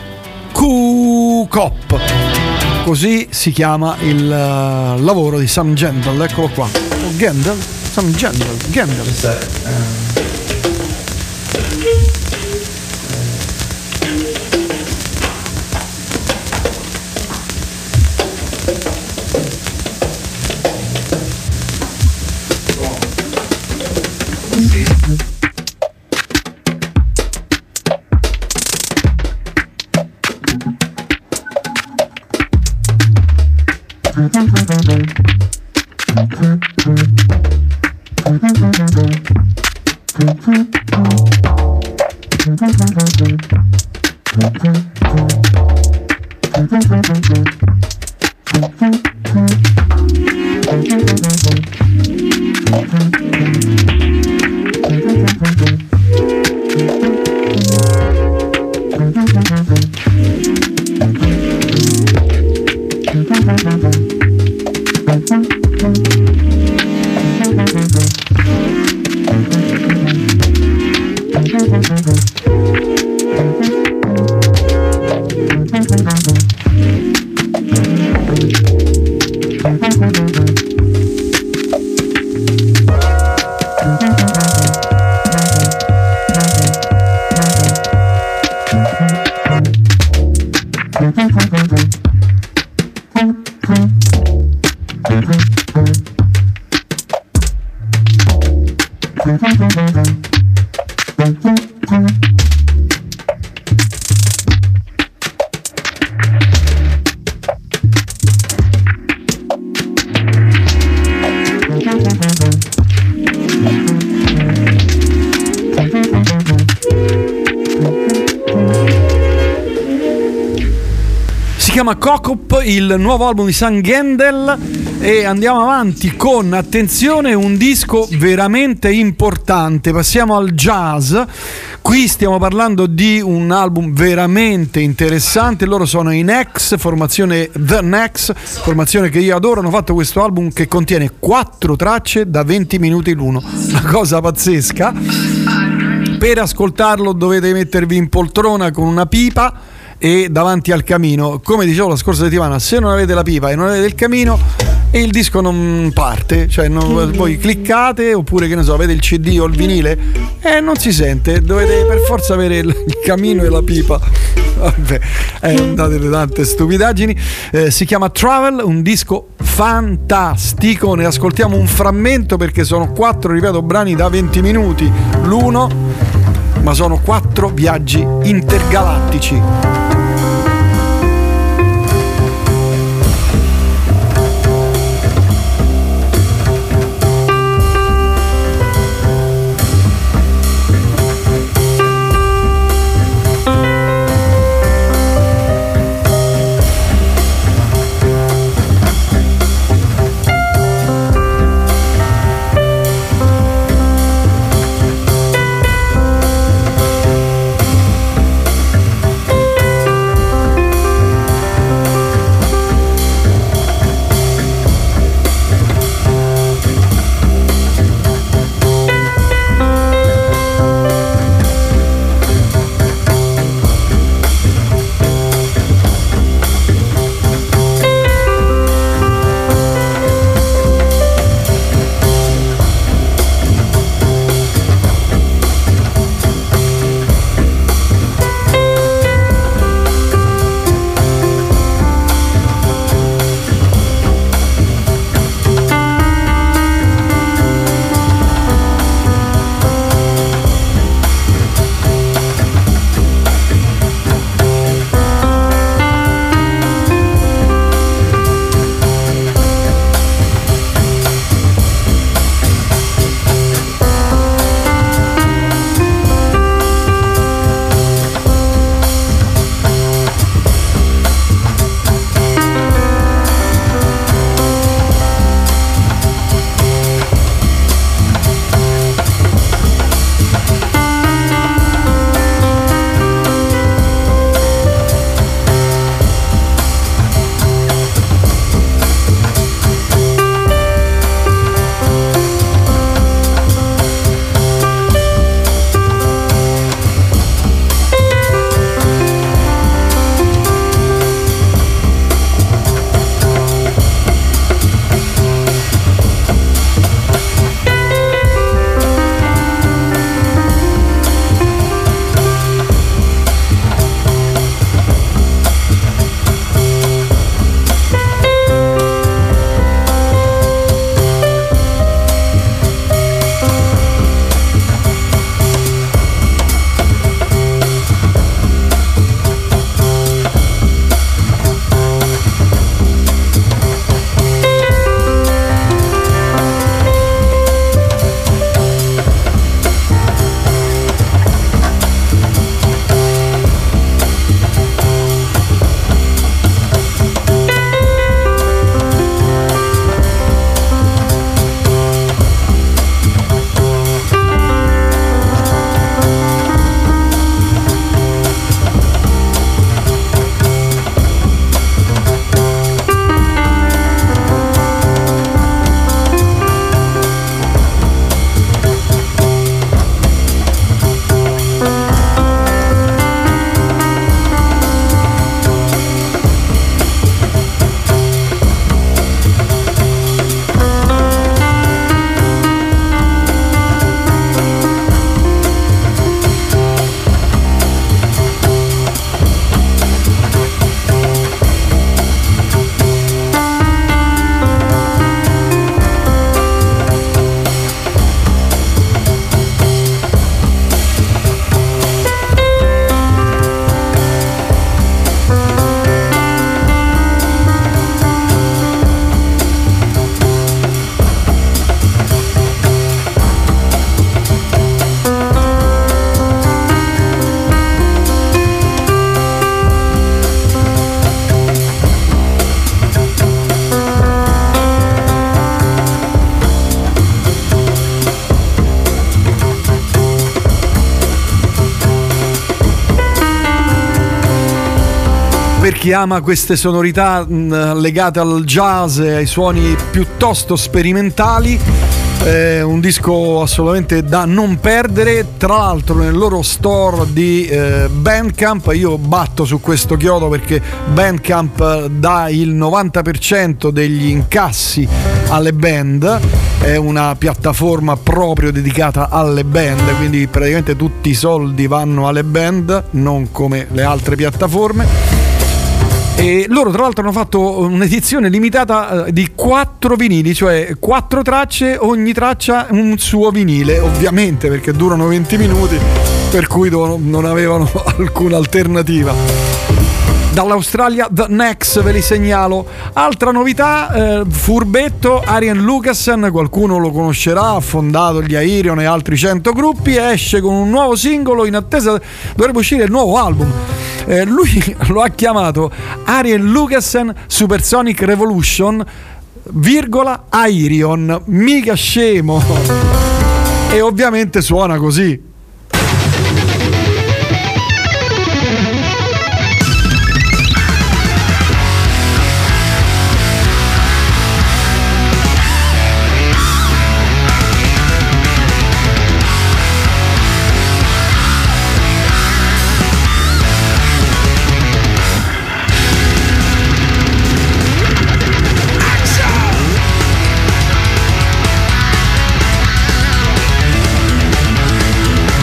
Q-Cop, così si chiama il uh, lavoro di Sam Gendel, eccolo qua. Oh, Gendel? Sam Gendel, Gendel. Si chiama Q-Cop, il nuovo album di Sam Gendel, e andiamo avanti con, attenzione, un disco veramente importante. Passiamo al jazz. Qui stiamo parlando di un album veramente interessante. Loro sono i Nex, formazione The Nex, formazione che io adoro. Hanno fatto questo album che contiene quattro tracce da venti minuti l'uno, una cosa pazzesca. Per ascoltarlo dovete mettervi in poltrona con una pipa e davanti al camino. Come dicevo la scorsa settimana, se non avete la pipa e non avete il camino, e il disco non parte, cioè non, voi cliccate, oppure che ne so, avete il C D o il vinile e non si sente, dovete per forza avere il camino e la pipa. Vabbè, eh, andate le tante stupidaggini. Eh, si chiama Travel, un disco fantastico. Ne ascoltiamo un frammento perché sono quattro, ripeto, brani da venti minuti l'uno, ma sono quattro viaggi intergalattici. per chi ama queste sonorità mh, legate al jazz e ai suoni piuttosto sperimentali, È un disco assolutamente da non perdere. Tra l'altro nel loro store di eh, Bandcamp, io batto su questo chiodo perché Bandcamp dà il novanta per cento degli incassi alle band, è una piattaforma proprio dedicata alle band, quindi praticamente tutti i soldi vanno alle band, non come le altre piattaforme. E loro tra l'altro hanno fatto un'edizione limitata di quattro vinili, cioè quattro tracce, ogni traccia un suo vinile, ovviamente perché durano venti minuti, per cui non avevano alcuna alternativa. Dall'Australia The Next ve li segnalo. Altra novità, eh, furbetto Arjen Lucassen, qualcuno lo conoscerà, ha fondato gli Airion e altri cento gruppi, esce con un nuovo singolo, in attesa dovrebbe uscire il nuovo album. Eh, lui lo ha chiamato Arjen Lucassen Supersonic Revolution, virgola Airion, mica scemo. E ovviamente suona così. Action!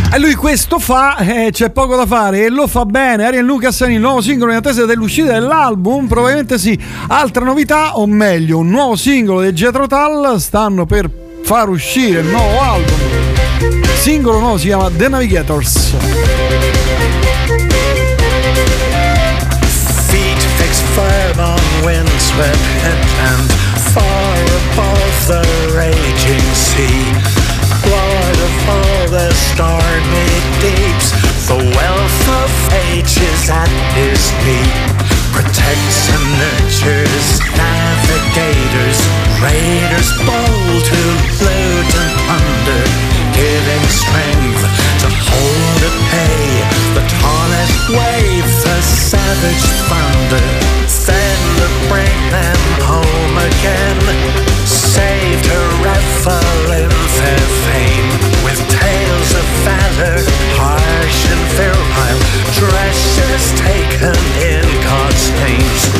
E lui questo fa, eh, c'è poco da fare e lo fa bene. Ariel Lucas, il nuovo singolo in attesa dell'uscita dell'album, probabilmente sì. Altra novità, o meglio, un nuovo singolo dei Jethro Tull, stanno per far uscire il nuovo album. Il singolo nuovo si chiama The Navigators. Feet fixed firm on windswept headland, far above the raging sea. Lord of all the stormy deeps, the wealth of ages at his knee. Protects and nurtures navigators, raiders bold who loot and plunder, giving strength to hold at bay the tallest wave, the savage thunder. Then to bring them home again, saved her revel in their fame, with tales of valor, harsh and virile, treasures taken in God's names.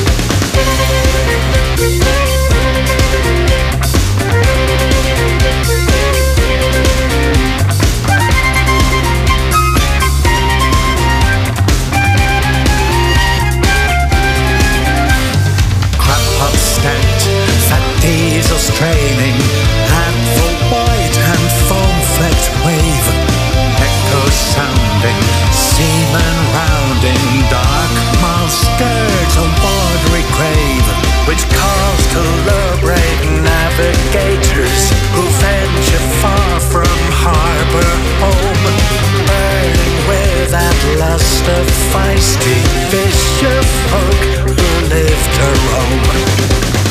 Stacked, fat diesels training at the white and foam-flecked wave. Echoes sounding, seamen rounding, dark mouth skirts a watery grave, which calls to lure-break navigators who venture far from harbor home, burning with that lust of feisty fisher folk who live to roam.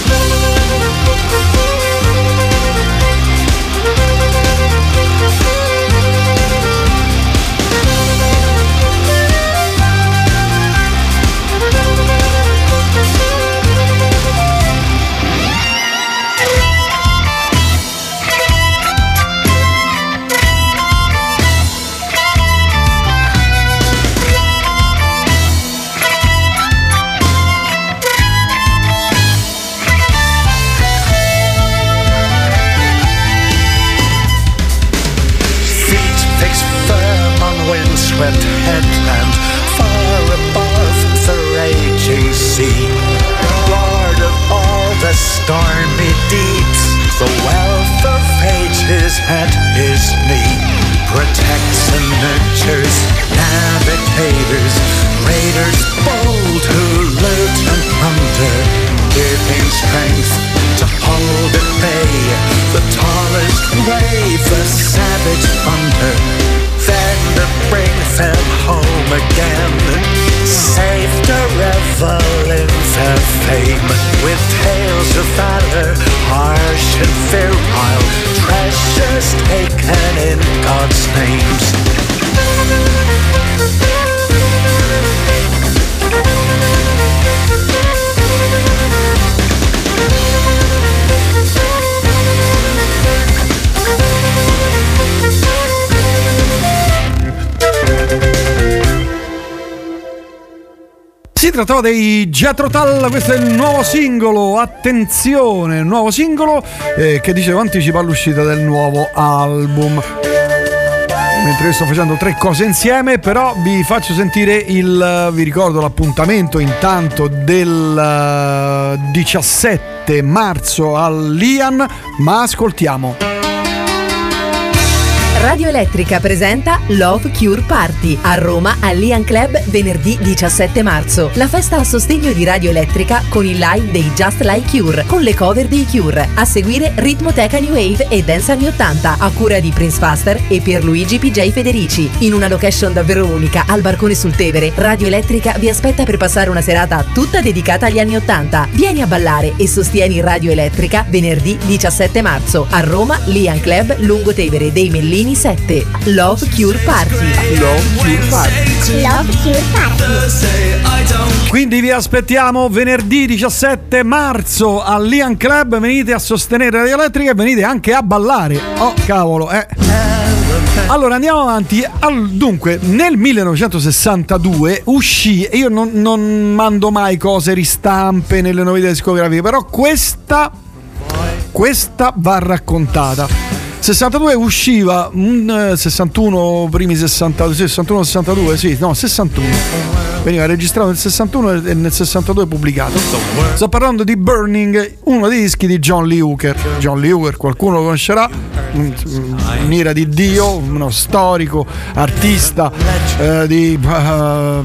Windswept headland, far above the raging sea. Lord of all the stormy deeps, the wealth of ages at his knee. Protects and nurtures navigators, raiders bold who loot and plunder, giving strength to hold at bay the tallest wave, the savage thunder. Then to bring them home again, saved a revel in their fame, with tales of valor, harsh and virile, treasures taken in God's names. Si trattava dei Jethro Tull, questo è il nuovo singolo, attenzione, nuovo singolo eh, che dicevo anticipa l'uscita del nuovo album. Mentre io sto facendo tre cose insieme, però vi faccio sentire il, vi ricordo l'appuntamento intanto del diciassette marzo all'I A N, ma ascoltiamo. Radio Elettrica presenta Love Cure Party a Roma all'I A N Club venerdì diciassette marzo. La festa a sostegno di Radio Elettrica con il live dei Just Like Cure, con le cover dei Cure. A seguire Ritmoteca New Wave e Dance anni ottanta a cura di Prince Faster e Pierluigi P J Federici. In una location davvero unica al Barcone sul Tevere, Radio Elettrica vi aspetta per passare una serata tutta dedicata agli anni ottanta. Vieni a ballare e sostieni Radio Elettrica venerdì diciassette marzo a Roma, l'I A N Club Lungo Tevere dei Mellini sette. Love Cure Party. Love Cure Party. Love Cure Party. Quindi vi aspettiamo venerdì diciassette marzo all'I A N Club, venite a sostenere Radio Elettrica e venite anche a ballare. Oh cavolo, eh. Allora andiamo avanti. All- dunque, nel millenovecentosessantadue uscì, io non, non mando mai cose ristampe nelle novità discografiche, però questa questa va raccontata. sessantadue usciva un eh, sessantuno, primi sessantadue, sessantuno sessantadue, sì, no, sessantuno. Veniva registrato nel sessantuno e nel sessantadue pubblicato. Sto parlando di Burning, uno dei dischi di John Lee Hooker. John Lee Hooker, qualcuno lo conoscerà, un'ira di Dio, uno storico, artista eh, di uh,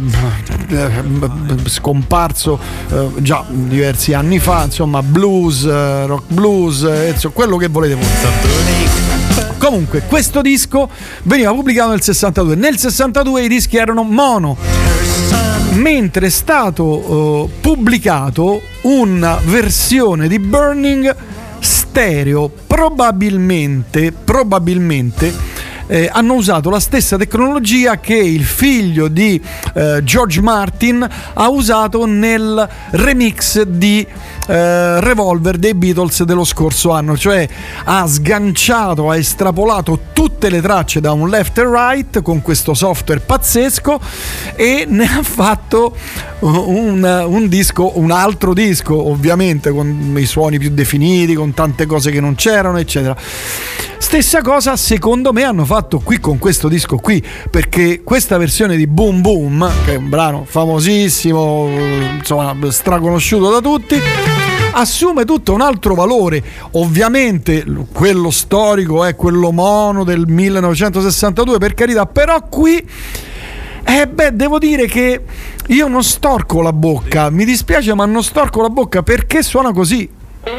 scomparso uh, già diversi anni fa, insomma, blues, uh, rock blues, uh, insomma, quello che volete voi. Comunque, questo disco veniva pubblicato nel sessantadue. Nel sessantadue i dischi erano mono, mentre è stato uh, pubblicato una versione di Burning stereo. Probabilmente, probabilmente eh, hanno usato la stessa tecnologia che il figlio di eh, George Martin ha usato nel remix di eh, Revolver dei Beatles dello scorso anno, cioè ha sganciato, ha estrapolato tutte le tracce da un left and right con questo software pazzesco e ne ha fatto un, un disco, un altro disco, ovviamente con i suoni più definiti, con tante cose che non c'erano, eccetera. Stessa cosa secondo me hanno fatto qui con questo disco qui, perché questa versione di Boom Boom, che è un brano famosissimo, insomma straconosciuto da tutti, assume tutto un altro valore. Ovviamente quello storico è quello mono del millenovecentosessantadue, per carità, però qui eh beh, devo dire che io non storco la bocca, mi dispiace ma non storco la bocca perché suona così.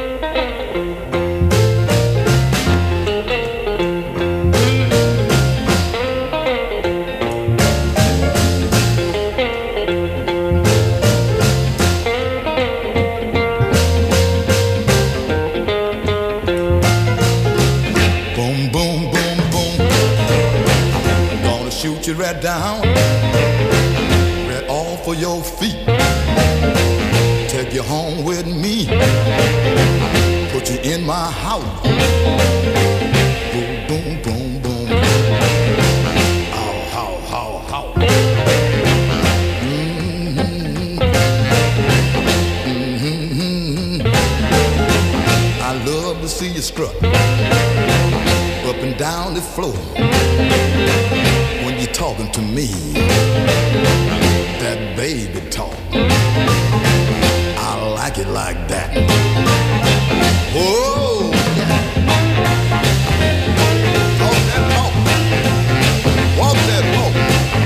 Right down, right off of your feet. Take you home with me, put you in my house. Boom, boom, boom, boom. How, how, how, how. Mm-hmm. Mm-hmm. I love to see you strut up and down the floor. You're talking to me, that baby talk. I like it like that. Whoa, yeah. Talk that talk, walk that walk.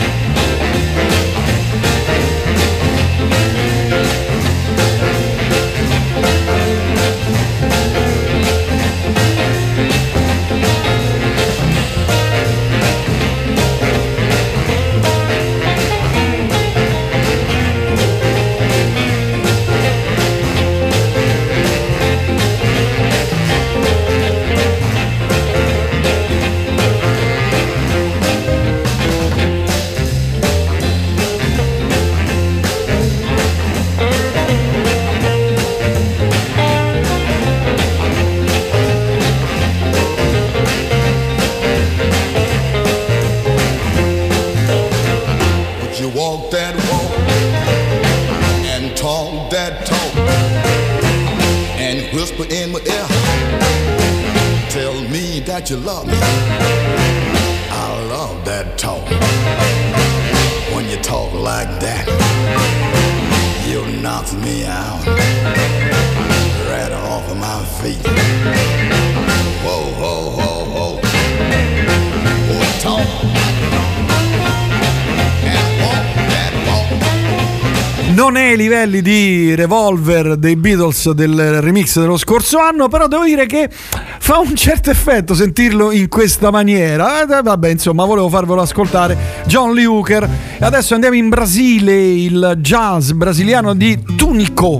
You love me. I love that talk. When you talk like that, you knock me out right off of my feet. Whoa, whoa, whoa, whoa. Whoa, talk and walk that walk. Non è ai livelli di Revolver dei Beatles del remix dello scorso anno, però devo dire che fa un certo effetto sentirlo in questa maniera. Eh, vabbè, insomma, volevo farvelo ascoltare. John Lee Hooker. E adesso andiamo in Brasile, il jazz brasiliano di Tunico.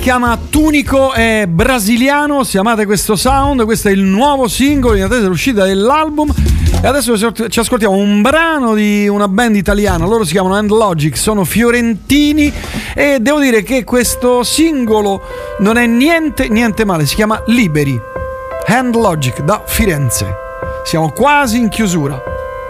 chiama Tunico, è brasiliano, se amate questo sound, questo è il nuovo singolo in attesa dell'uscita dell'album. E adesso ci ascoltiamo un brano di una band italiana, loro si chiamano Hand Logic, sono fiorentini e devo dire che questo singolo non è niente niente male, si chiama Liberi. Hand Logic da Firenze. Siamo quasi in chiusura.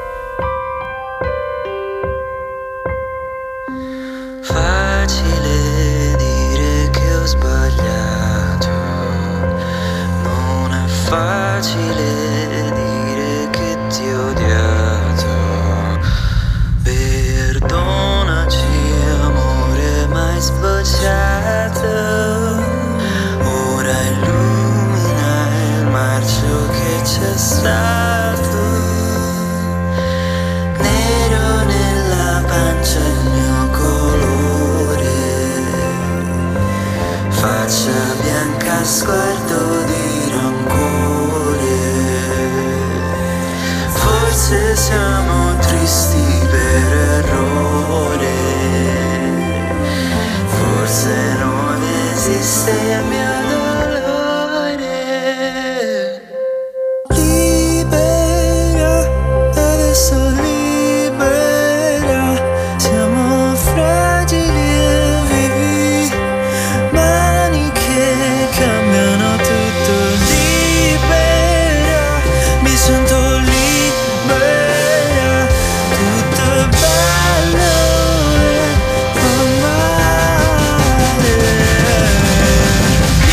Facile dire che ho sbagliato, non è facile dire che ti ho odiato. Perdonaci amore, mai sbocciato. Ora illumina il marcio che c'è stato. Nero nella pancia il mio colore, faccia bianca, sguardo di rancore. Forse siamo tristi per errore, forse non esiste il mio dolore. Libera, adesso libera, siamo fragili e vivi, mani che cambiano tutto. Libera, mi sento libera, tutto è bello e fa male.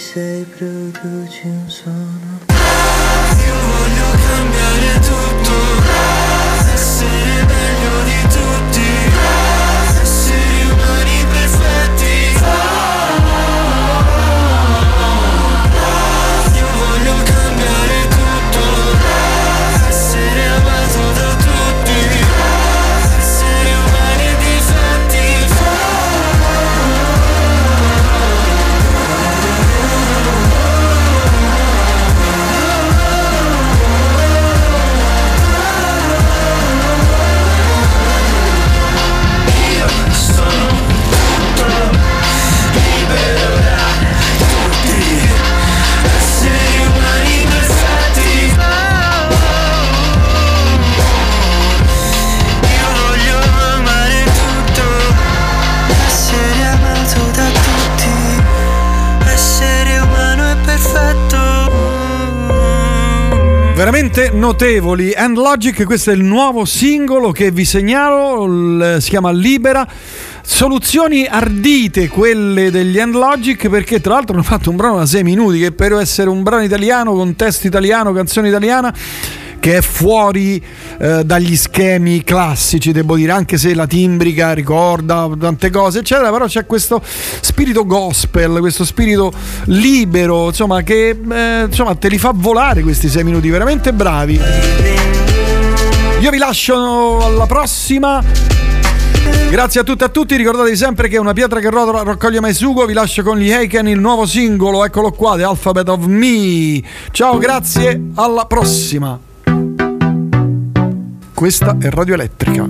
sei, produci un suono. Io voglio cambiare tutto, essere meglio di tutti, esseri umani perfetti. Io voglio cambiare tutto, essere amato da tutti, esseri umani difetti. Veramente notevoli And Logic, questo è il nuovo singolo che vi segnalo, l- si chiama Libera. Soluzioni ardite quelle degli And Logic, perché tra l'altro hanno fatto un brano da sei minuti che per essere un brano italiano con testo italiano, canzone italiana, che è fuori eh, dagli schemi classici, devo dire, anche se la timbrica ricorda tante cose eccetera, però c'è questo spirito gospel, questo spirito libero, insomma, che eh, insomma te li fa volare questi sei minuti, veramente bravi. Io vi lascio alla prossima. Grazie a tutti e a tutti, ricordatevi sempre che una pietra che rotola raccoglie mai sugo. Vi lascio con gli Haken, il nuovo singolo, eccolo qua, The Alphabet of Me. Ciao, grazie, alla prossima. Questa è Radio Elettrica.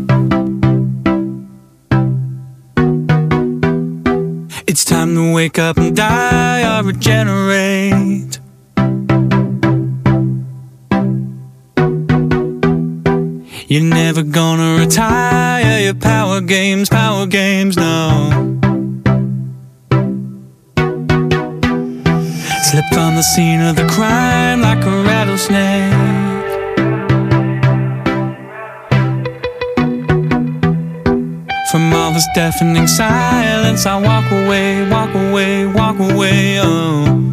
It's time to wake up and die or regenerate. You're never gonna retire your power games, power games, no. Slip on the scene of the crime like a rattlesnake. From all this deafening silence, I walk away, walk away, walk away, oh.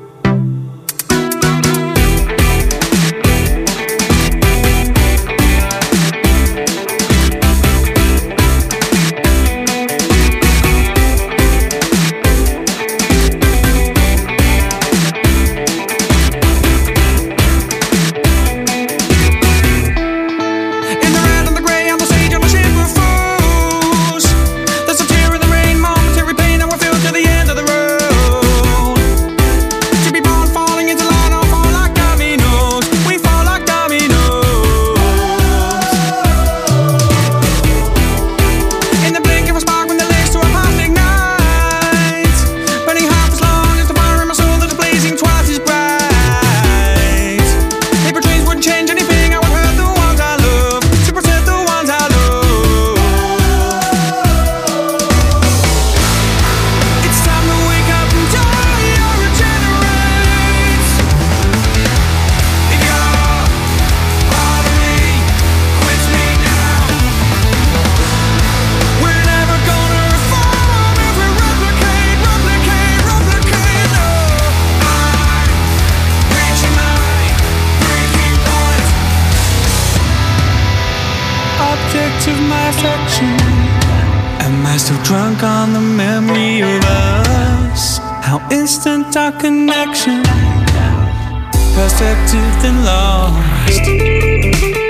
Of my affection, am I still drunk on the memory of us? How instant our connection, perspective then lost.